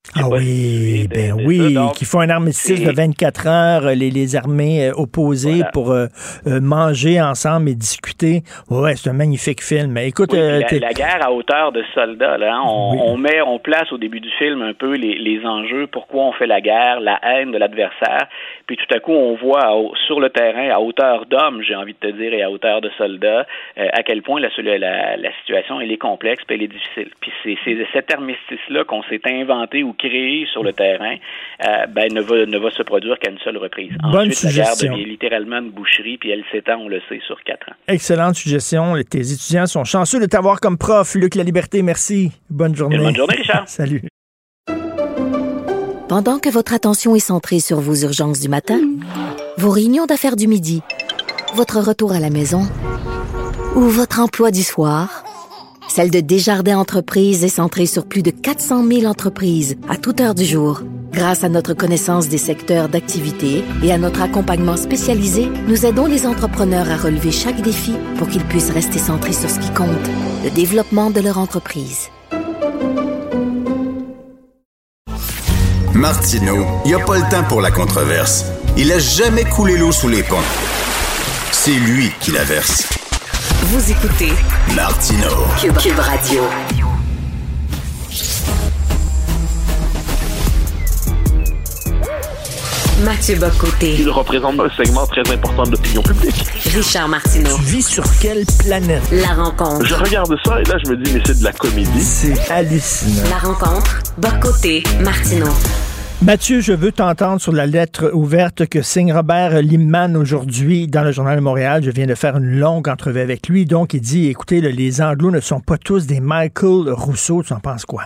Qui font un armistice de 24 heures, les armées opposées pour manger ensemble et discuter. Ouais, c'est un magnifique film. Écoute, la guerre à hauteur de soldats, là, hein, on place au début du film un peu les enjeux, pourquoi on fait la guerre, la haine de l'adversaire, puis tout à coup on voit sur le terrain, à hauteur d'hommes, j'ai envie de te dire, et à hauteur de soldats, à quel point la situation elle est complexe, puis elle est difficile. Puis c'est cet armistice-là qu'on s'est inventé ou créé sur le terrain, ne va se produire qu'à une seule reprise. Bonne Ensuite, suggestion. La guerre devient littéralement une boucherie, puis elle s'étend, on le sait, sur 4 ans. Excellente suggestion. Tes étudiants sont chanceux de t'avoir comme prof. Luc Laliberté, merci. Bonne journée. Bonne journée, Richard. Salut. Pendant que votre attention est centrée sur vos urgences du matin, vos réunions d'affaires du midi, votre retour à la maison ou votre emploi du soir, celle de Desjardins Entreprises est centrée sur plus de 400 000 entreprises à toute heure du jour. Grâce à notre connaissance des secteurs d'activité et à notre accompagnement spécialisé, nous aidons les entrepreneurs à relever chaque défi pour qu'ils puissent rester centrés sur ce qui compte, le développement de leur entreprise. Martineau, il n'y a pas le temps pour la controverse. Il a jamais coulé l'eau sous les ponts. C'est lui qui la verse. Vous écoutez Martineau. Cube Radio. Mathieu Bock-Côté. Il représente un segment très important de l'opinion publique. Richard Martineau. Tu vis sur quelle planète? La rencontre. Je regarde ça et là, je me dis, mais c'est de la comédie. C'est hallucinant. La rencontre. Bock-Côté. Martineau. Mathieu, je veux t'entendre sur la lettre ouverte que signe Robert Limman aujourd'hui dans le Journal de Montréal. Je viens de faire une longue entrevue avec lui. Donc, il dit, écoutez, les Anglos ne sont pas tous des Michael Rousseau. Tu en penses quoi?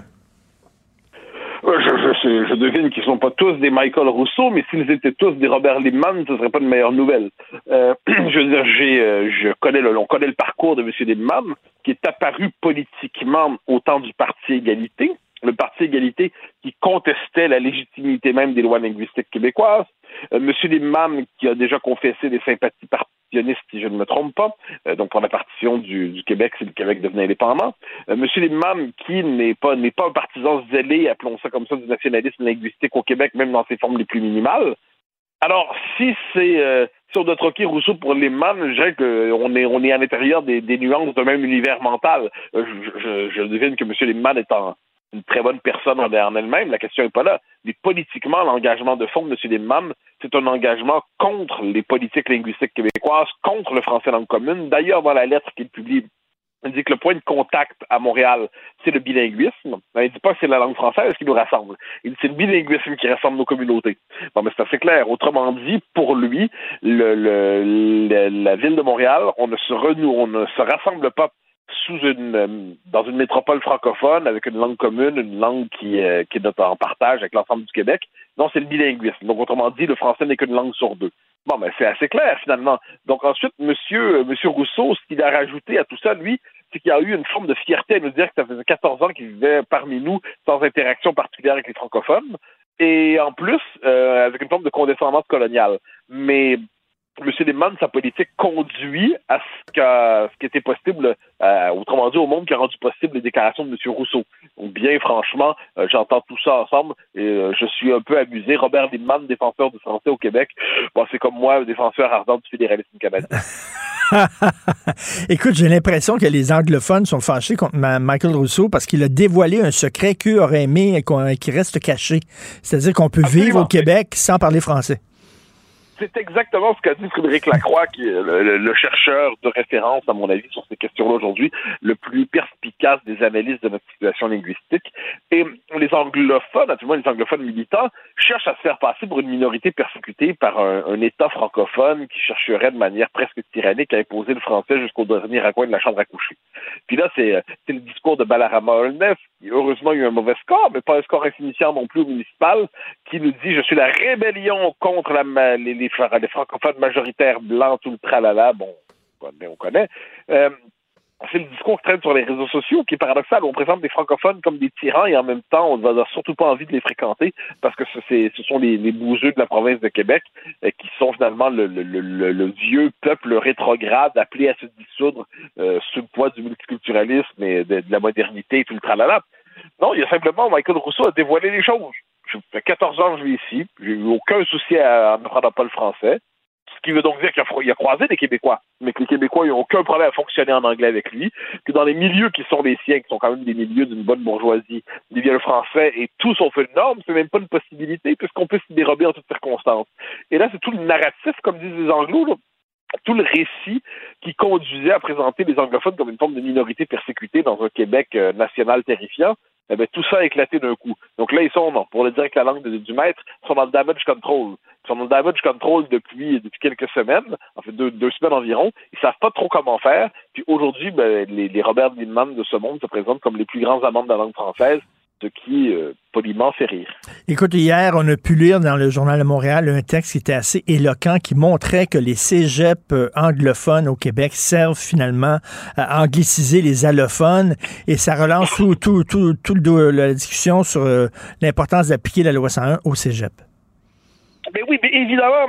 Je devine qu'ils sont pas tous des Michael Rousseau, mais s'ils étaient tous des Robert Limman, ce serait pas une meilleure nouvelle. Je veux dire, on connaît le parcours de M. Limman, qui est apparu politiquement au temps du Parti Égalité. Le Parti Égalité qui contestait la légitimité même des lois linguistiques québécoises. M. Limman qui a déjà confessé des sympathies partitionnistes, si je ne me trompe pas, donc pour la partition du Québec, si le Québec devenait indépendant. M. Limman qui n'est pas un partisan zélé, appelons ça comme ça, du nationalisme linguistique au Québec, même dans ses formes les plus minimales. Alors, si on doit troquer Rousseau pour Limman, je dirais qu'on est à l'intérieur des nuances d'un même univers mental. Je devine que M. Limman est une très bonne personne en elle-même, la question n'est pas là. Mais politiquement, l'engagement de fond de M. Lippmann, c'est un engagement contre les politiques linguistiques québécoises, contre le français langue commune. D'ailleurs, dans la lettre qu'il publie, il dit que le point de contact à Montréal, c'est le bilinguisme. Il ne dit pas que c'est la langue française qui nous rassemble. Il dit que c'est le bilinguisme qui rassemble nos communautés. Bon, mais c'est assez clair. Autrement dit, pour lui, la ville de Montréal, on ne se rassemble pas dans une métropole francophone avec une langue commune, une langue qui est en partage avec l'ensemble du Québec. Non, c'est le bilinguisme. Donc, autrement dit, le français n'est qu'une langue sur deux. Bon, ben, c'est assez clair, finalement. Donc, ensuite, Monsieur Rousseau, ce qu'il a rajouté à tout ça, lui, c'est qu'il y a eu une forme de fierté à nous dire que ça faisait 14 ans qu'il vivait parmi nous sans interaction particulière avec les francophones. Et en plus, avec une forme de condescendance coloniale. Mais M. Lippmann, sa politique conduit à ce qui était possible, autrement dit, au monde qui a rendu possible les déclarations de M. Rousseau. Donc, bien franchement, j'entends tout ça ensemble et je suis un peu amusé. Robert Lippmann, défenseur du français au Québec, bon, c'est comme moi, défenseur ardent du fédéralisme canadien. Écoute, j'ai l'impression que les anglophones sont fâchés contre Michael Rousseau parce qu'il a dévoilé un secret qu'eux auraient aimé qui reste caché. C'est-à-dire qu'on peut vivre au Québec sans parler français. C'est exactement ce qu'a dit Frédéric Lacroix, qui est le chercheur de référence, à mon avis, sur ces questions-là aujourd'hui, le plus perspicace des analystes de notre situation linguistique. Et les anglophones, naturellement les anglophones militants, cherchent à se faire passer pour une minorité persécutée par un État francophone qui chercherait de manière presque tyrannique à imposer le français jusqu'au dernier recoin de la chambre à coucher. Puis là, c'est le discours de Balarama Holness, qui heureusement a eu un mauvais score, mais pas un score insignifiant non plus au municipal, qui nous dit « Je suis la rébellion contre les francophones majoritaires blancs, tout le tralala », bon, on connaît. C'est le discours qui traîne sur les réseaux sociaux qui est paradoxal. On présente des francophones comme des tyrans et en même temps, on n'a surtout pas envie de les fréquenter parce que ce sont les bougeux de la province de Québec qui sont finalement le vieux peuple rétrograde appelé à se dissoudre sous le poids du multiculturalisme et de la modernité et tout le tralala. Non, il y a simplement, Michael Rousseau a dévoilé les choses. Ça fait 14 ans que je vis ici. J'ai eu aucun souci à ne prendre pas le français. Ce qui veut donc dire qu'il a croisé des Québécois, mais que les Québécois n'ont aucun problème à fonctionner en anglais avec lui, que dans les milieux qui sont les siens, qui sont quand même des milieux d'une bonne bourgeoisie, il y a le français et tout sauf une norme, c'est même pas une possibilité, puisqu'on peut s'y dérober en toutes circonstances. Et là, c'est tout le narratif, comme disent les Anglos, là, tout le récit qui conduisait à présenter les anglophones comme une forme de minorité persécutée dans un Québec national terrifiant. Eh bien, tout ça a éclaté d'un coup. Donc là, ils sont, pour le dire avec la langue du maître, ils sont dans le damage control. Ils sont dans le damage control depuis quelques semaines, en fait deux semaines environ. Ils savent pas trop comment faire. Puis aujourd'hui, les Robert Lippmann de ce monde se présentent comme les plus grands amants de la langue française, ce qui, poliment, fait rire. Écoute, hier, on a pu lire dans le Journal de Montréal un texte qui était assez éloquent, qui montrait que les cégeps anglophones au Québec servent finalement à angliciser les allophones, et ça relance la discussion sur l'importance d'appliquer la loi 101 au cégep. Mais oui, mais évidemment.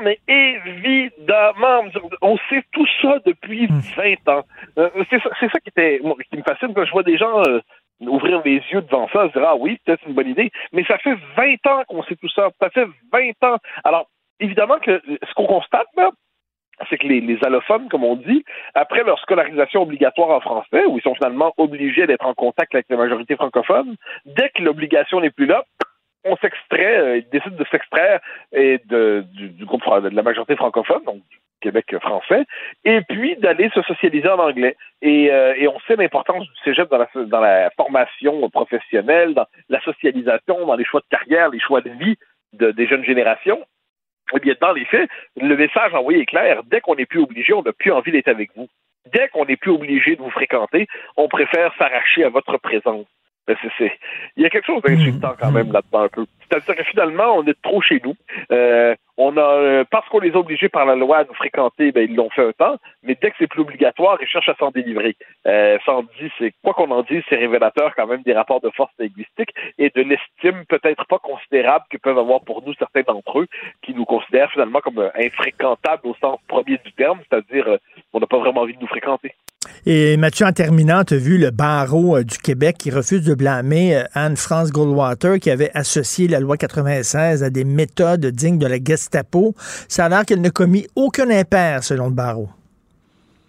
On sait tout ça depuis 20 ans. C'est ça qui me fascine quand je vois des gens ouvrir les yeux devant ça, se dire « Ah oui, peut-être une bonne idée », mais ça fait 20 ans qu'on sait tout ça. Ça fait 20 ans. Alors, évidemment que ce qu'on constate, là, c'est que les allophones, comme on dit, après leur scolarisation obligatoire en français, où ils sont finalement obligés d'être en contact avec la majorité francophone, dès que l'obligation n'est plus là, on s'extrait, ils décident de s'extraire du groupe de la majorité francophone, donc du Québec français, et puis d'aller se socialiser en anglais. Et on sait l'importance du cégep dans la formation professionnelle, dans la socialisation, dans les choix de carrière, les choix de vie des jeunes générations. Eh bien, dans les faits, le message envoyé est clair. Dès qu'on n'est plus obligé, on n'a plus envie d'être avec vous. Dès qu'on n'est plus obligé de vous fréquenter, on préfère s'arracher à votre présence. Il y a quelque chose d'insultant quand même là-dedans un peu. C'est-à-dire que finalement, on est trop chez nous. Parce qu'on les a obligés par la loi à nous fréquenter, ils l'ont fait un temps, mais dès que c'est plus obligatoire, ils cherchent à s'en délivrer. Quoi qu'on en dise, c'est révélateur quand même des rapports de force linguistiques et de l'estime peut-être pas considérable que peuvent avoir pour nous certains d'entre eux, qui nous considèrent finalement comme infréquentables au sens premier du terme, c'est-à-dire on n'a pas vraiment envie de nous fréquenter. Et Mathieu, en terminant, tu as vu le barreau du Québec qui refuse de blâmer Anne-France Goldwater qui avait associé la loi 96 à des méthodes dignes de la Gestapo. Ça a l'air qu'elle n'a commis aucun impair selon le barreau.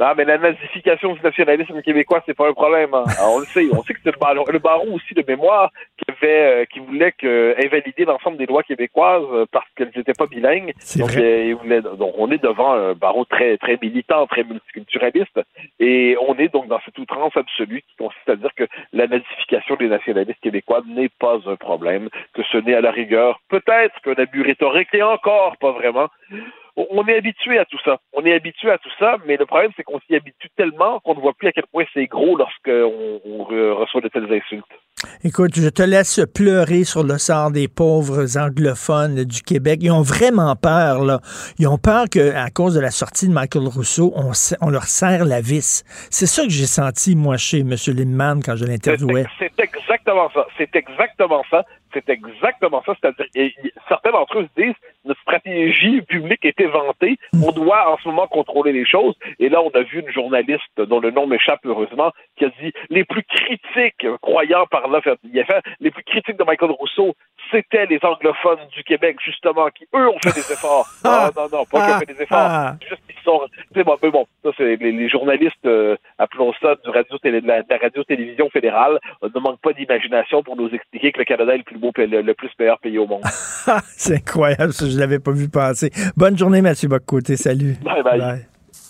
Non, mais la nazification du nationalisme québécois, c'est pas un problème. Hein. Alors, on le sait que c'est le baron aussi de mémoire qui voulait invalider l'ensemble des lois québécoises parce qu'elles n'étaient pas bilingues. Donc, on est devant un barreau très, très militant, très multiculturaliste, et on est donc dans cette outrance absolue qui consiste à dire que la nazification des nationalistes québécois n'est pas un problème, que ce n'est à la rigueur peut-être qu'un abus rhétorique, et encore pas vraiment. On est habitué à tout ça. Mais le problème, c'est qu'on s'y habitue tellement qu'on ne voit plus à quel point c'est gros lorsqu'on reçoit de telles insultes. Écoute, je te laisse pleurer sur le sort des pauvres anglophones du Québec. Ils ont vraiment peur, là. Ils ont peur qu'à cause de la sortie de Michael Rousseau, on leur serre la vis. C'est ça que j'ai senti, moi, chez M. Lindemann, quand je l'interviewais. C'est exactement ça. C'est-à-dire, certains d'entre eux se disent, notre stratégie publique est éventée. On doit en ce moment contrôler les choses. Et là, on a vu une journaliste dont le nom m'échappe heureusement, qui a dit les plus critiques, croyant par là, les plus critiques de Michael Rousseau, c'était les anglophones du Québec, justement, qui, eux, ont fait des efforts. Non, pas qu'ils ont fait des efforts. Juste qu'ils sont... C'est bon, mais bon, ça, c'est les journalistes, appelons ça, de la radio-télévision fédérale, ne manquent pas d'imagination pour nous expliquer que le Canada est le plus meilleur pays au monde. C'est incroyable, ça, je l'avais pas vu passer. Bonne journée, Mathieu Bock-Côté. Salut. Bye.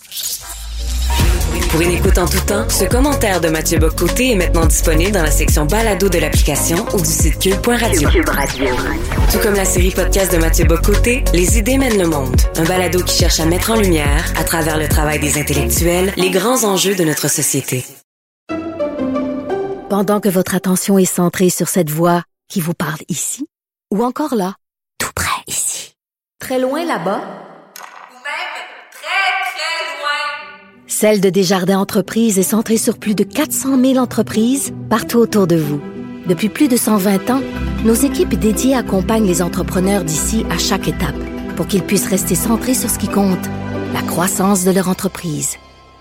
Pour une écoute en tout temps, ce commentaire de Mathieu Bock-Côté est maintenant disponible dans la section balado de l'application ou du site cube.radio. Tout comme la série podcast de Mathieu Bock-Côté, Les idées mènent le monde. Un balado qui cherche à mettre en lumière, à travers le travail des intellectuels, les grands enjeux de notre société. Pendant que votre attention est centrée sur cette voix qui vous parle ici, ou encore là, tout près ici, très loin là-bas, Celle de Desjardins Entreprises est centrée sur plus de 400 000 entreprises partout autour de vous. Depuis plus de 120 ans, nos équipes dédiées accompagnent les entrepreneurs d'ici à chaque étape pour qu'ils puissent rester centrés sur ce qui compte, la croissance de leur entreprise.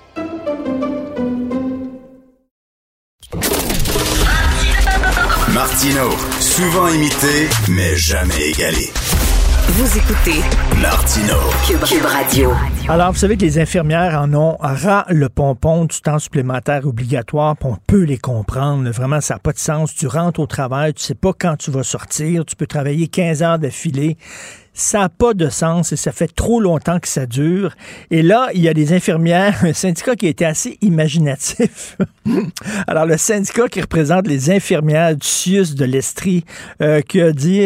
Martino, souvent imité, mais jamais égalé. Vous écoutez Martino, Cube Radio. Alors, vous savez que les infirmières en ont ras le pompon du temps supplémentaire obligatoire, puis on peut les comprendre. Vraiment, ça n'a pas de sens. Tu rentres au travail, tu sais pas quand tu vas sortir, tu peux travailler 15 heures d'affilée. Ça n'a pas de sens et ça fait trop longtemps que ça dure. Et là, il y a des infirmières, un syndicat qui a été assez imaginatif. Alors, le syndicat qui représente les infirmières du CIUS de l'Estrie qui a dit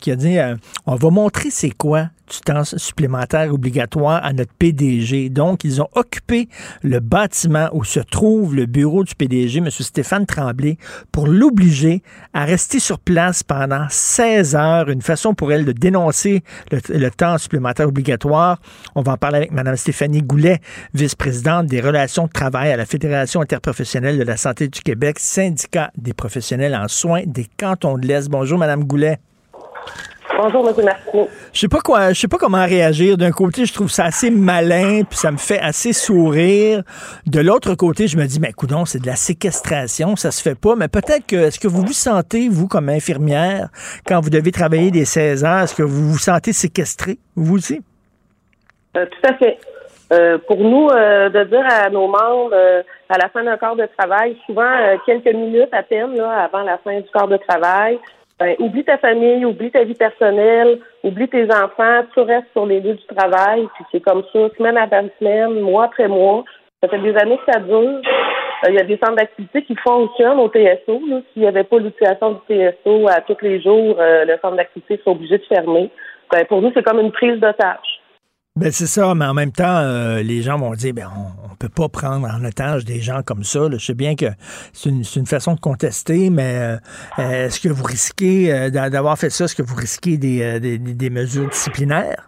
on va montrer c'est quoi du temps supplémentaire obligatoire à notre PDG. Donc, ils ont occupé le bâtiment où se trouve le bureau du PDG, M. Stéphane Tremblay, pour l'obliger à rester sur place pendant 16 heures, une façon pour elle de dénoncer le temps supplémentaire obligatoire. On va en parler avec Mme Stéphanie Goulet, vice-présidente des relations de travail à la Fédération interprofessionnelle de la santé du Québec, syndicat des professionnels en soins des cantons de l'Est. Bonjour, Mme Goulet. Bonjour, M. Martineau. Je sais pas comment réagir. D'un côté, je trouve ça assez malin, puis ça me fait assez sourire. De l'autre côté, je me dis, mais coudonc, c'est de la séquestration, ça se fait pas. Mais peut-être que, est-ce que vous vous sentez, vous, comme infirmière, quand vous devez travailler des 16 heures, est-ce que vous vous sentez séquestré, vous aussi? Tout à fait. Pour nous, de dire à nos membres, à la fin d'un quart de travail, souvent quelques minutes à peine là, avant la fin du quart de travail, oublie ta famille, oublie ta vie personnelle, oublie tes enfants, tu restes sur les lieux du travail, puis c'est comme ça, semaine après semaine, mois après mois. Ça fait des années que ça dure. Il y a des centres d'activité qui fonctionnent au TSO. Là. S'il n'y avait pas l'utilisation du TSO à tous les jours, le centre d'activité serait obligé de fermer. Pour nous, c'est comme une prise d'otage. Ben c'est ça, mais en même temps, les gens vont dire, on peut pas prendre en otage des gens comme ça. Là. Je sais bien que c'est une façon de contester, mais est-ce que vous risquez d'avoir fait ça? Est-ce que vous risquez des mesures disciplinaires?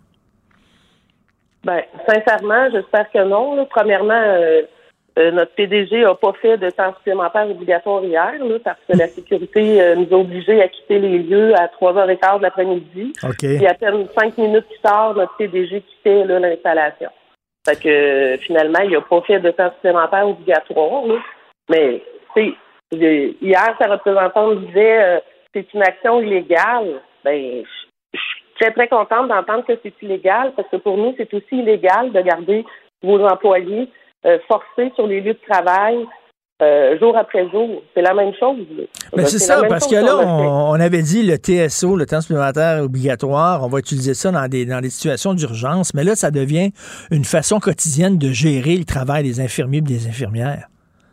Ben, sincèrement, j'espère que non. Là. Premièrement, notre PDG n'a pas fait de temps supplémentaire obligatoire hier, là, parce que la sécurité nous a obligés à quitter les lieux à 3h15 de l'après-midi. Okay. Puis à peine 5 minutes plus tard, notre PDG quittait là, l'installation. Fait que finalement, il n'a pas fait de temps supplémentaire obligatoire. Là. Mais hier, sa représentante disait c'est une action illégale. Ben, je suis très, très contente d'entendre que c'est illégal, parce que pour nous, c'est aussi illégal de garder vos employés forcés sur les lieux de travail jour après jour. C'est la même chose. Mais c'est ça, parce que là, on avait dit le TSO, le temps supplémentaire obligatoire, on va utiliser ça dans des situations d'urgence, mais là, ça devient une façon quotidienne de gérer le travail des infirmiers et des infirmières.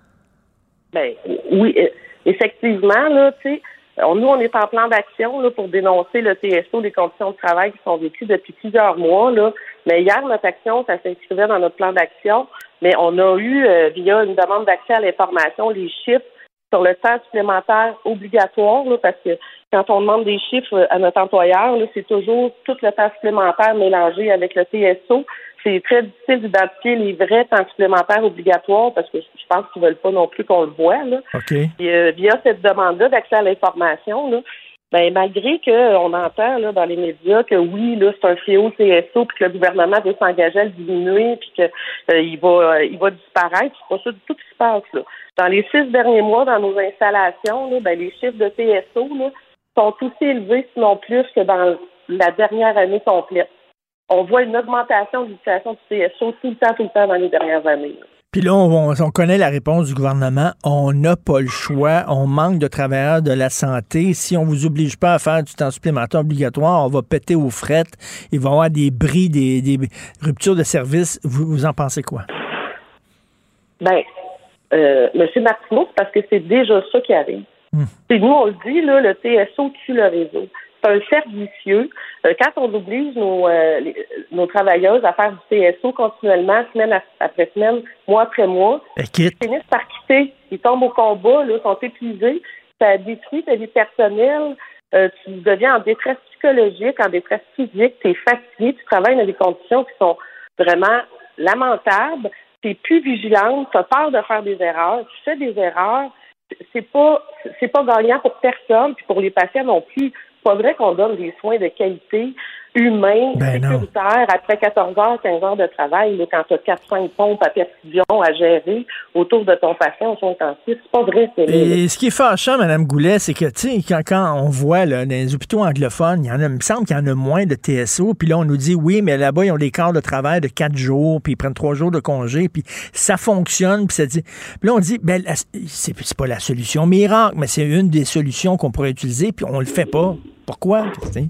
Ben oui, effectivement, là, tu sais, nous, on est en plan d'action là, pour dénoncer le TSO, les conditions de travail qui sont vécues depuis plusieurs mois. Là. Mais hier, notre action, ça s'inscrivait dans notre plan d'action, mais on a eu, via une demande d'accès à l'information, les chiffres sur le temps supplémentaire obligatoire, là, parce que quand on demande des chiffres à notre employeur, là, c'est toujours tout le temps supplémentaire mélangé avec le TSO. C'est très difficile d'identifier les vrais temps supplémentaires obligatoires parce que je pense qu'ils veulent pas non plus qu'on le voit. Là. Okay. Et, via cette demande-là d'accès à l'information, là, ben, malgré qu'on entend là, dans les médias que oui, là, c'est un fléau TSO puis que le gouvernement veut s'engager à le diminuer puis que il va disparaître, c'est pas ça du tout qui se passe. Là. Dans les 6 derniers mois, dans nos installations, là, ben, les chiffres de TSO là, sont aussi élevés, sinon plus, que dans la dernière année complète. On voit une augmentation de l'utilisation du TSO tout le temps dans les dernières années. Puis là, on connaît la réponse du gouvernement. On n'a pas le choix. On manque de travailleurs de la santé. Si on vous oblige pas à faire du temps supplémentaire obligatoire, on va péter aux frettes. Il va y avoir des bris, des ruptures de service. Vous en pensez quoi? Bien, M. Martineau, c'est parce que c'est déjà ça qui arrive. Et nous, on le dit, là, le TSO tue le réseau. C'est un cercle vicieux. Quand on oblige nos travailleuses à faire du TSO continuellement, semaine après semaine, mois après mois, ils finissent par quitter. Ils tombent au combat, là, sont épuisés. Ça détruit ta vie personnelle. Tu deviens en détresse psychologique, en détresse physique. Tu es fatigué. Tu travailles dans des conditions qui sont vraiment lamentables. Tu n'es plus vigilante. Tu as peur de faire des erreurs. Tu fais des erreurs. C'est pas gagnant pour personne, puis pour les patients non plus. C'est pas vrai qu'on donne des soins de qualité humains, sécuritaires, après 14 heures, 15 heures de travail, là, quand tu as 4-5 pompes à perfusion à gérer autour de ton patient au soins intensifs. C'est pas vrai. Et ce qui est fâchant, Mme Goulet, c'est que, tu sais, quand on voit là, dans les hôpitaux anglophones, il me semble qu'il y en a moins de TSO, puis là, on nous dit, oui, mais là-bas, ils ont des quarts de travail de 4 jours, puis ils prennent 3 jours de congé, puis ça fonctionne, puis ça dit... Puis là, on dit, ben, c'est pas la solution miracle, mais c'est une des solutions qu'on pourrait utiliser, puis on le fait pas. Pourquoi, Christine?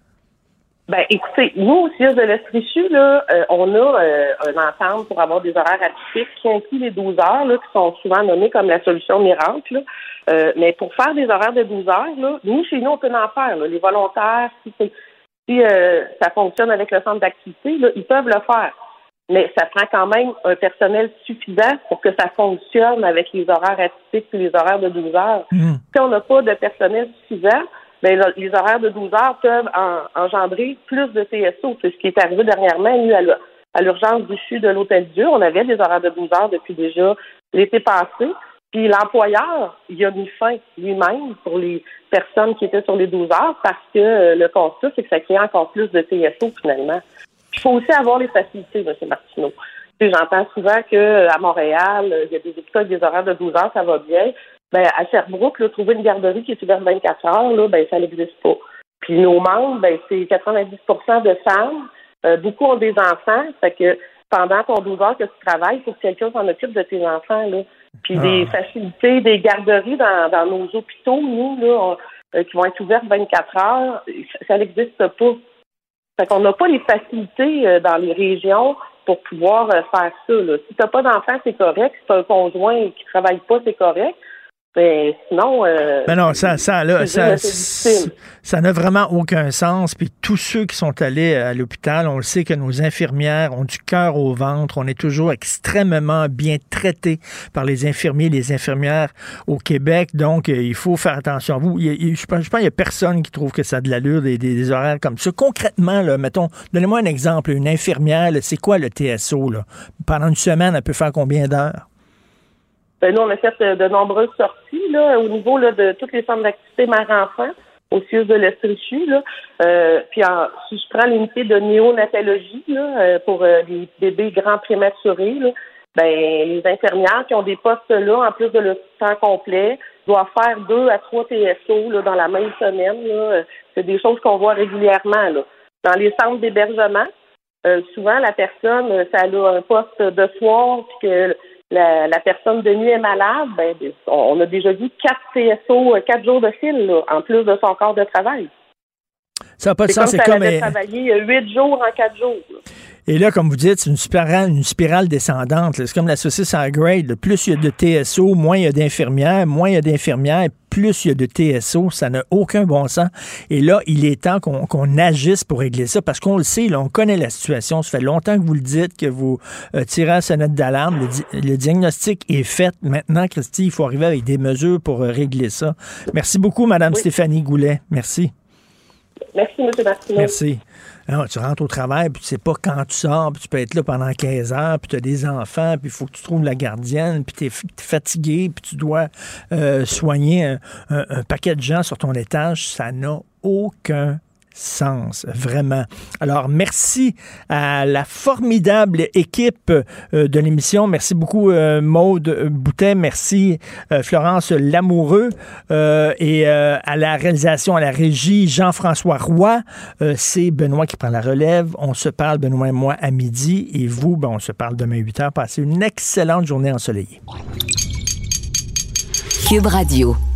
Ben, écoutez, nous, au CIUS de l'Estrie-Chute, là, on a une entente pour avoir des horaires atypiques qui incluent les 12 heures, là, qui sont souvent nommés comme la solution miracle. Là. Mais pour faire des horaires de 12 heures, là, nous, chez nous, on peut en faire. Là. Les volontaires, si ça fonctionne avec le centre d'activité, là, ils peuvent le faire. Mais ça prend quand même un personnel suffisant pour que ça fonctionne avec les horaires atypiques et les horaires de 12 heures. Si on n'a pas de personnel suffisant, ben, les horaires de 12 heures peuvent engendrer plus de TSO. C'est ce qui est arrivé dernièrement, nous, à l'urgence du CHU de l'Hôtel-Dieu. On avait des horaires de 12 heures depuis déjà l'été passé. Puis l'employeur, il a mis fin lui-même pour les personnes qui étaient sur les 12 heures parce que le constat, c'est que ça crée encore plus de TSO finalement. Il faut aussi avoir les facilités, M. Martineau. J'entends souvent qu'à Montréal, il y a des hôpitaux avec des horaires de 12 heures, ça va bien. Ben, à Sherbrooke, là, trouver une garderie qui est ouverte 24 heures, là, ben, ça n'existe pas. Puis nos membres, ben, c'est 90% de femmes. Beaucoup ont des enfants. Fait que pendant ton 12 heures que tu travailles, il faut que quelqu'un s'en occupe de tes enfants, là. Puis des facilités, des garderies dans nos hôpitaux, nous, là, qui vont être ouvertes 24 heures, ça n'existe pas. Fait qu'on n'a pas les facilités dans les régions pour pouvoir faire ça, là. Si t'as pas d'enfants, c'est correct. Si t'as un conjoint qui travaille pas, c'est correct. Mais sinon... Ben non, ça n'a vraiment aucun sens. Puis tous ceux qui sont allés à l'hôpital, on le sait que nos infirmières ont du cœur au ventre. On est toujours extrêmement bien traités par les infirmiers et les infirmières au Québec. Donc, il faut faire attention à vous. Je pense qu'il n'y a personne qui trouve que ça a de l'allure des horaires comme ça. Concrètement, là, mettons, donnez-moi un exemple. Une infirmière, là, c'est quoi le TSO? Là? Pendant une semaine, elle peut faire combien d'heures? Ben, nous, on a fait de nombreuses sorties là, au niveau là, de tous les centres d'activité mère-enfant au CIUS de l'Estrie-Chute. Puis si je prends l'unité de néonatologie là, pour les bébés grands prématurés, là, ben, les infirmières qui ont des postes là, en plus de le temps complet, doivent faire 2 à 3 TSO là, dans la même semaine. Là. C'est des choses qu'on voit régulièrement. Là. Dans les centres d'hébergement, souvent la personne, ça a un poste de soir, puis que la personne de nuit est malade, ben on a déjà vu 4 TSO, 4 jours de fil, là, en plus de son corps de travail. Ça n'a pas de sens. C'est comme si elle avait travaillé 8 jours en 4 jours. Là. Et là, comme vous dites, c'est une spirale descendante. Là. C'est comme la saucisse en grade. Là. Plus il y a de TSO, moins il y a d'infirmières. Moins il y a d'infirmières, plus il y a de TSO. Ça n'a aucun bon sens. Et là, il est temps qu'on agisse pour régler ça, parce qu'on le sait, là, on connaît la situation. Ça fait longtemps que vous le dites, que vous tirez la sonnette d'alarme. Le diagnostic est fait. Maintenant, Christy, il faut arriver avec des mesures pour régler ça. Merci beaucoup, Mme Stéphanie Goulet. Merci. Merci, M. Martineau. Merci. Alors, tu rentres au travail, puis tu sais pas quand tu sors, puis tu peux être là pendant 15 heures, puis tu as des enfants, puis il faut que tu trouves la gardienne, puis tu es fatigué, puis tu dois soigner un paquet de gens sur ton étage. Ça n'a aucun sens, vraiment. Alors, merci à la formidable équipe de l'émission. Merci beaucoup, Maude Boutet. Merci, Florence Lamoureux. Et à la réalisation, à la régie, Jean-François Roy. C'est Benoît qui prend la relève. On se parle, Benoît et moi, à midi. Et vous, on se parle demain 8h. Passez une excellente journée ensoleillée. Cube Radio.